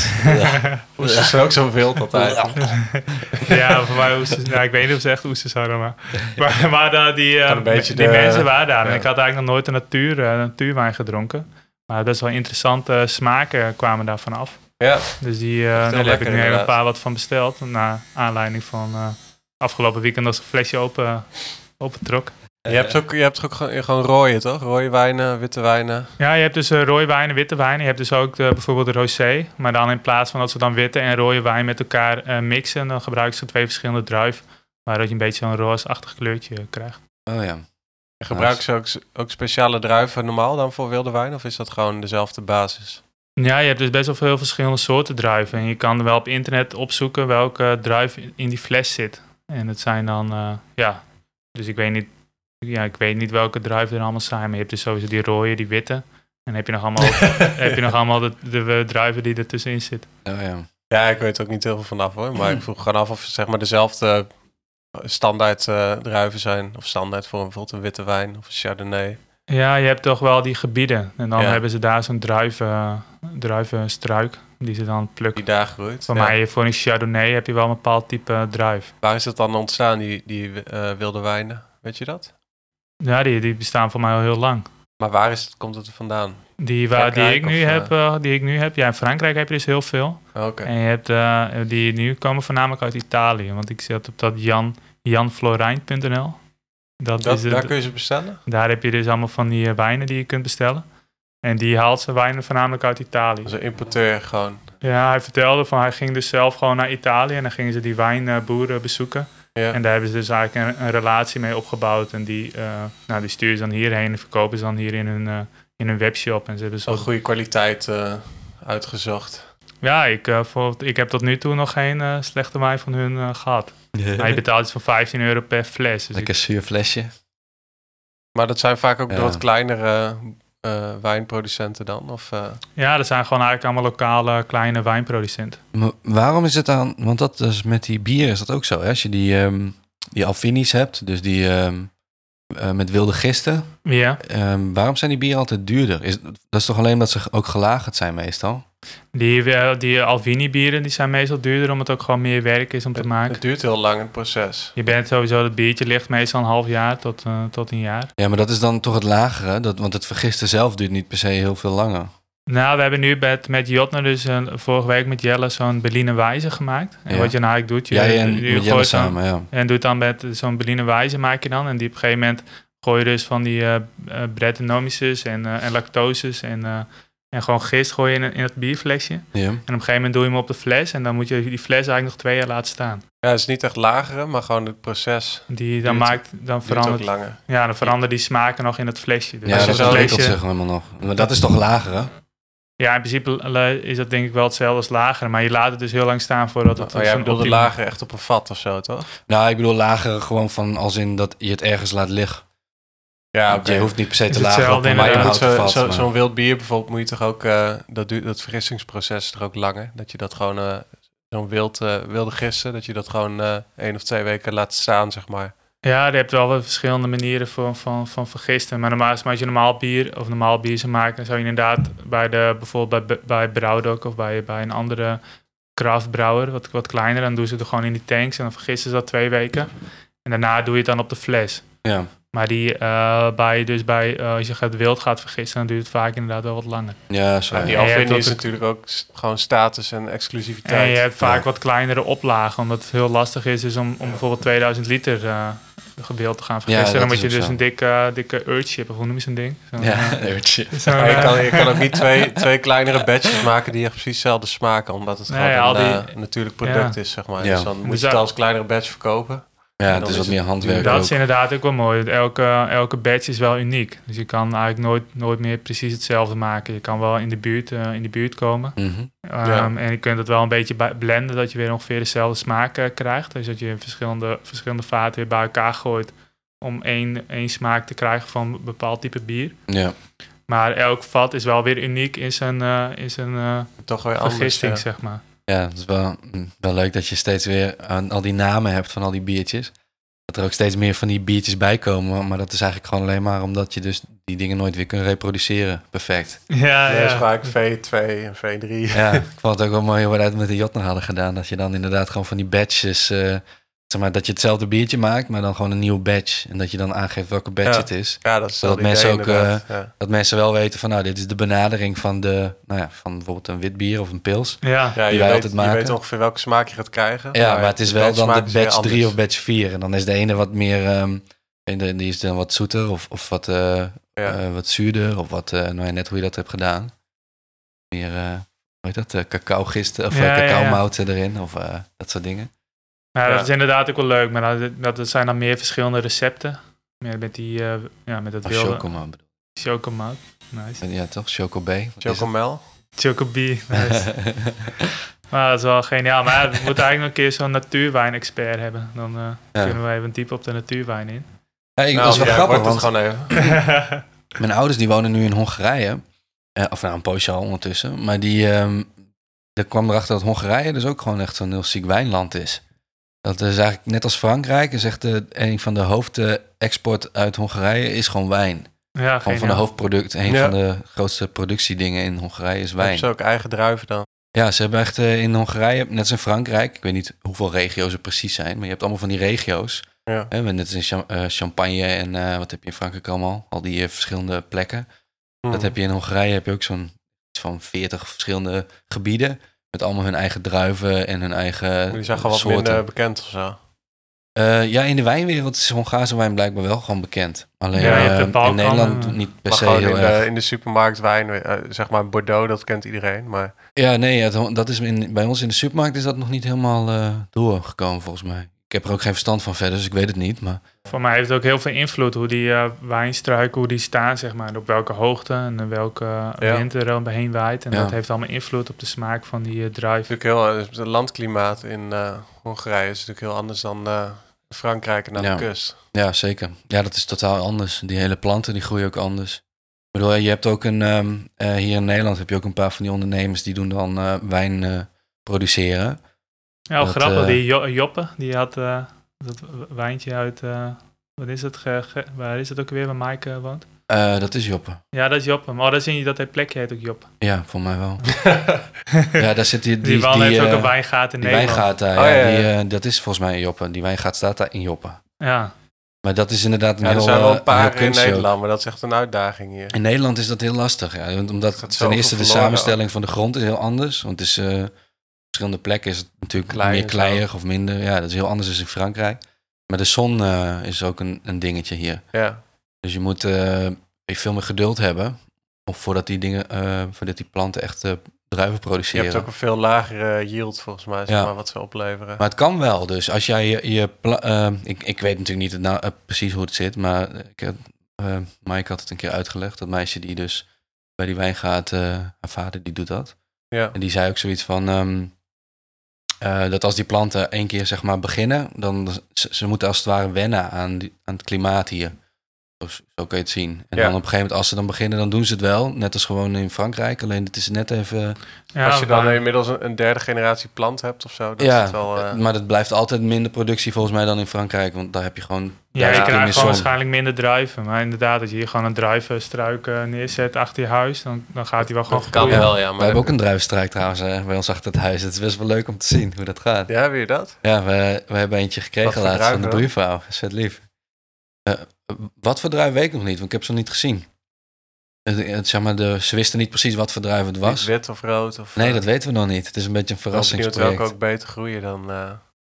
Oesters zijn ook zo wild altijd. ja, voor mij oesters. Nou, ik weet niet of ze echt oesters hadden, maar, maar, maar uh, die, uh, Kan een beetje die de- mensen waren daar. ja. En ik had eigenlijk nog nooit een natuur, uh, natuurwijn gedronken. Maar best wel interessante smaken kwamen daarvan af. Ja, Dus die, uh, heel daar heb lekker, ik nu even een inderdaad. paar wat van besteld. Naar aanleiding van uh, afgelopen weekend als ik een flesje open, open trok. Je hebt ook, je hebt ook gewoon, gewoon rode, toch? Rode wijnen, witte wijnen. Ja, je hebt dus uh, rode wijn en witte wijn. Je hebt dus ook de, bijvoorbeeld de rosé. Maar dan in plaats van dat ze dan witte en rode wijn met elkaar uh, mixen, dan gebruiken ze twee verschillende druiven. Waardoor je een beetje zo'n roosachtig kleurtje krijgt. Oh ja. Gebruiken ze ook, ook speciale druiven normaal dan voor wilde wijn? Of is dat gewoon dezelfde basis? Ja, je hebt dus best wel veel verschillende soorten druiven. En je kan wel op internet opzoeken welke druif in die fles zit. En het zijn dan, uh, ja... Dus ik weet niet... Ja, ik weet niet welke druiven er allemaal zijn. Maar je hebt dus sowieso die rode, die witte. En dan heb je nog allemaal, heb je nog allemaal de, de, de druiven die er tussenin zitten. Oh ja. Ja, ik weet ook niet heel veel vanaf hoor. Maar ik vroeg gewoon af of zeg maar dezelfde standaard uh, druiven zijn. Of standaard voor bijvoorbeeld een witte wijn of een chardonnay. Ja, je hebt toch wel die gebieden. En dan ja. hebben ze daar zo'n druiven, druivenstruik die ze dan plukken. Die daar groeit. Voor ja. mij, voor een chardonnay heb je wel een bepaald type druif. Waar is dat dan ontstaan, die, die uh, wilde wijnen? Weet je dat? Ja, die, die bestaan voor mij al heel lang. Maar waar is het, komt het vandaan? Die, waar, die, ik nu of, heb, uh, die ik nu heb, ja, in Frankrijk heb je dus heel veel. Oh, okay. En je hebt uh, die nu komen voornamelijk uit Italië. Want ik zit op dat jan, janflorijn punt n l. Dat dat, is het, daar kun je ze bestellen? Daar heb je dus allemaal van die uh, wijnen die je kunt bestellen. En die haalt zijn wijnen voornamelijk uit Italië. Dus een importeur gewoon? Ja, hij vertelde van hij ging dus zelf gewoon naar Italië. En dan gingen ze die wijnboeren bezoeken. Ja. En daar hebben ze dus eigenlijk een, een relatie mee opgebouwd. En die, uh, nou, die sturen ze dan hierheen en verkopen ze dan hier in hun, uh, in hun webshop. En ze hebben zo... Een goede kwaliteit uh, uitgezocht. Ja, ik, uh, voor, ik heb tot nu toe nog geen uh, slechte wijn van hun uh, gehad. Yeah. Maar je betaalt iets van vijftien euro per fles. Dus Lekker ik... zuur flesje. Maar dat zijn vaak ook ja. de wat kleinere uh, wijnproducenten dan? Of, uh... Ja, dat zijn gewoon eigenlijk allemaal lokale kleine wijnproducenten. Maar waarom is het dan... Want dat is met die bieren is dat ook zo. Hè? Als je die, um, die Alfini's hebt, dus die um, uh, met wilde gisten. Ja. Um, waarom zijn die bieren altijd duurder? Is, dat is toch alleen omdat ze ook gelagerd zijn meestal? Die, die Alvini-bieren die zijn meestal duurder, omdat het ook gewoon meer werk is om het, te maken. Het duurt heel lang, het proces. Je bent sowieso, het biertje ligt meestal een half jaar tot, uh, tot een jaar. Ja, maar dat is dan toch het lagere? Dat, want het vergisten zelf duurt niet per se heel veel langer. Nou, we hebben nu met, met Jotner dus uh, vorige week met Jelle zo'n Berliner Weisse gemaakt. En ja. wat je nou eigenlijk doet... Je, Jij en je met Jelle samen, ja. En doet dan met zo'n Berliner Weisse maak je dan. En die op een gegeven moment gooi je dus van die uh, uh, Brettanomyces en, uh, en lactoses en... Uh, En gewoon gist gooi je in, in het bierflesje. Ja. En op een gegeven moment doe je hem op de fles. En dan moet je die fles eigenlijk nog twee jaar laten staan. Ja, het is niet echt lagere, maar gewoon het proces. Die dan duurt, maakt, dan verandert, langer. Ja, dan veranderen die smaken nog in het flesje. Dus ja, dat ontwikkelt zich helemaal nog. Maar dat is toch lagere? Ja, in principe is dat denk ik wel hetzelfde als lagere. Maar je laat het dus heel lang staan voordat het... Oh, jij bedoelt de lagere echt op een vat of zo, toch? Nou, ik bedoel lagere gewoon van als in dat je het ergens laat liggen. Ja, okay. Je hoeft niet per se te lagen op een maar zo, vat. Zo'n zo wild bier bijvoorbeeld moet je toch ook... Uh, dat, duurt, dat vergissingsproces is toch ook langer? Dat je dat gewoon... Uh, zo'n wild, uh, wilde gisten, dat je dat gewoon uh, één of twee weken laat staan, zeg maar. Ja, je hebt wel wat verschillende manieren voor, van, van vergisten. Maar normaal, als je normaal bier of normaal bier zou maken... dan zou je inderdaad bij de, bijvoorbeeld bij, bij Brouwdok of bij, bij een andere craftbrouwer... Wat, wat kleiner, dan doen ze het gewoon in die tanks... en dan vergisten ze dat twee weken. En daarna doe je het dan op de fles. Ja. Maar die uh, bij, dus bij, uh, als je het wild gaat vergisten, dan duurt het vaak inderdaad wel wat langer. Ja, zo. Ja, die Alvini is natuurlijk ook gewoon status en exclusiviteit. En je hebt vaak ja. wat kleinere oplagen, omdat het heel lastig is dus om, om bijvoorbeeld tweeduizend liter uh, gewild te gaan vergisten. Ja, dan moet je dus zo. een dikke, dikke urchip, of hoe noem je zo'n ding? Zo'n, ja, uh, een urchip. Zo, ja, je, uh, kan, je kan ook niet twee, twee kleinere batches maken die echt precies hetzelfde smaken, omdat het nee, gewoon al een die, uh, natuurlijk product ja. is, zeg maar. Ja. Dus dan moet dus je het dat, als kleinere batch verkopen. Ja, het is wat meer handwerk Dat ook. is inderdaad ook wel mooi. Elke, elke batch is wel uniek. Dus je kan eigenlijk nooit, nooit meer precies hetzelfde maken. Je kan wel in de buurt, uh, in de buurt komen. Mm-hmm. Um, Ja. En je kunt het wel een beetje blenden, dat je weer ongeveer dezelfde smaak uh, krijgt. Dus dat je verschillende, verschillende vaten weer bij elkaar gooit om één, één smaak te krijgen van een bepaald type bier. Ja. Maar elk vat is wel weer uniek in zijn, uh, in zijn uh, Toch weer vergisting, anders, ja. zeg maar. Ja, het is wel, wel leuk dat je steeds weer aan al die namen hebt van al die biertjes. Dat er ook steeds meer van die biertjes bij komen. Maar dat is eigenlijk gewoon alleen maar omdat je dus die dingen nooit weer kunt reproduceren. Perfect. Ja, Nee, ja. is vaak V twee en V drie. Ja, ik vond het ook wel mooi hoe we dat met de Jotner hadden gedaan. Dat je dan inderdaad gewoon van die batches... Uh, zeg maar, dat je hetzelfde biertje maakt, maar dan gewoon een nieuw batch. En dat je dan aangeeft welke batch Ja. het is. Ja, dat is Zodat wel mensen idee, ook, uh, inderdaad. ja. Dat mensen wel weten van, nou, dit is de benadering van de... Nou ja, van bijvoorbeeld een wit bier of een pils. Ja. Ja, die je, wij weet, altijd je maken. weet ongeveer welke smaak je gaat krijgen. Ja, maar, het is wel dan de smaak is weer batch drie anders. of batch vier. En dan is de ene wat meer... Um, En de- die is dan wat zoeter of, of wat, uh, Ja. uh, wat zuurder. Of wat, uh, nou ja, net hoe je dat hebt gedaan. Meer, uh, hoe heet dat, uh, cacao-gisten of Ja, uh, ja, cacao-mouten ja, ja. erin. Of uh, dat soort dingen. Ja, dat Ja. is inderdaad ook wel leuk. Maar dat, dat zijn dan meer verschillende recepten. Meer met die, uh, ja, met dat Of wilde... chocomout bedoel Chocomout. Nice. Ja, toch? Chocobee? Chocomel. Chocobee. Nice. Maar dat is wel geniaal. Maar ja, we moeten eigenlijk nog een keer zo'n natuurwijn-expert hebben. Dan uh, ja. kunnen we even diep op de natuurwijn in. Ja, ik, nou, dat is wel ja, grappig, want want gewoon even. mijn ouders die wonen nu in Hongarije. Uh, of nou, een poosje al ondertussen. Maar die, um, er kwam erachter dat Hongarije dus ook gewoon echt zo'n heel ziek wijnland is. Dat is eigenlijk net als Frankrijk. Is echt de, een van de hoofdexport uit Hongarije is gewoon wijn. Ja, gewoon van de hoofdproducten. Een ja. van de grootste productiedingen in Hongarije is wijn. Hebben ze ook eigen druiven dan? Ja, ze hebben echt uh, in Hongarije, net als in Frankrijk, ik weet niet hoeveel regio's er precies zijn, maar je hebt allemaal van die regio's. Ja. Hè, net als in Cham- uh, Champagne en uh, wat heb je in Frankrijk allemaal? Al die uh, verschillende plekken. Hmm. Dat heb je in Hongarije, heb je ook zo'n iets van veertig verschillende gebieden met allemaal hun eigen druiven en hun eigen soorten. Die zijn gewoon wat minder bekend of zo. Uh, ja, in de wijnwereld is Hongaarse wijn blijkbaar wel gewoon bekend. Alleen ja, uh, in Nederland uh, niet per se heel in erg. De, in de supermarkt wijn, uh, zeg maar Bordeaux, dat kent iedereen. Maar... Ja, nee, het, dat is in, bij ons in de supermarkt is dat nog niet helemaal uh, doorgekomen volgens mij. Ik heb er ook geen verstand van verder, dus ik weet het niet. Maar... Voor mij heeft het ook heel veel invloed hoe die uh, wijnstruiken, hoe die staan, zeg maar. Op welke hoogte en welke uh, ja. wind er omheen waait. En ja. dat heeft allemaal invloed op de smaak van die uh, druif. Het heel, het landklimaat in uh, Hongarije is natuurlijk heel anders dan uh, Frankrijk en aan ja. de kust. Ja, zeker. Ja, dat is totaal anders. Die hele planten die groeien ook anders. Ik bedoel, je hebt ook een, um, uh, hier in Nederland heb je ook een paar van die ondernemers die doen dan uh, wijn uh, produceren. Ja, dat, grappig. Uh, die jo- Joppe, die had uh, dat wijntje uit, uh, wat is het, ge- ge- waar is het ook weer, waar Maaike uh, woont? Uh, dat is Joppe. Ja, dat is Joppe. Maar oh, dat, is, dat plekje heet ook Joppe. Ja, voor mij wel. Ja, daar zit die... Die, die man die, heeft uh, ook een wijngaat in die Nederland. Wijngaat, uh, oh, ja, ja, ja. Die, uh, dat is volgens mij in Joppe. Die wijngaat staat daar in Joppe. Ja. Maar dat is inderdaad een ja, heel... er zijn wel een paar uh, in Nederland, ook. Maar dat is echt een uitdaging hier. In Nederland is dat heel lastig, ja. Omdat ten eerste de samenstelling ook. van de grond is heel anders. Want het is... Uh, verschillende plekken is het natuurlijk Klei meer kleiig of minder. Ja, dat is heel anders dan in Frankrijk. Maar de zon uh, is ook een, een dingetje hier. Ja. Dus je moet uh, veel meer geduld hebben... Of voordat die dingen, uh, voordat die planten echt uh, druiven produceren. Je hebt ook een veel lagere yield volgens mij, zeg ja. maar, wat ze opleveren. Maar het kan wel. Dus als jij je, je pla- uh, ik, ik weet natuurlijk niet het nou, uh, precies hoe het zit, maar ik, uh, Mike had het een keer uitgelegd. Dat meisje die dus bij die wijngaat, uh, haar vader die doet dat. Ja. En die zei ook zoiets van um, uh, dat als die planten één keer zeg maar beginnen, dan ze, ze moeten als het ware wennen aan, die, aan het klimaat hier. Zo, zo kan je het zien. En ja. dan op een gegeven moment, als ze dan beginnen, dan doen ze het wel. Net als gewoon in Frankrijk. Alleen het is net even... Ja, als je dan maar... inmiddels een, een derde generatie plant hebt of zo. Dat ja, is het wel, uh... maar dat blijft altijd minder productie volgens mij dan in Frankrijk. Want daar heb je gewoon... Ja, je krijgt gewoon waarschijnlijk minder druiven. Maar inderdaad, als je hier gewoon een druivenstruik uh, neerzet achter je huis, dan, dan gaat hij wel gewoon dat kan wel, ja. Maar we hebben ook een druivenstruik trouwens uh, bij ons achter het huis. Het is best wel leuk om te zien hoe dat gaat. Ja, weet je dat? Ja, we, we hebben eentje gekregen laatst van de buurvrouw. Dat is vet lief. Uh, wat voor druif weet ik nog niet, want ik heb ze nog niet gezien. Het, het, zeg maar de, ze wisten niet precies wat voor druif het was. Wit of rood? Of, nee, uh, dat weten we nog niet. Het is een beetje een verrassingsproject. Ik welke ook beter groeien dan uh,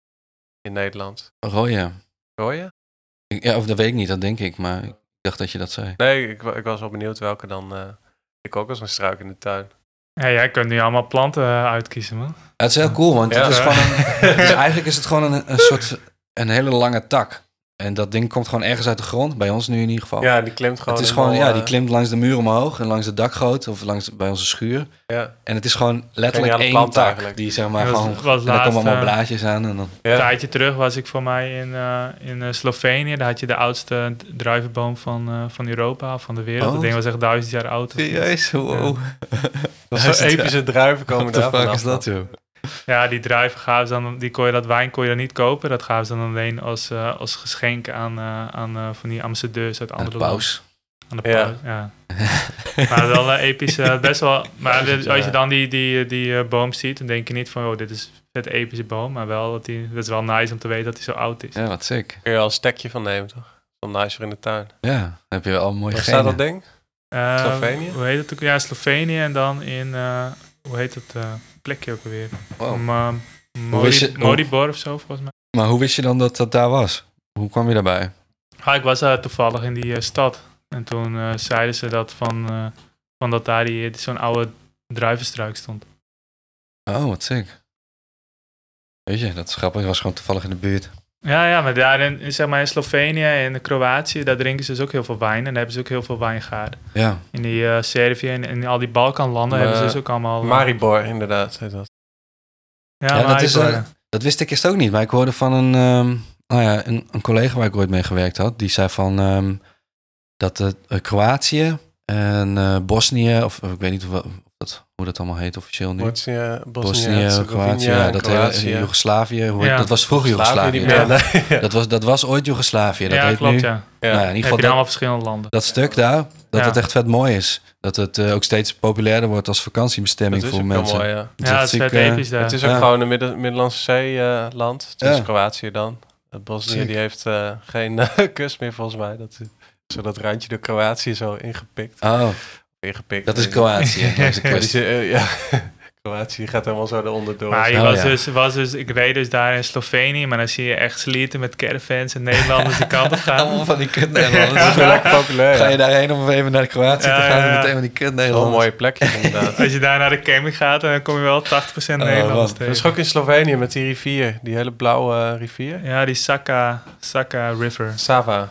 in Nederland. Rooie. Rooie? Ja, of dat weet ik niet, dat denk ik. Maar ik dacht dat je dat zei. Nee, ik, ik was wel benieuwd welke dan... Uh, ik ook als een struik in de tuin. Ja, jij kunt nu allemaal planten uh, uitkiezen, man. Ja, het is heel cool, want ja, het is gewoon een, dus eigenlijk is het gewoon een, een soort... een hele lange tak. En dat ding komt gewoon ergens uit de grond, bij ons nu in ieder geval. Ja, die klimt gewoon. Het is gewoon, ja, die klimt langs de muur omhoog en langs de dakgoot of langs bij onze schuur. Ja. En het is gewoon letterlijk één tak eigenlijk. Die zeg maar ja, gewoon. Was, was en daar komen allemaal blaadjes aan en dan. Ja. Een tijdje terug was ik voor mij in, uh, in uh, Slovenië. Daar had je de oudste druivenboom van, uh, van Europa, van de wereld. Oh. Dat ding was echt duizend jaar oud. Serieus? Wow. Ja. Dat is zo'n epische druiven komen daar vanaf. Wat de fuck is dat, joh? Ja, die druiven gaven ze dan, die kon je, dat wijn kon je dan niet kopen. Dat gaven ze dan alleen als, uh, als geschenk aan, uh, aan uh, van die ambassadeurs uit andere landen. Aan de paus, ja. ja. Maar wel uh, episch, uh, best wel. Maar de, als je dan die, die, die uh, boom ziet, dan denk je niet van, oh, dit is een vet epische boom. Maar wel, dat, die, dat is wel nice om te weten dat hij zo oud is. Ja, wat sick. Kun je wel een stekje van nemen, toch? Wel nice voor in de tuin. Ja, dan heb je wel al mooi Waar staat dat ding? Uh, Slovenië? Hoe heet het ook? Ja, Slovenië en dan in, uh, hoe heet het uh, plekje ook alweer? Wow. Um, uh, Modi- Modibor of zo, volgens mij. Maar hoe wist je dan dat dat daar was? Hoe kwam je daarbij? Ah, ik was daar toevallig in die uh, stad. En toen uh, zeiden ze dat van, uh, van dat daar die, die zo'n oude druivenstruik stond. Oh, wat sick. Weet je, dat is grappig. Ik was gewoon toevallig in de buurt. Ja, ja, maar daar in, zeg maar in Slovenië en Kroatië, daar drinken ze dus ook heel veel wijn. En daar hebben ze ook heel veel wijngaarden. Ja. In die uh, Servië en in al die Balkanlanden Maar, hebben ze dus ook allemaal... Uh, Maribor, inderdaad, heet dat. Ja, ja dat, is, uh, dat wist ik eerst ook niet. Maar ik hoorde van een, um, nou ja, een, een collega waar ik ooit mee gewerkt had. Die zei van um, dat uh, Kroatië en uh, Bosnië, of ik weet niet of, of dat, hoe dat allemaal heet officieel nu. Bosnië, Bosnië, Kroatië, ja, dat hele Joegoslavië. Hoe, ja. Dat was vroeger Joegoslavië. Niet meer, nee. ja. dat, was, dat was ooit Joegoslavië. Dat ja, heet klopt, nu. ja. Ja. Nou, in ieder geval heb je dat, allemaal verschillende landen. Dat stuk daar, dat ja. het echt vet mooi is. Dat het uh, ook steeds populairder wordt als vakantiebestemming dat voor mensen. Mooi, ja, ja, het is vet uh, episch daar. Het is ook ja. gewoon een Midden- Middellandse Zee uh, land. Het is ja. Kroatië dan. Bosnië die heeft uh, geen uh, kust meer volgens mij. Dat, zo dat randje door Kroatië zo ingepikt. Oh, ingepikt. dat is Kroatië. Dat is ja, die, uh, ja. Kroatië gaat helemaal zo eronder door. Maar je oh, was, ja. dus, was dus, ik reed dus daar in Slovenië, maar dan zie je echt slieten met caravans en Nederlanders die kant op gaan. Allemaal van die kut Nederlanders. Dat is wel lekker populair. Ga je daarheen om even naar Kroatië ja, te gaan ja, ja. meteen van die kut Wel Nederlanders. een mooie plekje inderdaad. Als je daar naar de camping gaat, dan kom je wel tachtig procent Oh, Nederlanders wat. tegen. Dat is ook in Slovenië met die rivier. Die hele blauwe uh, rivier. Ja, die Saka, Saka River. Sava.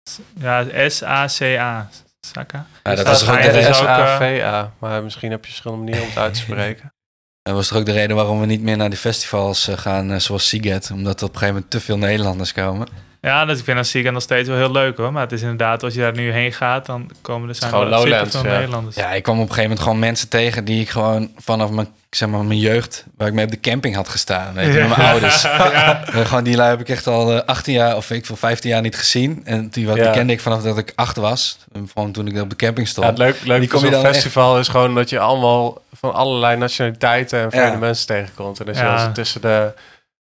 Ja, S A C A. Saka. Ja, dat Dus was ga ook je de dus reden. ook, S A V A. Maar misschien heb je verschillende manieren om het uit te spreken. Dat was toch ook de reden waarom we niet meer naar die festivals uh, gaan uh, zoals Siget. Omdat er op een gegeven moment te veel Nederlanders komen. Ja, dus ik vind dat Siga nog steeds wel heel leuk hoor. Maar het is inderdaad, als je daar nu heen gaat, dan komen er zijn Gewoon wel Lowlands, veel ja. Nederlanders. Ja, ik kwam op een gegeven moment gewoon mensen tegen die ik gewoon vanaf mijn, zeg maar, mijn jeugd, waar ik mee op de camping had gestaan. Weet je, Ja. met mijn ouders. Ja. Uh, gewoon die lui heb ik echt al uh, achttien jaar of ik veel vijftien jaar niet gezien. En die, wat, Ja. die kende ik vanaf dat ik acht was. Gewoon toen ik op de camping stond. Ja, het leuk, leuk Die van kom je zo'n dan festival is gewoon dat je allemaal van allerlei nationaliteiten en vreemde Ja. mensen tegenkomt. En als je Ja. dan tussen de...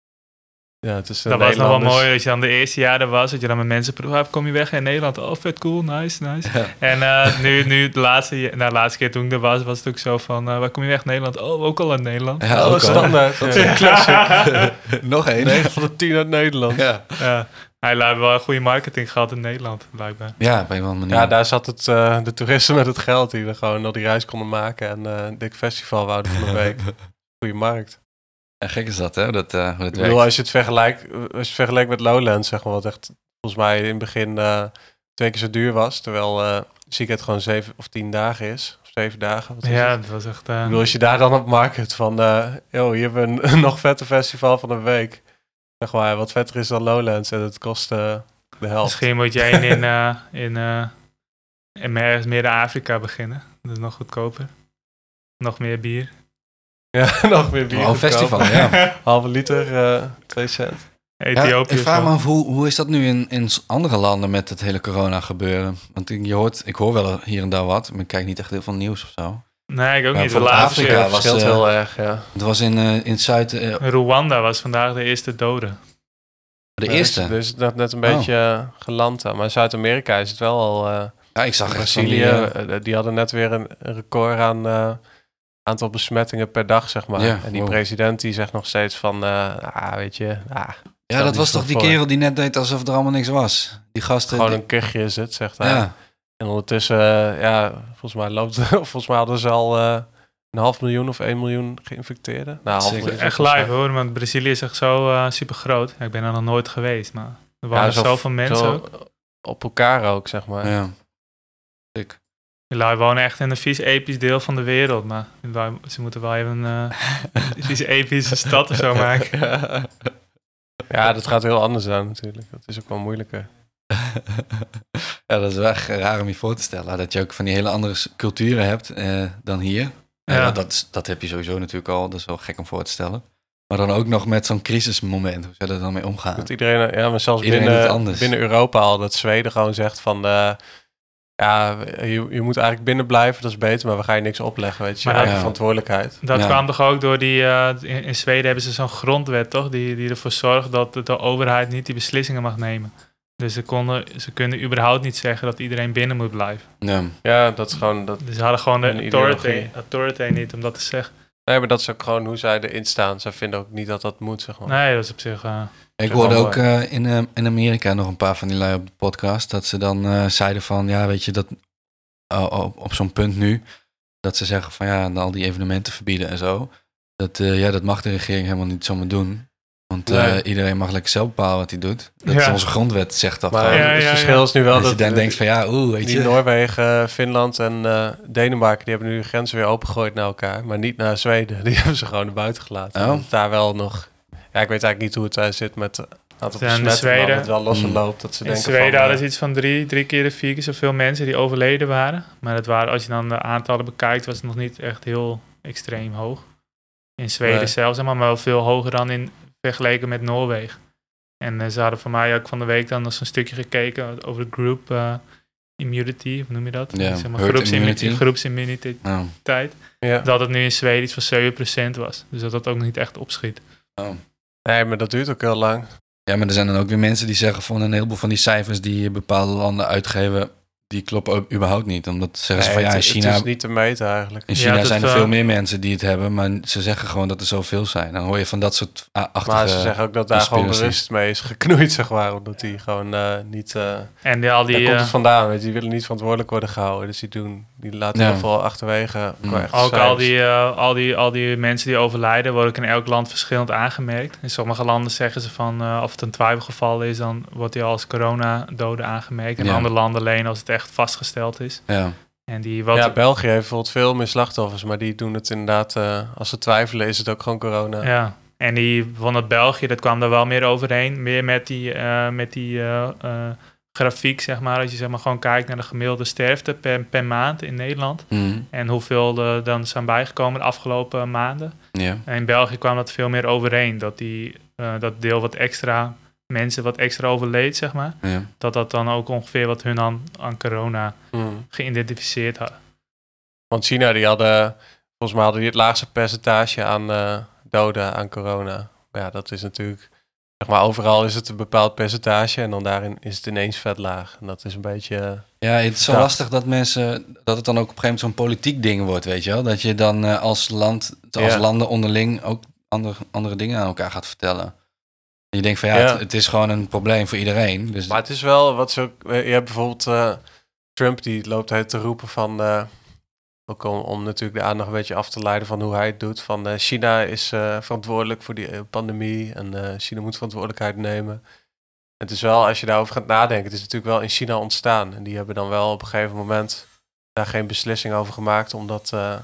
Ja, tussen Dat de was nog wel Nederlanders- mooi, dat je dan de eerste jaren was, dat je dan met mensen vroeg, ah, kom je weg in Nederland? Oh, vet cool, nice, nice. Ja. En uh, nu, nu de, laatste, nou, de laatste keer toen ik er was, was het ook zo van, uh, waar kom je weg? Nederland? Oh, ook al uit Nederland. Ja, Oh, ook al. standaard. Dat is Ja. een classic. Nog één. negen van de tien uit Nederland. Ja, Ja. Ja. Hij heeft wel een goede marketing gehad in Nederland, blijkbaar. ja, op een of andere manier. daar zat het, uh, de toeristen met het geld die er gewoon al die reis konden maken en uh, een dik festival wouden van een week. Goeie markt. Ja, gek is dat, hè? Dat, uh, hoe dat Ik werkt. bedoel, als je het vergelijkt, als je het vergelijkt met Lowlands, zeg maar, wat echt volgens mij in het begin uh, twee keer zo duur was, terwijl uh, Siget gewoon zeven of tien dagen is, of zeven dagen. Wat is Ja, het? dat was echt... Uh, Ik bedoel, als je daar dan op market van, uh, yo, hier hebben we een nog vetter festival van een week. Zeg maar, wat vetter is dan Lowlands en het kost uh, de helft. misschien moet jij in, in, uh, in, uh, in ergens meer Afrika beginnen. Dat is nog goedkoper. Nog meer bier. Ja, nog meer bier. Oh, goedkoop. festival, ja. Halve liter, uh, twee cent. Ja, Ethiopië ik of vraag zo. me af, hoe, hoe is dat nu in, in andere landen met het hele corona gebeuren? Want ik, je hoort, ik hoor wel hier en daar wat, maar ik kijk niet echt heel veel nieuws of zo. Nee, ik ook Ja, niet. De bijvoorbeeld laatste Afrika keer. Ja, was, verschilt uh, heel erg, ja. Het was in, uh, in Zuid... Uh, Rwanda was vandaag de eerste dode. de Ja, eerste. Dus, dus net, net een Oh. beetje uh, geland. Maar in Zuid-Amerika is het wel al... Uh, Ja, ik zag echt van Brazilië, die, uh, uh, die hadden net weer een, een record aan uh, aantal besmettingen per dag, zeg maar. Ja, en die wow. president die zegt nog steeds van, uh, ah, weet je, ah, ja, dat dat is was toch toch die voor. kerel die net deed alsof er allemaal niks was. Die gasten... gewoon die- een kuchje is het, zegt hij. ja. En ondertussen, uh, ja, volgens mij loopt, volgens mij hadden ze al uh, een half miljoen of één miljoen geïnfecteerden. Nou, half Zeker. miljoen is Echt volgens live mij. hoor, want Brazilië is echt zo uh, super groot. Ja, ik ben er nog nooit geweest, maar er waren Ja, zo- zoveel mensen zo ook. op elkaar ook, zeg maar. ja. Ik. Die lui wonen echt in een vies episch deel van de wereld, maar die lui- ze moeten wel even een uh, vies epische stad of zo maken. Ja, dat gaat heel anders aan natuurlijk. Dat is ook wel moeilijker. Ja, dat is wel echt raar om je voor te stellen. Dat je ook van die hele andere s- culturen hebt eh, dan hier. Ja. Ja. Dat, is- dat heb je sowieso natuurlijk al. Dat is wel gek om voor te stellen. Maar dan ook nog met zo'n crisismoment. Hoe zou je er dan mee omgaan? Dat iedereen, ja, maar zelfs Iedereen doet het binnen, anders. binnen Europa al, dat Zweden gewoon zegt van, uh, ja, je, je moet eigenlijk binnen blijven, dat is beter, maar we gaan je niks opleggen, weet je, Maar je eigen ja. verantwoordelijkheid. Dat Ja. kwam toch ook door die... Uh, in, in Zweden hebben ze zo'n grondwet, toch? Die, die ervoor zorgt dat de, de overheid niet die beslissingen mag nemen. Dus ze, konden, ze kunnen überhaupt niet zeggen dat iedereen binnen moet blijven. Ja. Ja, dat is gewoon, dat, Dus ze hadden gewoon de Een authority, ideologie. authority niet om dat te zeggen. Nee, maar dat is ook gewoon hoe zij erin staan. Zij vinden ook niet dat dat moet, zeg maar. Nee, dat is op zich... Uh, Ik hoorde ook uh, in, uh, in Amerika nog een paar van die lui op de podcast... dat ze dan uh, zeiden van, ja, weet je, dat uh, op, op zo'n punt nu... dat ze zeggen van, ja, al die evenementen verbieden en zo... dat, uh, ja, dat mag de regering helemaal niet zomaar doen... Want uh, nee. iedereen mag lekker zelf bepalen wat hij doet. Dat ja. is onze grondwet, zegt dat. Maar ja, het ja, verschil ja. is nu wel dat, dat je dan de, denkt van ja, oeh, weet die je. Noorwegen, Finland en uh, Denemarken, die hebben nu de grenzen weer opengegooid naar elkaar. Maar niet naar Zweden. Die hebben ze gewoon naar buiten gelaten. Oh. Daar wel nog... Ja, ik weet eigenlijk niet hoe het daar zit met het aantal besmetten, maar het wel los mm. loopt. Dat ze in denken Zweden van, hadden ze iets van drie, drie keer of vier keer zoveel mensen die overleden waren. Maar het waren, als je dan de aantallen bekijkt, was het nog niet echt heel extreem hoog. In Zweden nee. zelfs, maar wel veel hoger dan in... vergeleken met Noorwegen. En uh, ze hadden voor mij ook van de week dan nog een stukje gekeken over de group uh, immunity, hoe noem je dat? Yeah, zeg maar, groepsimmuniteit. Groepsimmuniteit. Oh. Yeah. Dat het nu in Zweden iets van zeven procent was. Dus dat dat ook niet echt opschiet. Oh. Nee, maar dat duurt ook heel lang. Ja, maar er zijn dan ook weer mensen die zeggen van een heleboel van die cijfers die bepaalde landen uitgeven, die kloppen überhaupt niet. Omdat zeggen nee, ze van ja, in China... Het is niet te meten eigenlijk. In China ja, zijn er uh, veel meer mensen die het hebben, maar ze zeggen gewoon dat er zoveel zijn. Dan hoor je van dat soort achtige... Maar ze zeggen ook dat daar gewoon bewust mee is geknoeid, zeg maar. Omdat die gewoon uh, niet... Uh, en die, al die... Daar komt het uh, vandaan, weet je. Die willen niet verantwoordelijk worden gehouden. Dus die doen... Die laten ja. heel veel achterwege. Mm. Ook al die, uh, al, die, al die mensen die overlijden, worden ook in elk land verschillend aangemerkt. In sommige landen zeggen ze van... Uh, of het een twijfelgeval is, dan wordt die als coronadode aangemerkt. In ja. andere landen alleen als het echt vastgesteld is. Ja. En die wat ja, België heeft bijvoorbeeld veel meer slachtoffers, maar die doen het inderdaad, uh, als ze twijfelen, is het ook gewoon corona. Ja, en die van het België, dat kwam daar wel meer overheen. Meer met die, uh, met die uh, uh, grafiek, zeg maar. Als je zeg maar gewoon kijkt naar de gemiddelde sterfte per, per maand in Nederland. Mm. En hoeveel er dan zijn bijgekomen de afgelopen maanden. Ja. En in België kwam dat veel meer overheen. Dat die, uh, dat deel wat extra... mensen wat extra overleed, zeg maar. Ja. Dat dat dan ook ongeveer wat hun aan, aan corona mm. geïdentificeerd hadden. Want China, die hadden, volgens mij hadden die het laagste percentage aan uh, doden aan corona. Ja, dat is natuurlijk, zeg maar, overal is het een bepaald percentage en dan daarin is het ineens vet laag. En dat is een beetje... Uh, ja, het is zo ja. lastig dat mensen, dat het dan ook op een gegeven moment zo'n politiek ding wordt, weet je wel? Dat je dan uh, als land, als ja. landen onderling ook andere, andere dingen aan elkaar gaat vertellen. Je denkt van ja, ja. Het, het is gewoon een probleem voor iedereen. Dus maar het is wel wat ze ook... Je hebt bijvoorbeeld uh, Trump, die loopt uit te roepen van... Uh, ook om, om natuurlijk de aandacht een beetje af te leiden van hoe hij het doet. Van uh, China is uh, verantwoordelijk voor die uh, pandemie. En uh, China moet verantwoordelijkheid nemen. Het is wel, als je daarover gaat nadenken... Het is natuurlijk wel in China ontstaan. En die hebben dan wel op een gegeven moment... daar geen beslissing over gemaakt... om dat uh,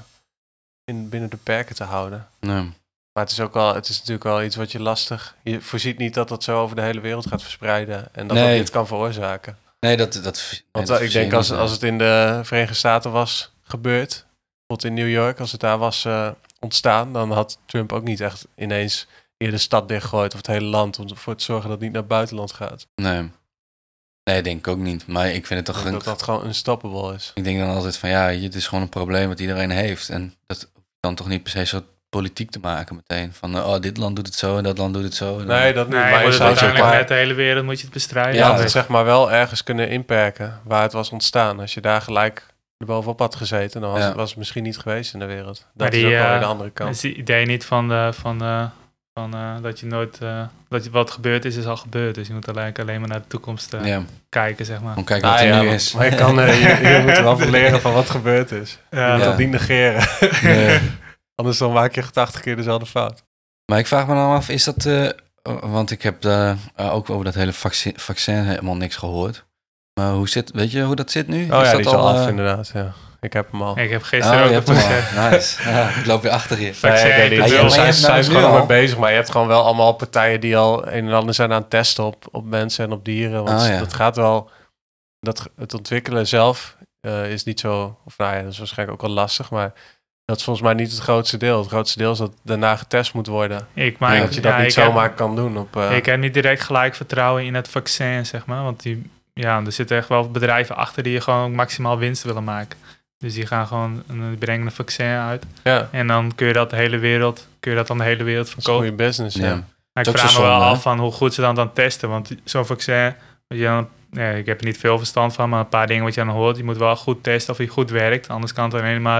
in, binnen de perken te houden. Nee. Maar het is ook wel, het is natuurlijk wel iets wat je lastig... Je voorziet niet dat dat zo over de hele wereld gaat verspreiden. En dat nee. dat dit kan veroorzaken. Nee, dat... dat Want nee, dat ik denk als, als het in de Verenigde Staten was gebeurd... bijvoorbeeld in New York, als het daar was uh, ontstaan... dan had Trump ook niet echt ineens hier de stad dichtgegooid... of het hele land, om ervoor te zorgen dat het niet naar het buitenland gaat. Nee. Nee, denk ik ook niet. Maar ik vind het toch... Ik denk een... dat dat gewoon unstoppable is. Ik denk dan altijd van ja, het is gewoon een probleem wat iedereen heeft. En dat kan toch niet per se zo... politiek te maken meteen. Van, uh, oh, dit land doet het zo en dat land doet het zo. En nee, dat niet. Nee, maar je zou uiteindelijk maar, met de hele wereld moet je het bestrijden. Ja, het zeg maar wel ergens kunnen inperken waar het was ontstaan. Als je daar gelijk erbovenop had gezeten, dan was, ja. het, was het misschien niet geweest in de wereld. Dat maar die, is ook wel uh, de andere kant. Is het idee niet van, uh, van, uh, van uh, dat je nooit... Uh, dat je, wat gebeurd is, is al gebeurd. Dus je moet alleen, alleen maar naar de toekomst uh, ja. kijken, zeg maar. Om kijken wat ah, er ja, nu maar, is. Maar je, kan, uh, je, je moet er wel van leren van wat gebeurd is. Ja. Je moet ja. dat niet negeren. Nee. Anders dan maak je tachtig keer dezelfde fout. Maar ik vraag me dan af, is dat... Uh, want ik heb uh, ook over dat hele vaccin, vaccin helemaal niks gehoord. Maar hoe zit, weet je hoe dat zit nu? Oh is ja, dat die is al af uh, inderdaad, ja. Ik heb hem al. Ik heb gisteren oh, ook je hebt een hem al. Nice. Ja, ik loop weer achter je. Nee, ik weet niet. Ah, ja, Zij zijn nou gewoon al mee bezig, maar je hebt gewoon wel allemaal partijen die al een en ander zijn aan het testen op, op mensen en op dieren. Want oh, ja. dat gaat wel... Dat, het ontwikkelen zelf uh, is niet zo... Of nou ja, dat is waarschijnlijk ook wel lastig, maar... Dat is volgens mij niet het grootste deel. Het grootste deel is dat daarna getest moet worden. Ik, maar en dat je dat ja, niet zomaar heb, kan doen. Op, uh... Ik heb niet direct gelijk vertrouwen in het vaccin, zeg maar. Want die, ja, er zitten echt wel bedrijven achter die gewoon maximaal winst willen maken. Dus die gaan gewoon die brengen een vaccin uit. Ja. En dan kun je dat de hele wereld, kun je dat aan de hele wereld verkopen. Dat is een goede business, ja. ja. Maar ik vraag me wel af van hoe goed ze dan dan testen. Want zo'n vaccin, je dan, nee, ik heb er niet veel verstand van, maar een paar dingen wat je dan hoort. Je moet wel goed testen of hij goed werkt. Anders kan het alleen maar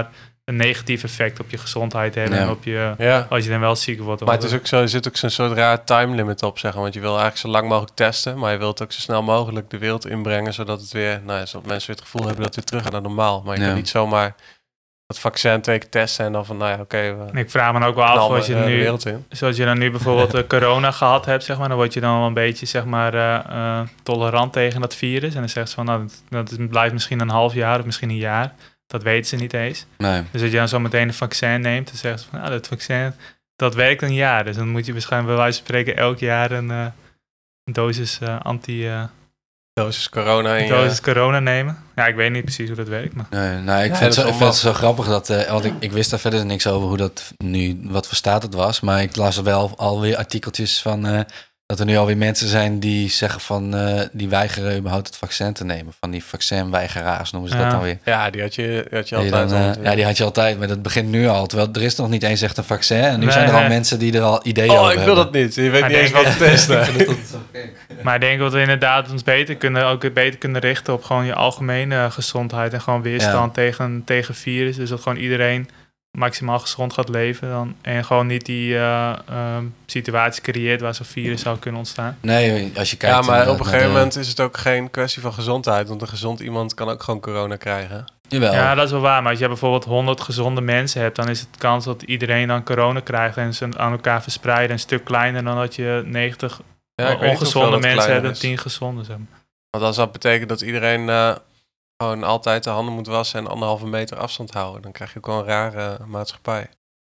een negatief effect op je gezondheid hebben. Ja. En op je, Ja. als je dan wel ziek wordt. Maar het is ook zo, er zit ook zo'n soort raar time limit op, zeg maar. Want je wil eigenlijk zo lang mogelijk testen, maar je wilt ook zo snel mogelijk de wereld inbrengen, zodat het weer, nou ja, zodat mensen weer het gevoel hebben dat het weer terug gaat naar normaal. Maar je Ja. kan niet zomaar dat vaccin twee keer testen en dan van, nou ja, oké, we En ik vraag me ook wel af, knallen als je eh, de nu, wereld in. zoals je dan nu bijvoorbeeld uh, corona gehad hebt, zeg maar, dan word je dan wel een beetje, zeg maar, uh, uh, tolerant tegen dat virus. En dan zegt ze van, nou, dat, dat is- blijft misschien een half jaar of misschien een jaar. Dat weten ze niet eens. Nee. Dus dat je dan zo meteen een vaccin neemt, dan zeggen ze van, nou, dat vaccin, dat werkt een jaar. Dus dan moet je waarschijnlijk bij wijze van spreken elk jaar een, uh, een dosis uh, anti, uh, Dosis corona in je... dosis corona nemen. Ja, ik weet niet precies hoe dat werkt, maar... Nee, nou, ik Ja, vind, dat het zo, is ik vind het zo grappig dat, eh, want ik, ik wist daar verder niks over hoe dat nu, wat voor staat het was, maar ik las er wel alweer artikeltjes van eh, dat er nu alweer mensen zijn die zeggen van, eh, die weigeren überhaupt het vaccin te nemen, van die vaccinweigeraars noemen ze dat Ja. dan weer. Ja, die had je, die had je Die altijd. dan, eh, al. ja, die had je altijd, maar dat begint nu al, terwijl er is nog niet eens echt een vaccin en nu Nee, zijn er al nee. mensen die er al ideeën Oh, over ik wil hebben. dat niet. Je weet Maar niet eens denk- wat te testen. Maar ik denk dat we inderdaad ons beter kunnen, ook beter kunnen richten op gewoon je algemene gezondheid en gewoon weerstand tegen, tegen virus. Dus dat gewoon iedereen maximaal gezond gaat leven dan, en gewoon niet die uh, um, situatie creëert waar zo'n virus zou kunnen ontstaan. Nee, als je kijkt... Ja, maar inderdaad op een naar gegeven de- moment is het ook geen kwestie van gezondheid. Want een gezond iemand kan ook gewoon corona krijgen. Jawel. Ja, dat is wel waar. Maar als je bijvoorbeeld honderd gezonde mensen hebt, dan is het kans dat iedereen dan corona krijgt en ze aan elkaar verspreiden een stuk kleiner dan dat je negentig Ja, ik weet niet hoeveel ongezonde dat mensen kleiner hebt en is. tien gezonde. Zeg maar. Want als dat betekent dat iedereen uh, gewoon altijd de handen moet wassen en anderhalve meter afstand houden, dan krijg je ook wel een rare maatschappij.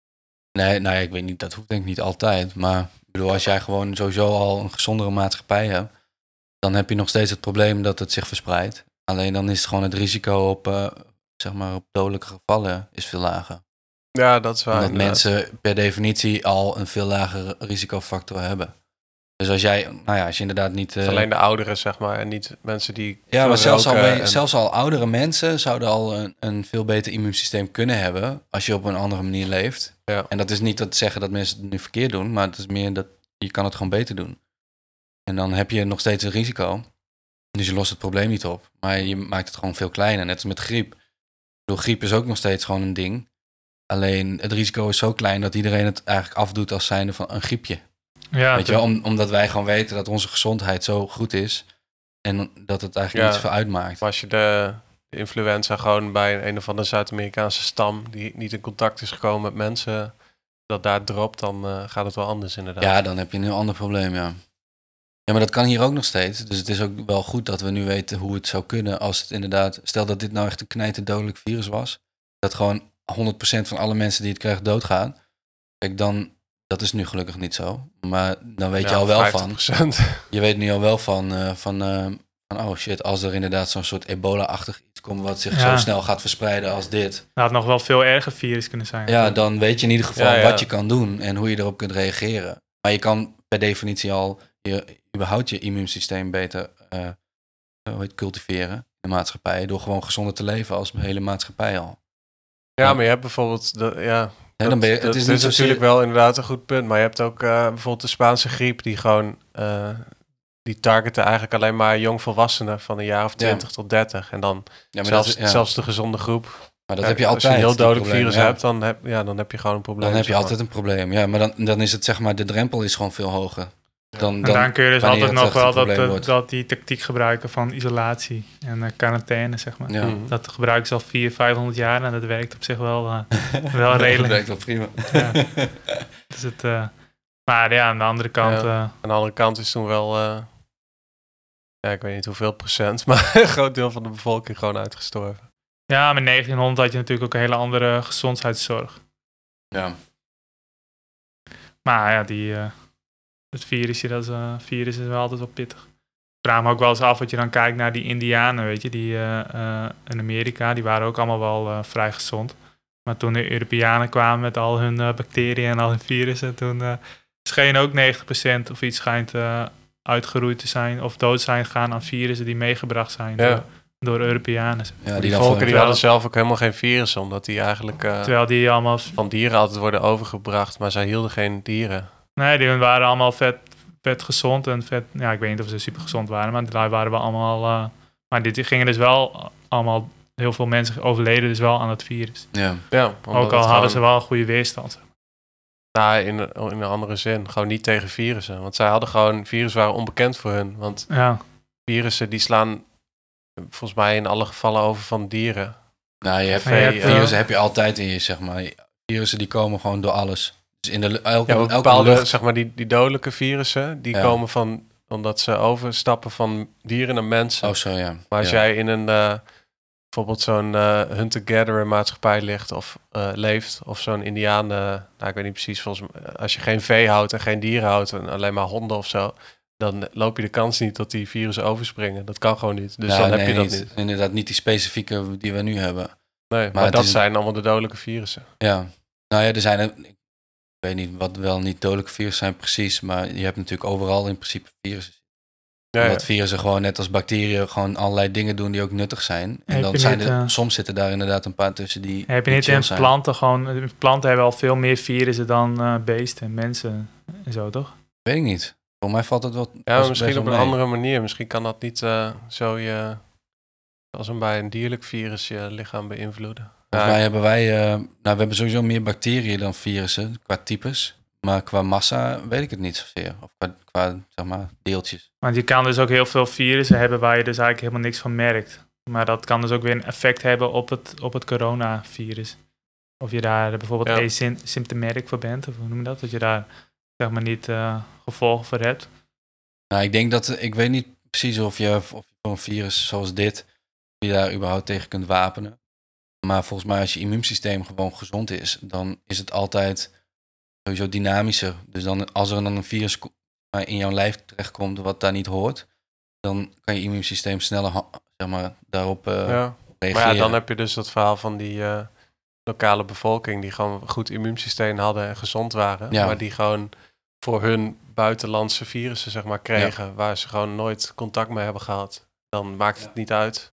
Nee, nou ja, ik weet niet, dat hoeft denk ik niet altijd. Maar ik bedoel, als jij gewoon sowieso al een gezondere maatschappij hebt, dan heb je nog steeds het probleem dat het zich verspreidt. Alleen dan is het gewoon het risico op, uh, zeg maar, op dodelijke gevallen is veel lager. Ja, dat is waar. Omdat inderdaad. mensen per definitie al een veel lagere risicofactor hebben. Dus als jij, nou ja, als je inderdaad niet... Het is uh, alleen de ouderen, zeg maar, en niet mensen die ja, veel maar zelfs al, roken ben je- en- zelfs al oudere mensen zouden al een, een veel beter immuunsysteem kunnen hebben als je op een andere manier leeft. Ja. En dat is niet dat te zeggen dat mensen het nu verkeerd doen, maar het is meer dat je kan het gewoon beter doen. En dan heb je nog steeds een risico. Dus je lost het probleem niet op. Maar je maakt het gewoon veel kleiner. Net als met griep. Ik bedoel, griep is ook nog steeds gewoon een ding. Alleen het risico is zo klein dat iedereen het eigenlijk afdoet als zijnde van een griepje. Ja, Weet je wel, om, omdat wij gewoon weten dat onze gezondheid zo goed is. En dat het eigenlijk Ja. niet zoveel uitmaakt. Maar als je de, de influenza gewoon bij een, een of andere Zuid-Amerikaanse stam die niet in contact is gekomen met mensen, dat daar dropt, dan uh, gaat het wel anders inderdaad. Ja, dan heb je een heel ander probleem, ja. Ja, maar dat kan hier ook nog steeds. Dus het is ook wel goed dat we nu weten hoe het zou kunnen als het inderdaad... Stel dat dit nou echt een knijterdodelijk virus was. Dat gewoon honderd procent van alle mensen die het krijgen doodgaan. Kijk, dan... Dat is nu gelukkig niet zo. Maar dan weet Ja, je al wel vijftig van... procent. Je weet nu al wel van... Uh, van, uh, van oh shit, als er inderdaad zo'n soort ebola-achtig iets komt... wat zich Ja. zo snel gaat verspreiden als dit... dat had nog wel veel erger virus kunnen zijn. Ja, dan weet je in ieder geval Ja, ja. wat je kan doen en hoe je erop kunt reageren. Maar je kan per definitie al je, überhaupt je immuunsysteem beter uh, hoe heet, cultiveren in de maatschappij. Door gewoon gezonder te leven als de hele maatschappij al. Ja, maar je hebt bijvoorbeeld, de, ja, Ja, dan ben je, dat, het dat is is, niet zozeer- natuurlijk wel inderdaad een goed punt. Maar je hebt ook uh, bijvoorbeeld de Spaanse griep die gewoon, uh, die targeten eigenlijk alleen maar jongvolwassenen van een jaar of twintig tot dertig. En dan Ja, maar zelfs, dat, is- ja, zelfs de gezonde groep. maar dat Ja, heb je als altijd. je een heel die dodelijk problemen, virus ja. hebt, dan heb, ja, dan heb je gewoon een probleem. Dan heb je zeg altijd een probleem. Ja, maar dan, dan is het zeg maar, de drempel is gewoon veel hoger. Dan, En dan, dan kun je dus wanneer altijd het nog echt wel een dat, probleem dat, wordt. dat die tactiek gebruiken van isolatie en uh, quarantaine, zeg maar. ja. Mm. Dat gebruiken ze al vierhonderd, vijfhonderd jaar en dat werkt op zich wel, uh, wel Dat redelijk. werkt wel prima. Ja. Dus het, uh, maar ja, aan de andere kant... Ja. uh, Aan de andere kant is toen wel, uh, ja, ik weet niet hoeveel procent, maar een groot deel van de bevolking gewoon uitgestorven. ja, met negentienhonderd had je natuurlijk ook een hele andere gezondheidszorg. Ja. Maar ja, die, uh, het virusje, dat is, uh, virus is wel altijd wel pittig. Ik vraag me ook wel eens af wat je dan kijkt naar die Indianen, weet je, die uh, uh, in Amerika, die waren ook allemaal wel uh, vrij gezond. Maar toen de Europeanen kwamen met al hun uh, bacteriën en al hun virussen, toen uh, scheen ook negentig procent of iets schijnt uh, uitgeroeid te zijn of dood zijn gegaan aan virussen die meegebracht zijn Ja. door, door Europeanen. Ja, Die, die dan volken voor- die hadden zelf ook helemaal geen virus, omdat die eigenlijk uh, Terwijl die allemaal... van dieren altijd worden overgebracht, maar zij hielden geen dieren. Nee, die waren allemaal vet, vet gezond en vet... Ja, ik weet niet of ze super gezond waren, maar die lui waren wel allemaal... Uh, maar die, die gingen dus wel allemaal heel veel mensen overleden dus wel aan het virus. Ja. Ja, Ook al hadden gewoon, ze wel een goede weerstand. Nou, in, in een andere zin. Gewoon niet tegen virussen. Want zij hadden gewoon... Virussen waren onbekend voor hun. Want Ja, virussen die slaan volgens mij in alle gevallen over van dieren. Nou, je hebt, Maar je hebt, virussen uh, heb je altijd in je, zeg maar. Virussen die komen gewoon door alles. Dus in de elke, Ja, maar elke bepaalde, lucht... zeg maar, die, die dodelijke virussen... die Ja. komen van... omdat ze overstappen van dieren naar mensen. Oh, zo ja. Maar als ja. jij in een... Uh, bijvoorbeeld zo'n uh, hunter-gatherer maatschappij ligt of uh, leeft... of zo'n indiaan... Uh, nou, ik weet niet precies, volgens mij... Als je geen vee houdt en geen dieren houdt... en alleen maar honden of zo... dan loop je de kans niet dat die virussen overspringen. Dat kan gewoon niet. Dus Ja, dan nee, heb je dat niet. niet. Inderdaad, niet die specifieke die we nu hebben. Nee, maar, Maar het dat is- zijn allemaal de dodelijke virussen. Ja. Nou ja, er zijn... er- Ik weet niet wat wel niet dodelijke virussen zijn precies... maar je hebt natuurlijk overal in principe virussen. Ja, ja. Omdat virussen gewoon net als bacteriën... gewoon allerlei dingen doen die ook nuttig zijn. En Heb dan je zijn niet, er... uh, soms zitten daar inderdaad een paar tussen die... heb je die niet chill in zijn. planten gewoon... Planten hebben al veel meer virussen dan uh, beesten, mensen en zo, toch? Weet ik niet. Voor mij valt het wel... Ja, best- maar misschien best op wel een mee. andere manier. Misschien kan dat niet uh, zo je... als een bij een dierlijk virus je lichaam beïnvloeden. Volgens Ja, mij hebben wij... eh, nou, we hebben sowieso meer bacteriën dan virussen qua types. Maar qua massa weet ik het niet zozeer. Of qua, qua zeg maar, deeltjes. Want je kan dus ook heel veel virussen hebben waar je dus eigenlijk helemaal niks van merkt. Maar dat kan dus ook weer een effect hebben op het, op het coronavirus. Of je daar bijvoorbeeld Ja. asymptomatisch voor bent, of hoe noem je dat? Dat je daar zeg maar niet uh, gevolgen voor hebt. Nou, ik denk dat... Ik weet niet precies of je, of je voor een virus zoals dit... of je daar überhaupt tegen kunt wapenen. Maar volgens mij als je immuunsysteem gewoon gezond is... dan is het altijd sowieso dynamischer. Dus dan, als er dan een virus ko- in jouw lijf terechtkomt wat daar niet hoort... dan kan je immuunsysteem sneller ha- zeg maar, daarop uh, ja. reageren. Maar ja, dan heb je dus dat verhaal van die uh, lokale bevolking... die gewoon een goed immuunsysteem hadden en gezond waren. Ja. Maar die gewoon voor hun buitenlandse virussen zeg maar kregen... Ja. waar ze gewoon nooit contact mee hebben gehad. Dan maakt het niet uit.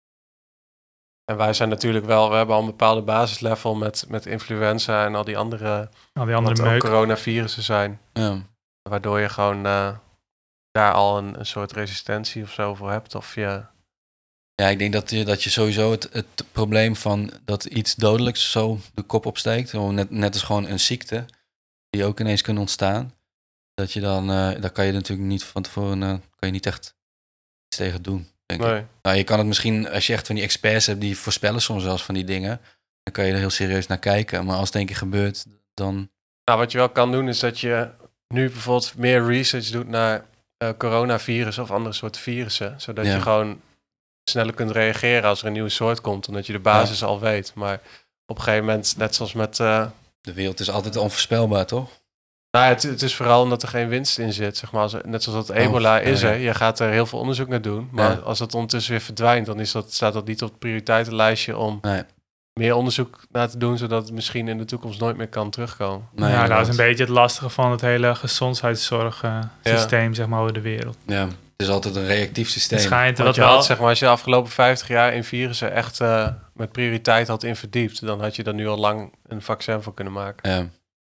En wij zijn natuurlijk wel... we hebben al een bepaalde basislevel met, met influenza... en al die andere, Al die andere wat ook meuk. coronavirussen zijn. Ja. Waardoor je gewoon uh, daar al een, een soort resistentie of zo voor hebt. Of je... Ja, ik denk dat je, dat je sowieso het, het probleem van dat iets dodelijks zo de kop opsteekt. Net, net als gewoon een ziekte die ook ineens kunnen ontstaan. Dat je dan, uh, daar kan je natuurlijk niet van tevoren, uh, kan je niet echt iets tegen doen, denk Nee. ik. Nou, je kan het misschien, als je echt van die experts hebt die voorspellen soms zelfs van die dingen, dan kan je er heel serieus naar kijken. Maar als het één keer gebeurt, dan... Nou, wat je wel kan doen is dat je nu bijvoorbeeld meer research doet naar uh, coronavirus of andere soorten virussen. Zodat Ja. je gewoon sneller kunt reageren als er een nieuwe soort komt. Omdat je de basis ja. al weet. Maar op een gegeven moment, net zoals met... Uh, de wereld is altijd onvoorspelbaar, toch? Nou, het, het is vooral omdat er geen winst in zit. Zeg maar. Als, net zoals dat ebola oh, is ja, ja. er. Je gaat er heel veel onderzoek naar doen. Maar ja. als dat ondertussen weer verdwijnt, dan is dat, staat dat niet op het prioriteitenlijstje om nee. meer onderzoek naar te doen, zodat het misschien in de toekomst nooit meer kan terugkomen. Nee, ja, dat is een beetje het lastige van het hele gezondheidszorgsysteem, uh, ja. zeg maar, over de wereld. Ja, het is altijd een reactief systeem. Het schijnt Want dat je wel... had, zeg maar, als je de afgelopen vijftig jaar in virussen echt uh, met prioriteit had in verdiept, dan had je daar nu al lang een vaccin voor kunnen maken. Ja.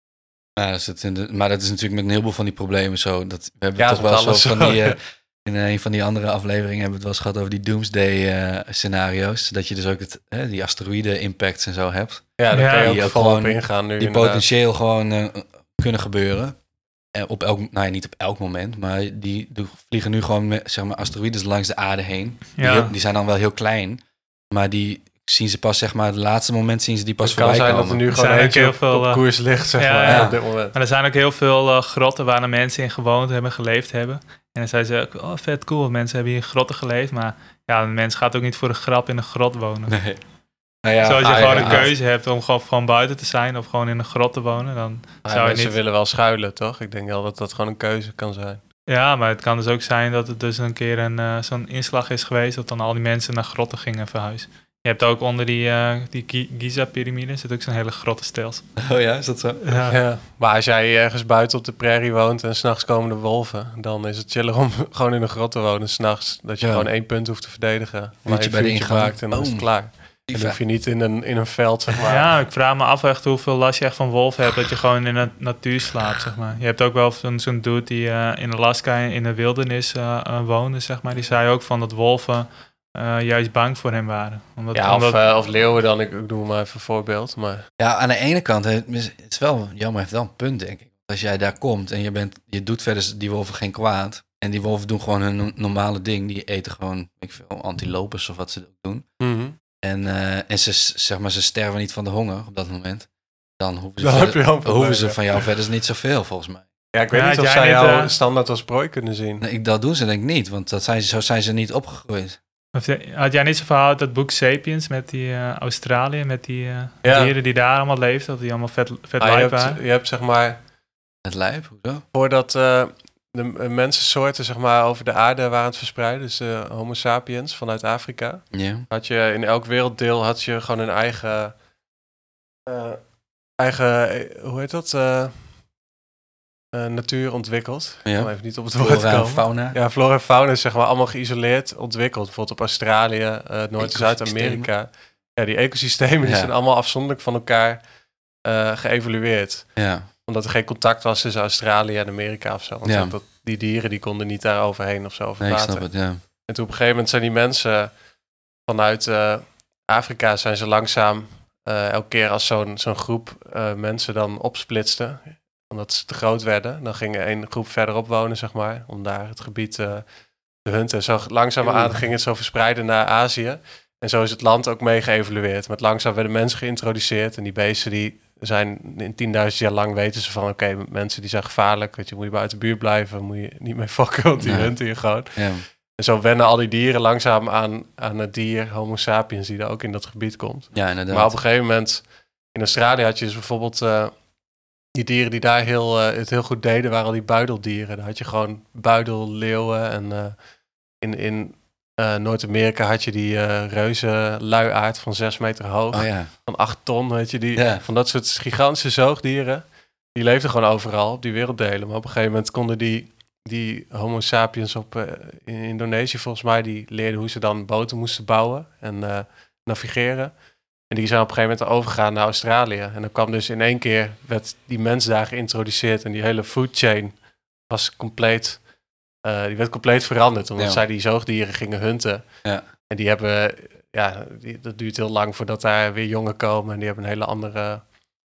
Ja, dat is het in de, maar dat is natuurlijk met een heleboel van die problemen zo. Dat, we hebben ja, toch wel zo van zo. die... Uh, in een van die andere afleveringen hebben we het wel eens gehad over die doomsday uh, scenario's. Dat je dus ook het, uh, die asteroïde impacts en zo hebt. Ja, daar ja, kan je die ook volop ingaan nu. Die inderdaad. potentieel gewoon uh, kunnen gebeuren. Uh, op elk, nou ja, niet op elk moment, maar die, die vliegen nu gewoon met, zeg maar, asteroïdes langs de aarde heen. Ja. Die, die zijn dan wel heel klein, maar die zien ze pas, zeg maar, het laatste moment zien ze die pas het kan voorbij zijn komen. dat er nu Er gewoon zijn eentje ook op, heel veel, op koers ligt, zeg ja, maar, ja. op dit moment. Maar er zijn ook heel veel uh, grotten waar de mensen in gewoond hebben, geleefd hebben. En dan zeiden ze ook, oh vet cool, want mensen hebben hier in grotten geleefd. Maar ja, een mens gaat ook niet voor de grap in een grot wonen. Nee. Nou ja, Zoals je ah, gewoon ja, een ja. keuze hebt om gewoon, gewoon buiten te zijn of gewoon in een grot te wonen, dan Ja, zou je mensen niet... willen wel schuilen, toch? Ik denk wel dat dat gewoon een keuze kan zijn. Ja, maar het kan dus ook zijn dat het dus een keer een, uh, zo'n inslag is geweest dat dan al die mensen naar grotten gingen verhuizen. Je hebt ook onder die, uh, die Giza-pyramide zit ook zo'n hele grottenstelsel. Oh ja, is dat zo? Ja. Ja. Maar als jij ergens buiten op de prairie woont en 's nachts komen de wolven, dan is het chiller om gewoon in een grot te wonen 's nachts. Dat je Ja. gewoon één punt hoeft te verdedigen. Maar je bij de vuurtje ingang. maakt en dan is het Boom. klaar. En dan hoef je niet in een, in een veld, zeg maar. Ja, ik vraag me af echt hoeveel last je echt van wolven hebt, dat je gewoon in de natuur slaapt, zeg maar. Je hebt ook wel zo'n, zo'n dude die uh, in Alaska in de wildernis uh, uh, woonde, zeg maar. Die zei ook van dat wolven uh, juist bang voor hem waren. Omdat, Ja, omdat... of, uh, of leeuwen dan, ik, ik doe maar even een voorbeeld. Maar... Ja, aan de ene kant, het is wel jammer, heeft wel een punt, denk ik. Als jij daar komt en je, bent, je doet verder die wolven geen kwaad. En die wolven doen gewoon hun normale ding. Die eten gewoon, ik veel, antilopes of wat ze ook doen. Mm-hmm. En, uh, en ze, zeg maar, ze sterven niet van de honger op dat moment. Dan hoeven ze, dan verder, heb je hoeven ze van jou verder niet zoveel, volgens mij. Ja, ik weet ja, niet of zij jou uh... standaard als prooi kunnen zien. Nee, dat doen ze denk ik niet, want dat zijn, zo zijn ze niet opgegroeid. Had jij niet zo verhaal dat boek Sapiens met die uh, Australië, met die uh, ja. dieren die daar allemaal leefden, dat die allemaal vet, vet ah, lijp je waren? hebt, je hebt zeg maar... Het lijp, hoezo? Voordat uh, de mensensoorten zeg maar over de aarde waren aan het verspreiden, dus uh, Homo sapiens vanuit Afrika, yeah. had je in elk werelddeel had je gewoon een eigen, uh, eigen, hoe heet dat, uh, uh, natuur ontwikkeld. Ja. Ik kan even niet op het woord flora komen. En fauna. Ja, flora en fauna is zeg maar allemaal geïsoleerd ontwikkeld. Bijvoorbeeld op Australië, uh, Noord- en Zuid-Amerika. Ja, die ecosystemen ja. die zijn allemaal afzonderlijk van elkaar uh, geëvolueerd. Ja. Omdat er geen contact was tussen Australië en Amerika of zo. Want ja. dat, die dieren die konden niet daar overheen of zo over nee, water. Ik snap het, ja. En toen op een gegeven moment zijn die mensen vanuit uh, Afrika zijn ze langzaam uh, elke keer als zo'n, zo'n groep uh, mensen dan opsplitsten. Omdat ze te groot werden. Dan ging één groep verderop wonen, zeg maar. Om daar het gebied uh, te hunten. En zo langzaamaan ging het zo verspreiden naar Azië. En zo is het land ook mee geëvolueerd. Met langzaam werden mensen geïntroduceerd. En die beesten die zijn in tienduizend jaar lang weten ze van... Oké, okay, mensen die zijn gevaarlijk. Weet je, moet je buiten de buurt blijven. Moet je niet mee fokken, want die nee. hunten je gewoon. Ja. En zo wennen al die dieren langzaam aan, aan het dier Homo sapiens... die er ook in dat gebied komt. Ja, inderdaad. Maar op een gegeven moment... In Australië had je dus bijvoorbeeld... Uh, die dieren die daar heel, uh, het heel goed deden... waren al die buideldieren. Daar had je gewoon buidelleeuwen. En uh, in... in Uh, Noord-Amerika had je die uh, reuze luiaard van zes meter hoog. Oh, ja. Van acht ton, weet je. Die, ja. Van dat soort gigantische zoogdieren. Die leefden gewoon overal op die werelddelen. Maar op een gegeven moment konden die, die Homo sapiens op uh, in Indonesië volgens mij... die leerden hoe ze dan boten moesten bouwen en uh, navigeren. En die zijn op een gegeven moment overgegaan naar Australië. En dan kwam dus in één keer... werd die mens daar geïntroduceerd. En die hele food chain was compleet... Uh, die werd compleet veranderd, omdat ja. zij die zoogdieren gingen hunten. Ja. En die hebben, ja, die, dat duurt heel lang voordat daar weer jongen komen. En die hebben een hele andere...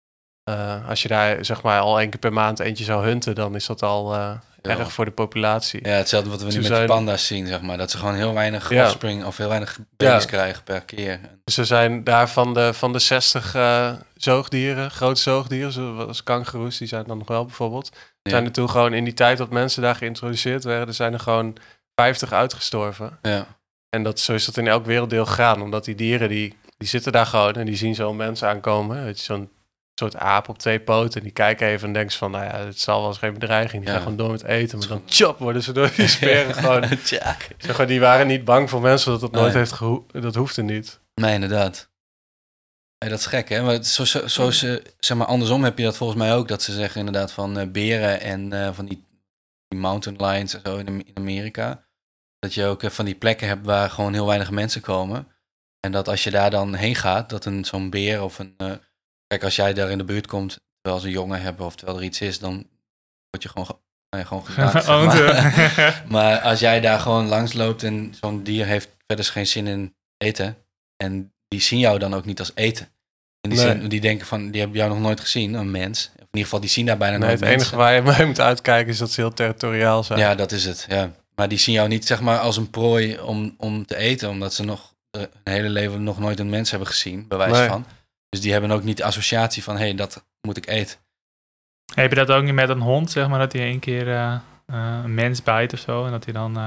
Uh, als je daar zeg maar al één keer per maand eentje zou hunten, dan is dat al uh, ja. erg voor de populatie. Ja, hetzelfde wat we nu ze met zijn... de panda's zien, zeg maar. Dat ze gewoon heel weinig ja. offspring of heel weinig baby's ja. krijgen per keer. Dus er zijn daar van de, van de zestig uh, zoogdieren, grote zoogdieren, zoals kangoeroes, die zijn dan nog wel bijvoorbeeld... Ja. Zijn er toen gewoon in die tijd dat mensen daar geïntroduceerd werden, er zijn er gewoon vijftig uitgestorven. Ja. En dat, zo is dat in elk werelddeel gegaan, omdat die dieren die, die zitten daar gewoon en die zien zo'n mensen aankomen. Weet je, zo'n soort aap op twee poten. En die kijken even en denken van, nou ja, het zal wel eens geen bedreiging. Die ja. gaan gewoon door met eten. Maar dan chop worden ze door die speren gewoon. Zeg maar, die waren niet bang voor mensen, dat dat nooit nee. heeft geho- dat hoefde niet. Nee, inderdaad. Ja, dat is gek, hè? Maar zo, zo, zo ze, zeg maar, andersom heb je dat volgens mij ook. Dat ze zeggen inderdaad van uh, beren en uh, van die, die mountain lions en zo in, in Amerika. Dat je ook uh, van die plekken hebt waar gewoon heel weinig mensen komen. En dat als je daar dan heen gaat, dat een zo'n beer of een... Uh, kijk, als jij daar in de buurt komt, terwijl ze een jongen hebben of terwijl er iets is, dan word je gewoon, ge, nee, gewoon gedaan. Zeg maar. Maar als jij daar gewoon langs loopt en zo'n dier heeft verder geen zin in eten... en die zien jou dan ook niet als eten. En die, nee. zien, die denken van, die hebben jou nog nooit gezien, een mens. Of in ieder geval, die zien daar bijna nee, nooit het mensen. Het enige waar je mee moet uitkijken is dat ze heel territoriaal zijn. Ja, dat is het, ja. Maar die zien jou niet, zeg maar, als een prooi om, om te eten. Omdat ze nog hun hele leven nog nooit een mens hebben gezien, bij wijze nee. van. Dus die hebben ook niet de associatie van, hé, hey, dat moet ik eten. Heb je dat ook niet met een hond, zeg maar, dat hij een keer uh, uh, een mens bijt of zo? En dat hij dan... Uh,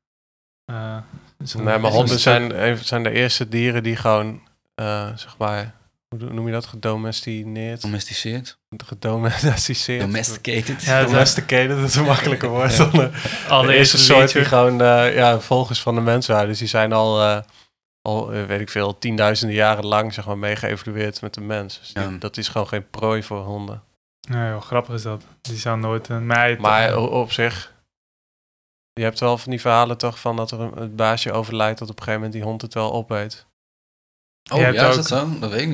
uh, nee, maar honden zijn, zijn de eerste dieren die gewoon, uh, zeg maar, hoe noem je dat? Gedomesticeerd? Domesticeerd? Gedomesticeerd. Domesticated. Ja, Domesticated, dat is een makkelijker woord. Ja. Dan de, de eerste soort die gewoon uh, ja, volgers van de mens waren. Dus die zijn al, uh, al uh, weet ik veel, tienduizenden jaren lang, zeg maar, mee geëvolueerd met de mens. Dus ja. die, dat is gewoon geen prooi voor honden. Nee, hoe grappig is dat. Die zou nooit een meid... Maar op, op zich... Je hebt wel van die verhalen toch van dat er een, het baasje overlijdt dat op een gegeven moment die hond het wel opeet. Oh, ja, is ook... dat zo? Dat weet ik niet.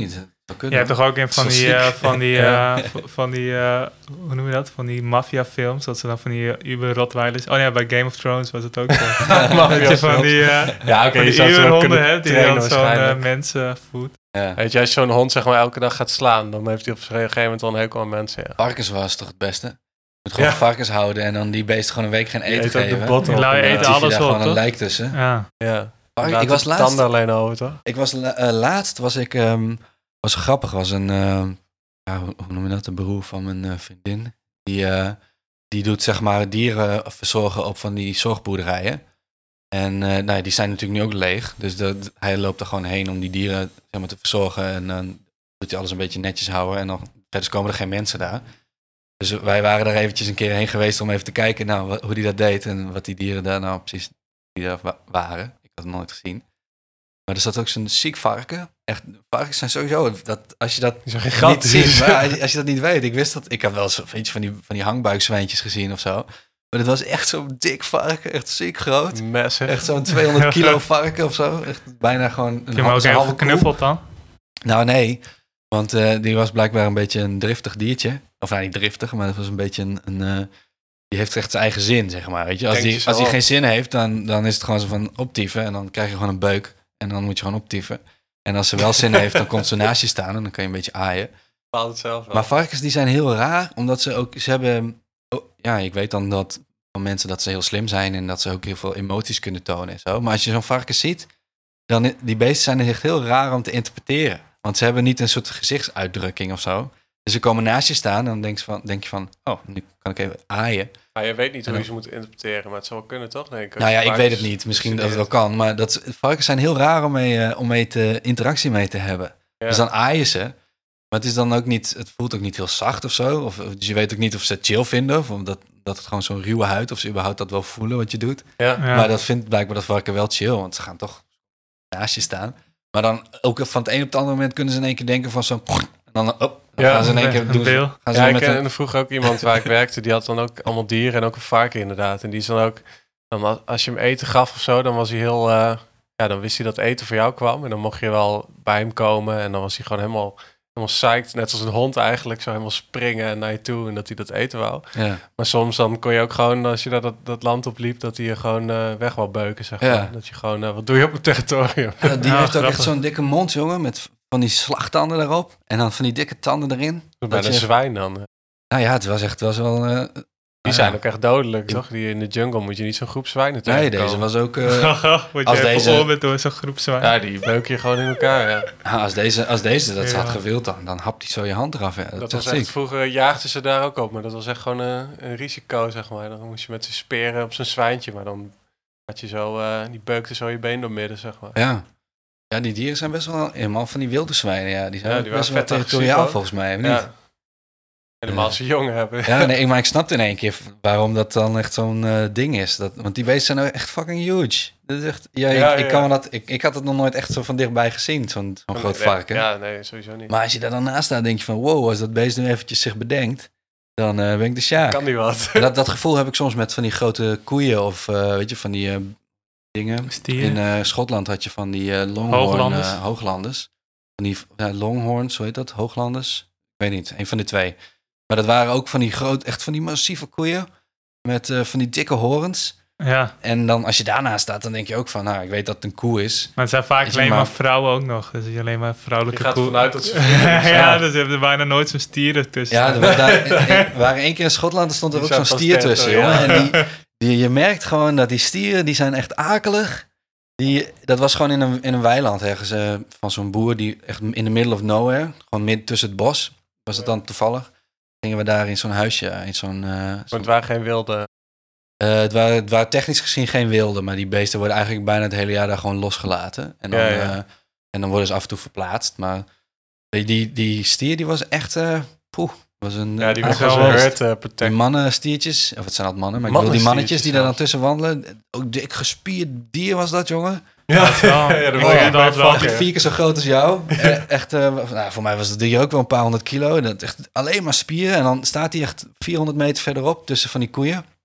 Je hebt toch ook in van die, uh, van die, uh, van die uh, hoe noem je dat? Van die maffia-films, dat ze dan van die uh, Uber-Rottweilers... Oh ja, bij Game of Thrones was het ook zo. Dat je van die, uh, ja, okay, die Uber-honden hebt die dan zo'n uh, mensen voedt. Ja. Weet je, als je zo'n hond zeg maar elke dag gaat slaan, dan heeft hij op een gegeven moment al een hekel aan mensen. Ja. Varkens was toch het beste? Je moet gewoon ja. varkens houden en dan die beesten gewoon een week geen eten eet geven. Die lui eten alles op, daar gewoon toch? een lijk tussen. Ja. ja. Ik was laatst... tanden alleen over, toch? Ik was uh, laatst, was ik... Um, was grappig, was een... Uh, ja, hoe noem je dat? Een broer van mijn uh, vriendin. Die, uh, die doet zeg maar dieren verzorgen op van die zorgboerderijen. En uh, nou ja, die zijn natuurlijk nu ook leeg. Dus de, hij loopt er gewoon heen om die dieren zeg maar, te verzorgen. En dan uh, doet hij alles een beetje netjes houden. En dan verder komen er geen mensen daar. Dus wij waren er eventjes een keer heen geweest om even te kijken nou, wat, hoe die dat deed. En wat die dieren daar nou precies die daar wa- waren. Ik had het nooit gezien. Maar er zat ook zo'n ziek varken. Echt, varkens zijn sowieso... Dat, als je dat niet ziet, maar als, als je dat niet weet... Ik wist dat... Ik had wel eens een van die, van die hangbuikzwijntjes gezien of zo. Maar het was echt zo'n dik varken. Echt ziek groot. Massive. Echt zo'n tweehonderd kilo varken of zo. Echt bijna gewoon... Een Heb je hem ook even geknuffeld dan? Nou, nee. Want uh, die was blijkbaar een beetje een driftig diertje. Of nou, niet driftig, maar het was een beetje een... een uh, die heeft echt zijn eigen zin, zeg maar. Weet je? Als hij als die geen zin heeft, dan, dan is het gewoon zo van optieven. En dan krijg je gewoon een beuk. En dan moet je gewoon optieven. En als ze wel zin heeft, dan komt ze naast je staan. En dan kan je een beetje aaien. Bepaalt het zelf wel. Maar varkens die zijn heel raar. Omdat ze ook... Ze hebben... Oh, ja, ik weet dan dat van mensen dat ze heel slim zijn. En dat ze ook heel veel emoties kunnen tonen en zo. Maar als je zo'n varken ziet... Dan die beesten zijn echt heel raar om te interpreteren. Want ze hebben niet een soort gezichtsuitdrukking of zo. Dus ze komen naast je staan. En dan denk je van, denk je van oh, nu kan ik even aaien. Maar je weet niet hoe je ze moet interpreteren, maar het zou wel kunnen, toch? Denk ik. Nou ja, ik weet het niet. Misschien dat het wel kan. Maar dat, varkens zijn heel raar om mee, uh, om mee te, interactie mee te hebben. Ja. Dus dan aaien ze. Maar het is dan ook niet... Het voelt ook niet heel zacht of zo. Of, dus je weet ook niet of ze het chill vinden. Of dat, dat het gewoon zo'n ruwe huid... Of ze überhaupt dat wel voelen wat je doet. Ja. Ja. Maar dat vindt blijkbaar dat varken wel chill. Want ze gaan toch naast je staan. Maar dan ook van het een op het andere moment... kunnen ze in één keer denken van zo... En dan, oh, dan ja, gaan ze in één keer doen. Ze, gaan ze ja, ik met ken een... vroeger ook iemand waar ik werkte, die had dan ook allemaal dieren en ook een varken inderdaad. En die is dan ook, dan als je hem eten gaf of zo, dan was hij heel, uh, ja, dan wist hij dat eten voor jou kwam. En dan mocht je wel bij hem komen en dan was hij gewoon helemaal, helemaal psyched. Net als een hond eigenlijk, zo helemaal springen naar je toe en dat hij dat eten wou. Ja. Maar soms dan kon je ook gewoon, als je daar dat, dat land op liep, dat hij je gewoon uh, weg wou beuken, zeg maar. Ja. Dat je gewoon, uh, wat doe je op mijn territorium? Ja, die Ja, heeft ook grappig. echt zo'n dikke mond, jongen, met van die slagtanden erop. En dan van die dikke tanden erin. Bij een je... zwijn dan. Nou ja, het was echt was wel... Uh, Die ah, zijn ja. ook echt dodelijk, toch? Die in de jungle moet je niet zo'n groep zwijnen tegenkomen. Nee, deze was ook... Uh, Word als je deze- veroordeeld door zo'n groep zwijn. Ja, die beuk je gewoon in elkaar, ja. nou, als deze, als deze dat ze Ja. had gewild, dan, dan hapt hij zo je hand eraf. Ja. Dat, Dat is was echt echt, ziek. vroeger jaagden ze daar ook op, maar dat was echt gewoon uh, een risico, zeg maar. Dan moest je met zijn speren op zijn zwijntje, maar dan had je zo, uh, die beukte zo je been door midden, zeg maar. Ja. Ja, die dieren zijn best wel... Helemaal van die wilde zwijnen, ja. Die zijn Ja, ook die best waren wel vet territoriaal agressief, volgens mij, of niet? Ja. Helemaal als ze jongen hebben. Ja, nee, maar ik snapte in één keer waarom dat dan echt zo'n uh, ding is. Dat, want die beesten zijn nou echt fucking huge. Dat is echt, ja, Ja, ik, ik, ja. kan me dat, ik, ik had het nog nooit echt zo van dichtbij gezien, zo'n, zo'n groot Nee, varken. Ja, nee, sowieso niet. Maar als je daar dan naast staat, denk je van... wow, als dat beest nu eventjes zich bedenkt, dan uh, ben ik de sjaak. Kan die wat? Dat, dat gevoel heb ik soms met van die grote koeien of uh, weet je, van die uh, dingen. Stieren. In uh, Schotland had je van die uh, longhorn, Hooglanders. uh, hooglanders. Van die uh, longhorns, hoe heet dat? Hooglanders? Ik weet niet, een van de twee. Maar dat waren ook van die groot, echt van die massieve koeien. Met uh, van die dikke horens. Ja, En dan als je daarnaast staat, dan denk je ook van... nou, ik weet dat het een koe is. maar het zijn vaak Weet je, alleen maar, maar- vrouwen ook nog. Dus je alleen maar Je vrouwelijke gaat koe. ervan uit dat ze ja, Ja. dus je hebt er bijna nooit zo'n stieren tussen. Ja, er was daar, er waren één keer in Schotland, er stond er Die ook zo'n zijn stier pas tussen, dertig, jongen. ja. En die, die, je merkt gewoon dat die stieren, die zijn echt akelig. Die, dat was gewoon in een, in een weiland ergens uh, van zo'n boer die echt in the middle of nowhere, gewoon midden tussen het bos, was het dan toevallig. Gingen we daar in zo'n huisje, in zo'n... Uh, Maar zo'n het waren geen wilde... uh, het, waren, het waren technisch gezien geen wilde, maar die beesten worden eigenlijk bijna het hele jaar daar gewoon losgelaten. En dan, Ja, ja. Uh, en dan worden ze af en toe verplaatst. Maar die, die, die stier, die was echt... Uh, poeh, was een... Ja, die uh, was wel wel worst. hurt uh, die protect. mannenstiertjes, of het zijn altijd mannen, maar ik bedoel die mannetjes die daar dan Mannenstiertjes tussen wandelen. Ook dik gespierd dier was dat, jongen. Ja, Dat wel. ja, daar Oh, word je ja, bij dat wel. vakken. Echt vier keer zo groot als jou. Eh, echt, uh, nou, voor mij was het dier ook wel een paar honderd kilo. En dat echt alleen maar spieren. En dan staat hij echt vierhonderd meter verderop tussen van die koeien.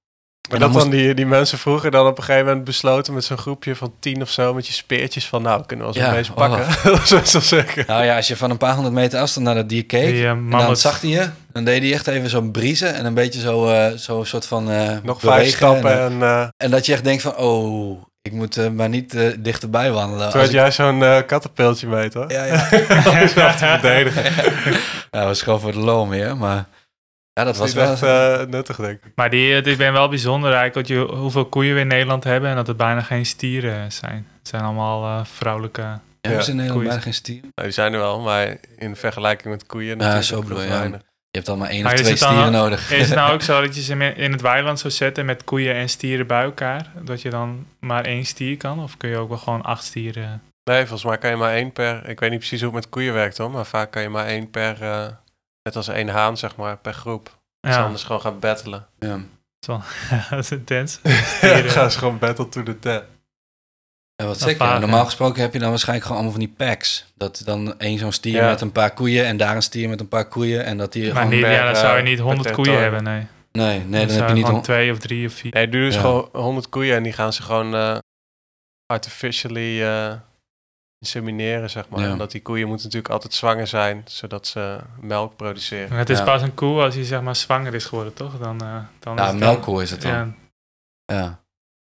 Maar dat dan die, die mensen vroeger dan op een gegeven moment besloten met zo'n groepje van tien of zo met je speertjes van nou, kunnen we ons Ja, een beetje pakken. oh. Dat is best wel zeker. Nou ja, als je van een paar honderd meter afstand naar dat dier keek, Die, uh, en dan mammoet. zag hij je, dan deed hij echt even zo'n briezen en een beetje zo, uh, zo soort van uh, Nog bewegen. vijf stappen En, en... Uh, en dat je echt denkt van, oh, ik moet uh, maar niet uh, dichterbij wandelen. toen had jij zo'n uh, kattenpiltje mee, toch? Ja, ja. Om jezelf te verdedigen. Ja, dat was gewoon voor de lol meer, maar ja, dat, Dat was was wel... echt uh, nuttig, denk ik. Maar die, het is ben wel bijzonder eigenlijk dat je, hoeveel koeien we in Nederland hebben en dat er bijna geen stieren zijn. Het zijn allemaal uh, vrouwelijke... Ja, we Ja, zijn in Nederland koeien. bijna geen stier. Nou, die zijn er wel, maar in vergelijking met koeien Ja, natuurlijk zo bedoel je, veel ja. weinig. Je hebt al maar één Maar of is twee het dan stieren wel- nodig. Is het nou ook zo dat je ze in het weiland zou zetten met koeien en stieren bij elkaar? Dat je dan maar één stier kan? Of kun je ook wel gewoon acht stieren... Nee, volgens mij kan je maar één per... Ik weet niet precies hoe het met koeien werkt, hoor. Maar vaak kan je maar één per... Uh, net als één haan, zeg maar, per groep. Dus Ja, anders gewoon gaan battelen. Ja. dat is intens. Ja, Stieren. gaan ze gewoon battle to the death. Ja, wat Dat zeker. vaak, Normaal ja. gesproken heb je dan waarschijnlijk gewoon allemaal van die packs. Dat dan één zo'n stier Ja. met een paar koeien en daar een stier met een paar koeien. En dat die Maar gewoon... niet, per, ja, dan zou je uh, niet honderd per koeien territorium. hebben, nee. Nee, nee, dan zou heb je niet... gewoon hon- twee of drie of vier. Nee, doe dus Ja. gewoon honderd koeien en die gaan ze gewoon uh, artificially uh, insemineren, zeg maar. Ja. Omdat die koeien moeten natuurlijk altijd zwanger zijn, zodat ze melk produceren. Maar het is Ja. pas een koe als hij zeg maar zwanger is geworden, toch? Dan, uh, dan Ja, is het melkkoe is het dan. Ja, Ja.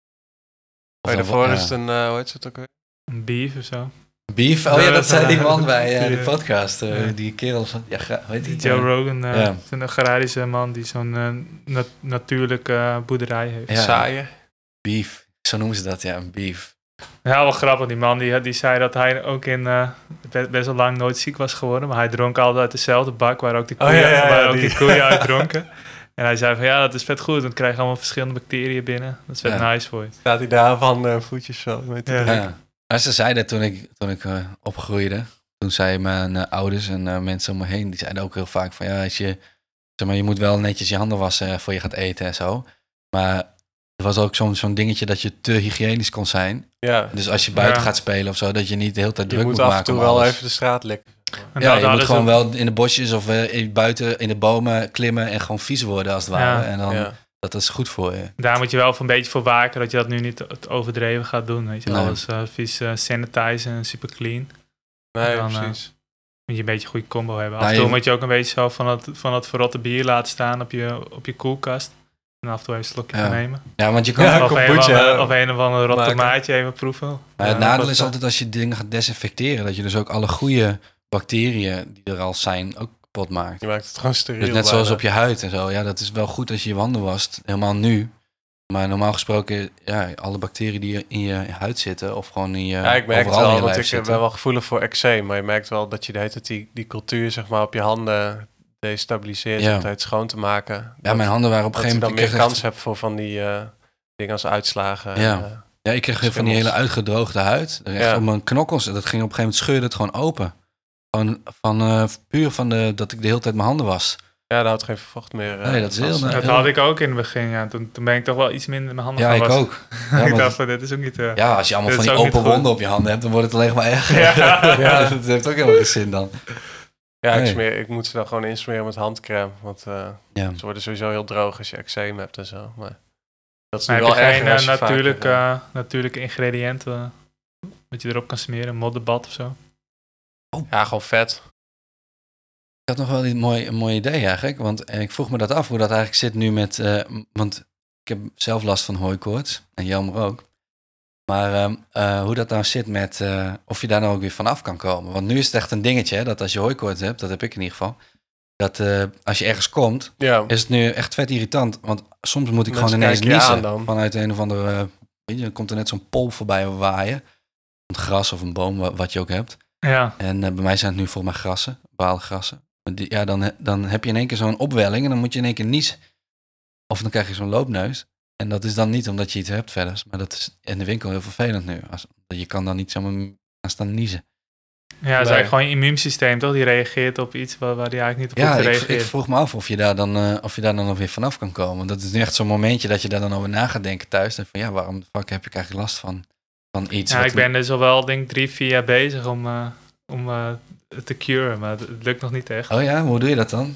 Of Bij dan- daarvoor ja. is het een, uh, hoe heet het ook weer? een beef of zo. Beef? Oh ja, dat zei die man bij uh, Die, de uh, podcast. Uh, ja. Die kerel van... Ja, gra- hoe heet die? Joe Uh, Rogan, uh, ja. een agrarische man die zo'n uh, nat- natuurlijke uh, boerderij heeft. Ja. Ja. Saaien. Beef. Zo noemen ze dat, ja. Een beef. wel grappig. Die man die, die zei dat hij ook in uh, best, best wel lang nooit ziek was geworden. Maar hij dronk altijd uit dezelfde bak waar ook die Oh, koeien, ja, ja, ja, waar ook die. die koeien uit dronken. En hij zei van ja, dat is vet goed. Want dan krijg je allemaal verschillende bacteriën binnen. Dat is vet Ja. nice voor je. Staat hij daar van uh, voetjes zo mee te Ja. drinken. Ja. Maar ze zeiden toen ik, toen ik uh, opgroeide... Toen zeiden mijn uh, ouders en uh, mensen om me heen... Die zeiden ook heel vaak van... Ja, als je, zeg maar, je moet wel netjes je handen wassen voor je gaat eten en zo. Maar er was ook zo'n zo'n dingetje dat je te hygiënisch kon zijn. Ja, Dus als je buiten Ja. gaat spelen of zo... Dat je niet de hele tijd je druk moet moet, af en maken toe om wel alles. even de straat likken. En Ja, dat je hadden moet ze gewoon ook- wel in de bosjes of uh, buiten in de bomen klimmen... En gewoon vies worden als het ware. Ja. En dan, Ja. dat is goed voor je. Daar moet je wel een beetje voor waken dat je dat nu niet te overdreven gaat doen. Weet je, Nee. alles uh, vies uh, sanitizen en super clean. Nee, Dan, uh, precies. Moet je een beetje een goede combo hebben. Af Nou, en toe je- moet je ook een beetje zo van het, van het verrotte bier laten staan op je, op je koelkast. En af en toe even een slokje Ja. gaan nemen. Ja, want je kan... Ja, of, een of, kombucha andere, of een of andere rot maken. tomaatje even proeven. Maar het Ja, nadeel dat- is altijd als je dingen gaat desinfecteren... dat je dus ook alle goede bacteriën die er al zijn ook kapot maakt. Je maakt het gewoon steriel. Dus net zoals bijna. op je huid en zo. Ja, dat is wel goed als je je handen wast. Helemaal nu. Maar normaal gesproken, ja, alle bacteriën die in je huid zitten... of gewoon in je, Ja, ik merk het overal in wel, je want lijf ik zitten. ben wel gevoelig voor eczeem. Maar je merkt wel dat je de hele tijd die, die cultuur zeg maar, op je handen destabiliseert... Ja. om het hele schoon te maken. Ja, Dat- mijn handen waren op een dat je gegeven dan moment... meer ik kreeg kans hebt voor van die uh, dingen als uitslagen. Ja. En, uh, Ja, ik kreeg van die Schimmels. hele uitgedroogde huid. Echt Ja. op mijn knokkels. Dat ging op een gegeven moment scheurde het gewoon open. Gewoon van, uh, puur van de, dat ik de hele tijd mijn handen was. ja, daar houdt geen vocht meer. uh, Nee, dat is heel vast. na- Dat had ik ook in het begin. Ja. Toen, toen ben ik toch wel iets minder in mijn handen Ja, gaan ik wassen. ook. Ja, ik maar- dacht van, dit is ook niet... Uh, ja, als je allemaal Dit van is die ook open niet goed. wonden op je handen hebt, dan wordt het alleen maar erger. Ja. Ja, dat heeft ook helemaal geen zin dan. Ja, ik, Nee. smeer, ik moet ze dan gewoon insmeren met handcrème. Want uh, Ja. ze worden sowieso heel droog als je eczeem hebt en zo. Maar dat is Maar nu heb wel je erger geen uh, als je vaker, natuurlijke, uh, uh, natuurlijke ingrediënten uh, wat je erop kan smeren? Modderbad of zo? Ja, gewoon vet. Ik had nog wel een mooi, een mooi idee eigenlijk. Want eh, ik vroeg me dat af hoe dat eigenlijk zit nu met... eh, want ik heb zelf last van hooikoorts. En Jelmer ook. Maar ehm, eh, hoe dat nou zit met... eh, of je daar nou ook weer vanaf kan komen. Want nu is het echt een dingetje. Hè, dat als je hooikoorts hebt, dat heb ik in ieder geval. Dat eh, als je ergens komt, Ja, is het nu echt vet irritant. Want soms moet ik Mensen gewoon ineens kijken je aan niezen. dan. Vanuit een of andere... eh, weet je, dan komt er net zo'n pol voorbij waaien. Een gras of een boom, wa- wat je ook hebt. Ja, En uh, bij mij zijn het nu volgens mij grassen, baalgrassen. Maar die, ja, dan, dan heb je in één keer zo'n opwelling en dan moet je in één keer niezen. Of dan krijg je zo'n loopneus. En dat is dan niet omdat je iets hebt verder. Maar dat is in de winkel heel vervelend nu. Als, je kan dan niet zomaar gaan staan niezen. ja dat is Nee. eigenlijk gewoon je immuunsysteem, toch? Die reageert op iets waar, waar die eigenlijk niet op Ja, hoeft te ik, reageren. ik vroeg me af of je daar dan, uh, of je daar dan nog weer vanaf kan komen. Dat is nu echt zo'n momentje dat je daar dan over na gaat denken thuis. En van ja, waarom de fuck heb ik eigenlijk last van, van iets? Ja, wat- ik ben dus al wel, denk ik, drie, vier jaar bezig om, uh, om uh, het te curen. Maar het, het lukt nog niet echt. Oh ja, hoe doe je dat dan?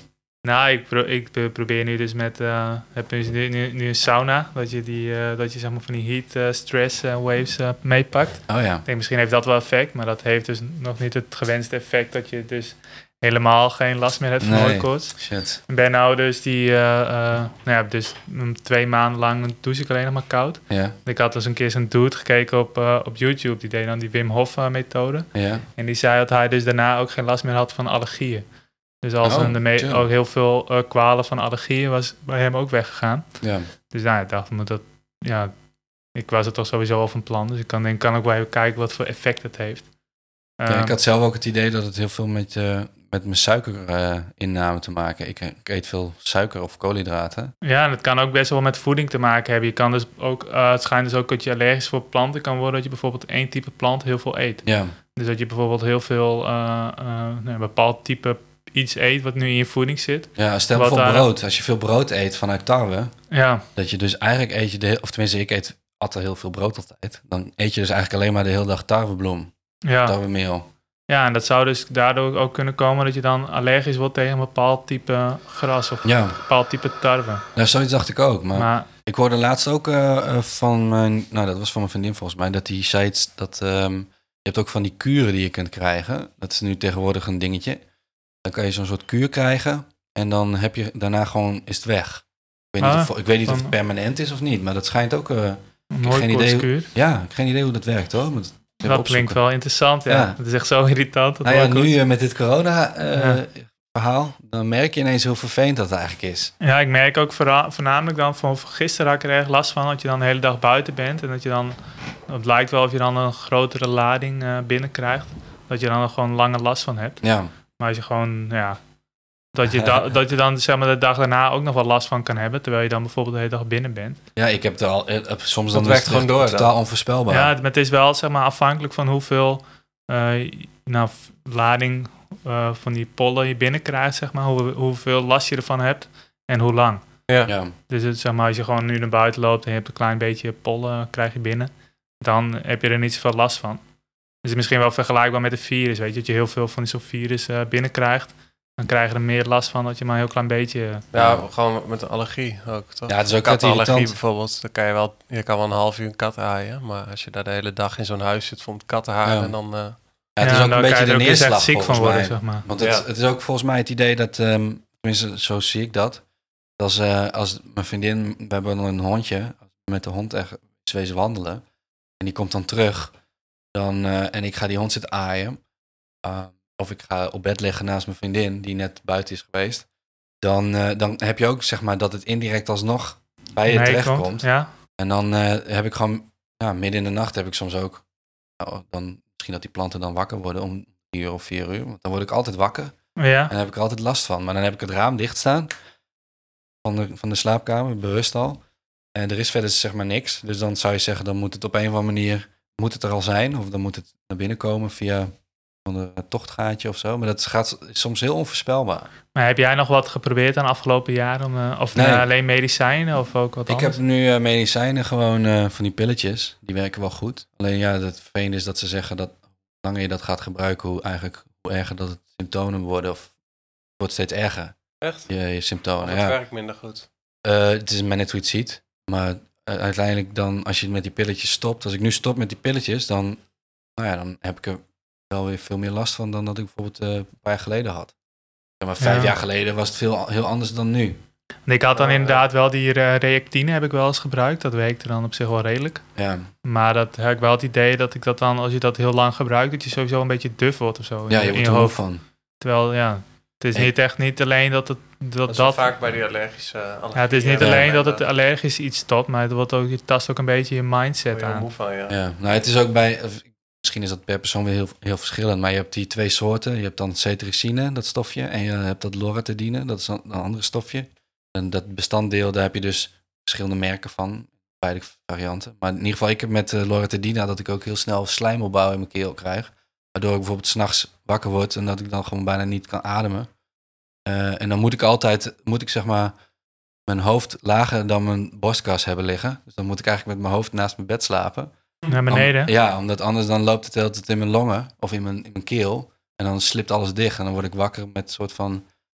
Nou, ik, pro- ik pro- probeer nu dus met... Uh, heb dus nu, nu, nu een sauna, dat je, die, uh, dat je zeg maar van die heat uh, stress uh, waves uh, meepakt. Oh ja. Ik denk, misschien heeft dat wel effect, maar dat heeft dus nog niet het gewenste effect dat je dus helemaal geen last meer hebt van Nee. hooikoorts. Shit. Ik ben nou dus die... Uh, uh, nou ja, dus um, twee maanden lang douche ik alleen nog maar koud. Ja. Ik had dus een keer zo'n dude gekeken op, uh, op YouTube. Die deed dan die Wim Hof uh, methode. Ja. En die zei dat hij dus daarna ook geen last meer had van allergieën. Dus als Oh, een, de me- chill. ook heel veel uh, kwalen van allergieën was bij hem ook weggegaan. Ja. Dus nou, ik dacht, moet dat, ja, ik was er toch sowieso al van plan. Dus ik kan, denk, kan ook wel even kijken wat voor effect het heeft. Ja, Um, ik had zelf ook het idee dat het heel veel met, uh, met mijn suikerinname uh, te maken. Ik, ik eet veel suiker of koolhydraten. Ja, en het kan ook best wel met voeding te maken hebben. Je kan dus ook, uh, het schijnt dus ook dat je allergisch voor planten kan worden. Dat je bijvoorbeeld één type plant heel veel eet. Ja. Dus dat je bijvoorbeeld heel veel, uh, uh, nou, een bepaald type iets eet wat nu in je voeding zit. Ja, stel Wat bijvoorbeeld daar- brood. Als je veel brood eet vanuit tarwe, Ja, dat je dus eigenlijk eet je de he- of tenminste ik eet altijd heel veel brood altijd. Dan eet je dus eigenlijk alleen maar de hele dag tarwebloem, ja. tarwemeel. Ja, en dat zou dus daardoor ook kunnen komen dat je dan allergisch wordt tegen een bepaald type gras of Ja, een bepaald type tarwe. nou, zoiets dacht ik ook. Maar, Maar ik hoorde laatst ook uh, uh, van mijn, nou dat was van mijn vriendin volgens mij, dat die zei iets dat um, je hebt ook van die kuren die je kunt krijgen. Dat is nu tegenwoordig een dingetje. Dan kan je zo'n soort kuur krijgen en dan heb je daarna gewoon is het weg. Ik weet niet, Ah, of, ik weet niet of van- het permanent is of niet, maar dat schijnt ook. Uh, een geen mooi idee koortskuur. ja, ik heb geen idee hoe dat werkt hoor. Moet even Dat klinkt opzoeken. wel interessant, ja. Ja. Het is echt zo irritant. Dat Nou ja, hooikoorts. nu uh, met dit corona uh, Ja. verhaal, dan merk je ineens hoe vervelend dat eigenlijk is. Ja, ik merk ook vooral, voornamelijk dan van gisteren had ik er erg last van dat je dan de hele dag buiten bent en dat je dan, het lijkt wel of je dan een grotere lading uh, binnenkrijgt, dat je dan er gewoon lange last van hebt. Ja, Maar als je gewoon, ja, dat je, da- dat je dan zeg maar de dag daarna ook nog wel last van kan hebben, terwijl je dan bijvoorbeeld de hele dag binnen bent. ja ik heb er al uh, soms dan Dat werkt is het gewoon door, echt dan. totaal onvoorspelbaar. Ja, het- maar het is wel zeg maar afhankelijk van hoeveel uh, nou, f- lading uh, van die pollen je binnenkrijgt, zeg maar, hoe, hoeveel last je ervan hebt en hoe lang. Ja. Ja. Dus het, zeg maar, als je gewoon nu naar buiten loopt en je hebt een klein beetje pollen, krijg je binnen, dan heb je er niet zoveel last van. Dus het is misschien wel vergelijkbaar met een virus, weet je, dat je heel veel van zo'n virus uh, binnenkrijgt. Dan krijg je er meer last van dat je maar een heel klein beetje... uh, Ja, gewoon met een allergie ook, toch? Ja, het is ook vet kattenallergie irritant. bijvoorbeeld. Dan kan je wel, je kan wel een half uur een kat aaien, maar als je daar de hele dag in zo'n huis zit vol met kattenharen, Ja. dan... Uh, Ja, het is ook dan een kan beetje je de er ook eens echt neerslag ziek van volgens worden, mij. zeg maar. Want het, Ja. het is ook volgens mij het idee dat, um, tenminste zo zie ik dat, als, uh, als mijn vriendin, we hebben een hondje, met de hond echt is wezen wandelen, en die komt dan terug, dan, uh, en ik ga die hond zitten aaien, uh, of ik ga op bed liggen naast mijn vriendin, die net buiten is geweest, dan, uh, dan heb je ook zeg maar dat het indirect alsnog bij je Nee, terecht komt, komt. Ja. En dan uh, heb ik gewoon, ja, midden in de nacht heb ik soms ook, nou, dan, misschien dat die planten dan wakker worden om drie uur of vier uur. Want dan word ik altijd wakker Ja. en dan heb ik er altijd last van. Maar dan heb ik het raam dicht staan van de, van de slaapkamer, bewust al. En er is verder zeg maar niks. Dus dan zou je zeggen, dan moet het op een of andere manier, moet het er al zijn. Of dan moet het naar binnen komen via een tochtgaatje of zo. Maar dat gaat is soms heel onvoorspelbaar. Maar heb jij nog wat geprobeerd aan de afgelopen jaren? Om, uh, of Nee. uh, alleen medicijnen of ook wat Ik anders? heb nu uh, medicijnen, gewoon uh, van die pilletjes. Die werken wel goed. Alleen ja, het vervelende is dat ze zeggen dat hoe langer je dat gaat gebruiken, hoe eigenlijk hoe erger dat het symptomen worden. Of het wordt steeds erger, echt? je, je symptomen. Of het Ja. werkt minder goed. Uh, het is maar net hoe je het ziet. Maar uh, uiteindelijk dan, als je met die pilletjes stopt. Als ik nu stop met die pilletjes, dan, nou ja, dan heb ik er wel weer veel meer last van dan dat ik bijvoorbeeld uh, een paar jaar geleden had. Zeg maar vijf Ja. jaar geleden was het veel heel anders dan nu. En ik had dan Oh, ja. inderdaad wel die uh, reactine heb ik wel eens gebruikt. Dat werkte dan op zich wel redelijk. Ja, Maar dat heb ik wel het idee dat ik dat dan, als je dat heel lang gebruikt, dat je sowieso een beetje duf wordt of zo. in ja je- je in wordt je er moe hoofd. van. Terwijl, ja, het is En- niet echt niet alleen dat het dat, Dat is dat wel vaak bij die allergische allergie. ja, het is niet Ja. alleen Ja, dat het daar allergisch iets stopt, maar het wordt ook, je tast ook een beetje je mindset word je er aan. moe van, ja. Ja, nou het is ook bij, misschien is dat per persoon weer heel, heel verschillend, maar je hebt die twee soorten. Je hebt dan cetirizine, dat stofje, en je hebt dat loratadine, dat is dan een andere stofje. En dat bestanddeel, daar heb je dus verschillende merken van, beide varianten. Maar in ieder geval, ik heb met uh, loratadine dat ik ook heel snel slijmopbouw in mijn keel krijg. Waardoor ik bijvoorbeeld 's nachts wakker word en dat ik dan gewoon bijna niet kan ademen. Uh, en dan moet ik altijd, moet ik zeg maar mijn hoofd lager dan mijn borstkas hebben liggen. Dus dan moet ik eigenlijk met mijn hoofd naast mijn bed slapen. Naar beneden. Om- ja, omdat anders dan loopt het de hele tijd in mijn longen of in mijn, in mijn keel. En dan slipt alles dicht en dan word ik wakker met een soort van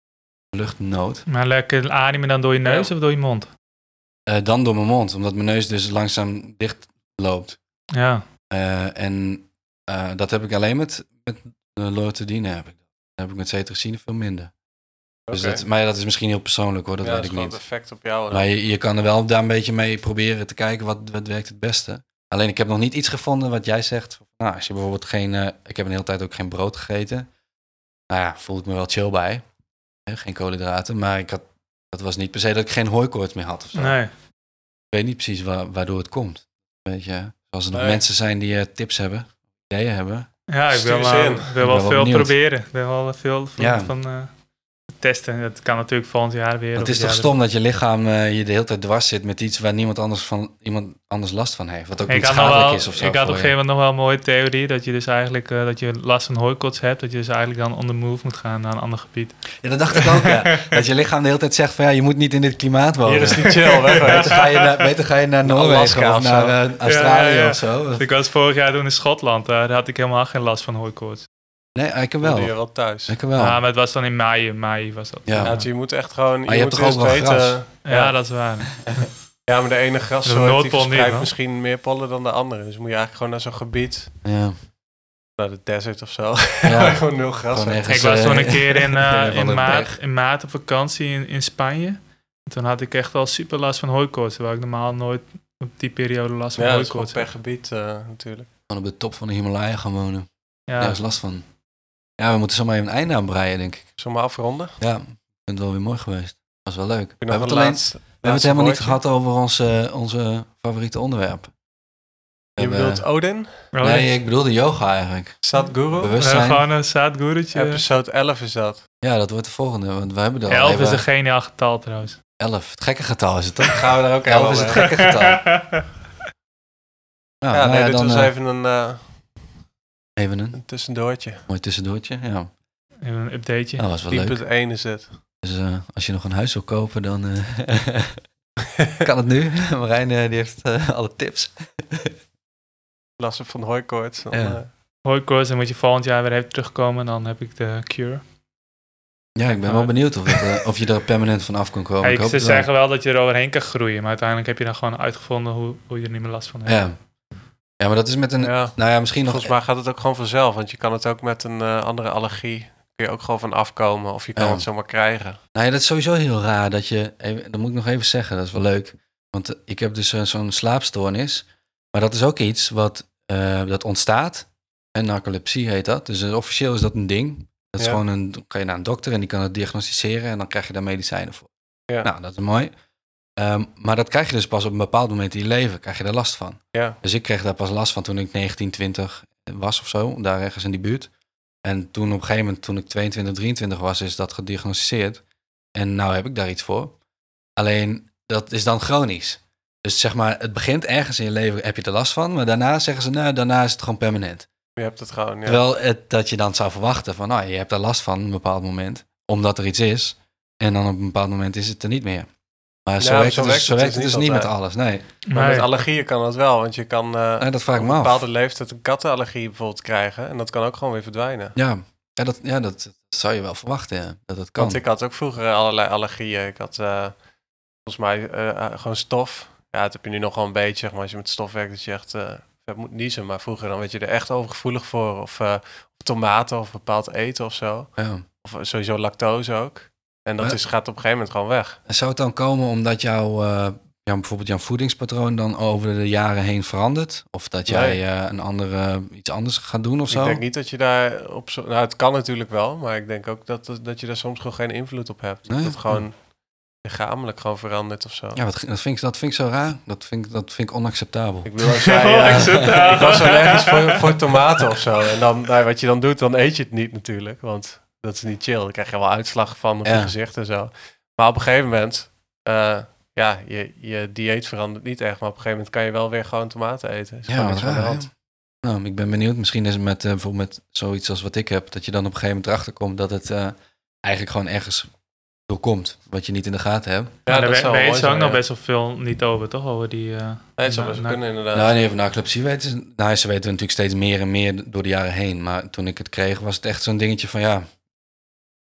luchtnood. Maar lekker ademen dan door je neus Ja. of door je mond? Uh, dan door mijn mond, omdat mijn neus dus langzaam dicht loopt. Ja. Uh, en uh, dat heb ik alleen met, met uh, Loratadine. Heb ik. Dat heb ik met cetirizine veel minder. Dus Oké. dat, maar ja, dat is misschien heel persoonlijk hoor, dat ja, weet dat ik is niet. gewoon het effect op jou. Maar je, je kan er wel daar een beetje mee proberen te kijken wat, wat werkt het beste. Alleen ik heb nog niet iets gevonden wat jij zegt. Nou, als je bijvoorbeeld geen... Uh, ik heb een hele tijd ook geen brood gegeten. Nou ja, voelde ik me wel chill bij. He, geen koolhydraten. Maar ik had, dat was niet per se dat ik geen hooikoorts meer had of zo. Nee. Ik weet niet precies wa- waardoor het komt. Weet je, als er nog Nee. mensen zijn die uh, tips hebben, ideeën hebben. Ja, ik wil, Stuur ze uh, in. wil Ik wel ben wel veel benieuwd. proberen. Ik ben wel veel van, Ja. van uh, testen. Dat kan natuurlijk volgend jaar weer. Want of het is jaar toch stom dat je lichaam uh, je de hele tijd dwars zit met iets waar niemand anders van iemand anders last van heeft. Wat ook Ik niet had, nog schadelijk wel, is of zo. ik had op voor een je. gegeven moment nog wel een mooie theorie. Dat je dus eigenlijk uh, dat je last van hooikoorts hebt. Dat je dus eigenlijk dan on the move moet gaan naar een ander gebied. Ja, dat dacht ik ook, ja. Dat je lichaam de hele tijd zegt van ja, je moet niet in dit klimaat wonen. Hier is niet chill, weg. Beter ga je naar, beter ga je naar Noorwegen Alaska of of zo. naar uh, Australië Ja, ja, ja. of zo. Ik was vorig jaar toen in Schotland. Uh, daar had ik helemaal geen last van hooikoorts. Nee, ik heb Wel. Je wel. wel thuis. Ik heb wel. Ja, maar het was dan in mei. Mei was dat. Ja. Ja, dus je moet echt gewoon... Maar je moet hebt toch ook eerst wel weten, gras? Ja, Ja. dat is waar. Ja, maar de ene De grassoort die Noordpool niet, verspreidt man. misschien meer pollen dan de andere. Dus moet je eigenlijk gewoon naar zo'n gebied, Ja. naar de desert of zo. Ja. gewoon nul gras. Gewoon hebben. ergens, Ik was eh, toen een keer in, uh, een of in, andere maart, berg. in maart op vakantie in, in Spanje. En toen had ik echt wel super last van hooikoorts. Terwijl ik normaal nooit op die periode last van Ja, dat is gewoon hooikoorts per heb. gebied uh, natuurlijk. Gewoon op de top van de Himalaya gaan wonen. Ja. Daar is last van. Ja, we moeten zomaar even een einde aan breien, denk ik. Zullen we maar afronden? Ja, ik vind het wel weer mooi geweest. Was wel leuk. Heb je We nog hebben een het, alleen, laatste- we hebben het laatste helemaal niet woordje? gehad over onze, onze favoriete onderwerpen. We Je hebben- bedoelt Odin? Nee, ik bedoelde yoga eigenlijk. Sadhguru? We hebben Bewustzijn. gewoon een Sadhguru'tje. Episode elf is dat. Ja, dat wordt de volgende, want we hebben er al Elf even... is een geniaal getal trouwens. elf. Het gekke getal is het toch? Gaan we daar ook elf helemaal is het mee. gekke getal. Nou, Ja, nou nee, ja, dit dan was uh, even een, uh, even een een tussendoortje. mooi tussendoortje. Ja, Even een updateje. dat was wel Diep leuk. het één is het. Dus uh, als je nog een huis wil kopen, dan uh, kan het nu. Marijn uh, die heeft uh, alle tips. Last van hooikoorts. Dan, Ja. uh, Hooikoorts, dan moet je volgend jaar weer even terugkomen. En dan heb ik de cure. Ja, ik ben wel benieuwd of, het, uh, of je er permanent van af kan komen. Hey, ik hoop ze het wel. zeggen wel dat je er overheen kan groeien. Maar uiteindelijk heb je dan gewoon uitgevonden hoe, hoe je er niet meer last van hebt. Ja. Ja, maar dat is met een... ja. Nou ja, misschien nog... Volgens mij gaat het ook gewoon vanzelf. Want je kan het ook met een uh, andere allergie. Kun je ook gewoon van afkomen. Of je kan Ja. het zomaar krijgen. Nou ja, dat is sowieso heel raar dat je... Even, dat moet ik nog even zeggen, dat is wel leuk. Want uh, ik heb dus uh, zo'n slaapstoornis. Maar dat is ook iets wat... Uh, dat ontstaat. En narcolepsie heet dat. Dus uh, officieel is dat een ding. Dat is Ja. gewoon een... Dan kan je naar een dokter en die kan het diagnosticeren. En dan krijg je daar medicijnen voor. Ja. Nou, dat is mooi. Um, maar dat krijg je dus pas op een bepaald moment in je leven. Krijg je daar last van. Ja. Dus ik kreeg daar pas last van toen ik negentien, twintig was of zo. Daar ergens in die buurt. En toen op een gegeven moment, toen ik tweeëntwintig, drieëntwintig was, is dat gediagnosticeerd. En nou heb ik daar iets voor. Alleen, dat is dan chronisch. Dus zeg maar, het begint ergens in je leven, heb je er last van. Maar daarna zeggen ze, nou, daarna is het gewoon permanent. Je hebt het gewoon, ja. Terwijl het, dat je dan zou verwachten van, nou, je hebt daar last van op een bepaald moment. Omdat er iets is. En dan op een bepaald moment is het er niet meer. Maar zo Ja, werkt zo het dus, werkt zo het werkt dus het dus niet niet met altijd. alles, nee. Maar Nee. met allergieën kan dat wel. Want je kan uh, Nee, dat vraag ik op me een af. bepaalde leeftijd een kattenallergie bijvoorbeeld krijgen. En dat kan ook gewoon weer verdwijnen. Ja, ja, dat, ja dat, dat zou je wel verwachten, ja, dat het kan. Want ik had ook vroeger allerlei allergieën. Ik had uh, volgens mij uh, gewoon stof. Ja, dat heb je nu nog wel een beetje, zeg maar, als je met stof werkt, dat je echt uh, moet niezen. Maar vroeger dan werd je er echt overgevoelig voor. Of, uh, of tomaten of bepaald eten of zo. Ja. Of sowieso lactose ook. En dat Maar- is, gaat op een gegeven moment gewoon weg. En zou het dan komen omdat jouw, uh, ja, bijvoorbeeld jouw voedingspatroon dan over de jaren heen verandert? Of dat jij Nee. uh, een andere, iets anders gaat doen of zo? Ik denk niet dat je daar op zo... Nou, het kan natuurlijk wel. Maar ik denk ook dat, dat je daar soms gewoon geen invloed op hebt. Nee? Dat het gewoon lichamelijk gewoon verandert of zo. Ja, wat, dat, vind ik, dat vind ik zo raar. Dat vind ik, dat vind ik onacceptabel. Ik bedoel, als jij, uh, ik was allergisch voor, voor tomaten of zo. En dan, nou, wat je dan doet, dan eet je het niet natuurlijk. Want dat is niet chill. Dan krijg je wel uitslag van op Ja. je gezicht en zo. Maar op een gegeven moment, uh, ja, je, je dieet verandert niet echt. Maar op een gegeven moment kan je wel weer gewoon tomaten eten. Is Ja, gewoon wat niks aan de raar, hand. Nou, ik ben benieuwd. Misschien is het met, uh, bijvoorbeeld met zoiets als wat ik heb, dat je dan op een gegeven moment erachter komt dat het uh, eigenlijk gewoon ergens doorkomt, wat je niet in de gaten hebt. Ja, Ja, dat daar zou we- mooi weten ze ook zijn, nog ja. best wel veel niet over, toch? Over die... Uh, Nee, het zou best nou, kunnen inderdaad. Nou, nee, van narcolepsie weten ze... Nou, ze weten natuurlijk steeds meer en meer door de jaren heen. Maar toen ik het kreeg, was het echt zo'n dingetje van ja...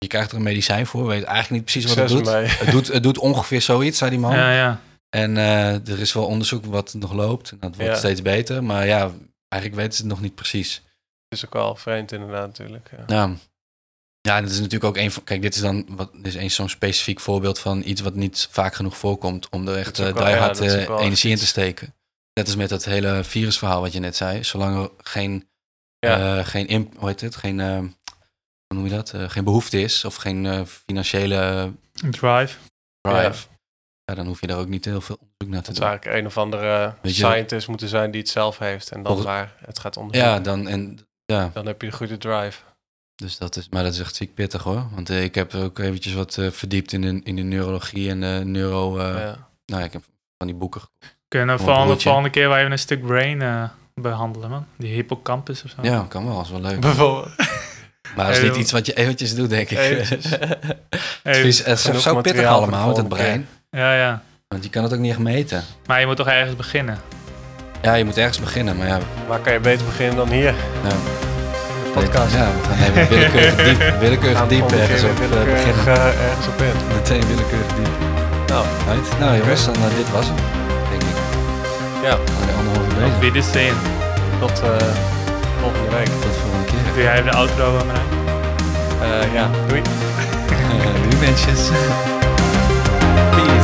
je krijgt er een medicijn voor. Weet eigenlijk niet precies wat het Succes doet. mee. Het doet. Het doet ongeveer zoiets, zei die man. Ja, ja. En uh, er is wel onderzoek wat nog loopt. En dat wordt Ja. steeds beter. Maar ja, eigenlijk weten ze het nog niet precies. Het is ook wel vreemd inderdaad natuurlijk. Ja. Ja, ja dat is natuurlijk ook een van... Kijk, dit is dan wat, dit is een zo'n specifiek voorbeeld van iets wat niet vaak genoeg voorkomt. Om er echt Dat is ook uh, wel- ja, diehard dat is ook uh, wel energie in iets. te steken. Net als met dat hele virusverhaal wat je net zei. Zolang er geen... Ja. Uh, geen imp, hoe heet het? Geen... Uh, hoe noem je dat? Uh, geen behoefte is. Of geen uh, financiële Drive. drive. Ja. Ja, dan hoef je daar ook niet heel veel onderzoek naar te Het doen. zou eigenlijk een of andere Weet je- scientist moeten zijn die het zelf heeft. En dan Volgens- waar het gaat onderzoeken. Ja, dan... En, ja. Dan heb je de goede drive. Dus dat is, maar dat is echt ziek pittig hoor. Want uh, ik heb ook eventjes wat uh, verdiept in de, in de neurologie en de neuro... Uh, Ja. Nou, ik heb van die boeken. Kunnen we Een volgende, broertje. volgende keer waar even een stuk brain uh, behandelen, man. Die hippocampus of zo. Ja, kan wel, is wel leuk. Bijvoorbeeld. Maar dat is Hey, niet iets wat je eventjes doet, denk ik. Eventjes. Hey, het is, het is genoeg zo pittig materiaal voor de allemaal met het volgende brein. ja, ja. Want je kan het ook niet echt meten. Maar je moet toch ergens beginnen. Ja, je moet ergens beginnen, maar ja... Waar kan je beter beginnen dan hier? ja Podcast. Ja, we gaan even willekeurig diep, willekeurig Gaan we diep volgende ergens keer op weer uh, willekeurig, beginnen. uh, ergens op in. Meteen willekeurig diep. Nou, Right? Nou jongens, dan, uh, dit was het, denk ik. ja. We zijn anderhalf uur Op bezig. Wiedersehen. Tot uh, volgende week. Tot de volgende keer. Doe jij even de outro, Marijn? Uh, ja, doei. Doei mensjes. Peace.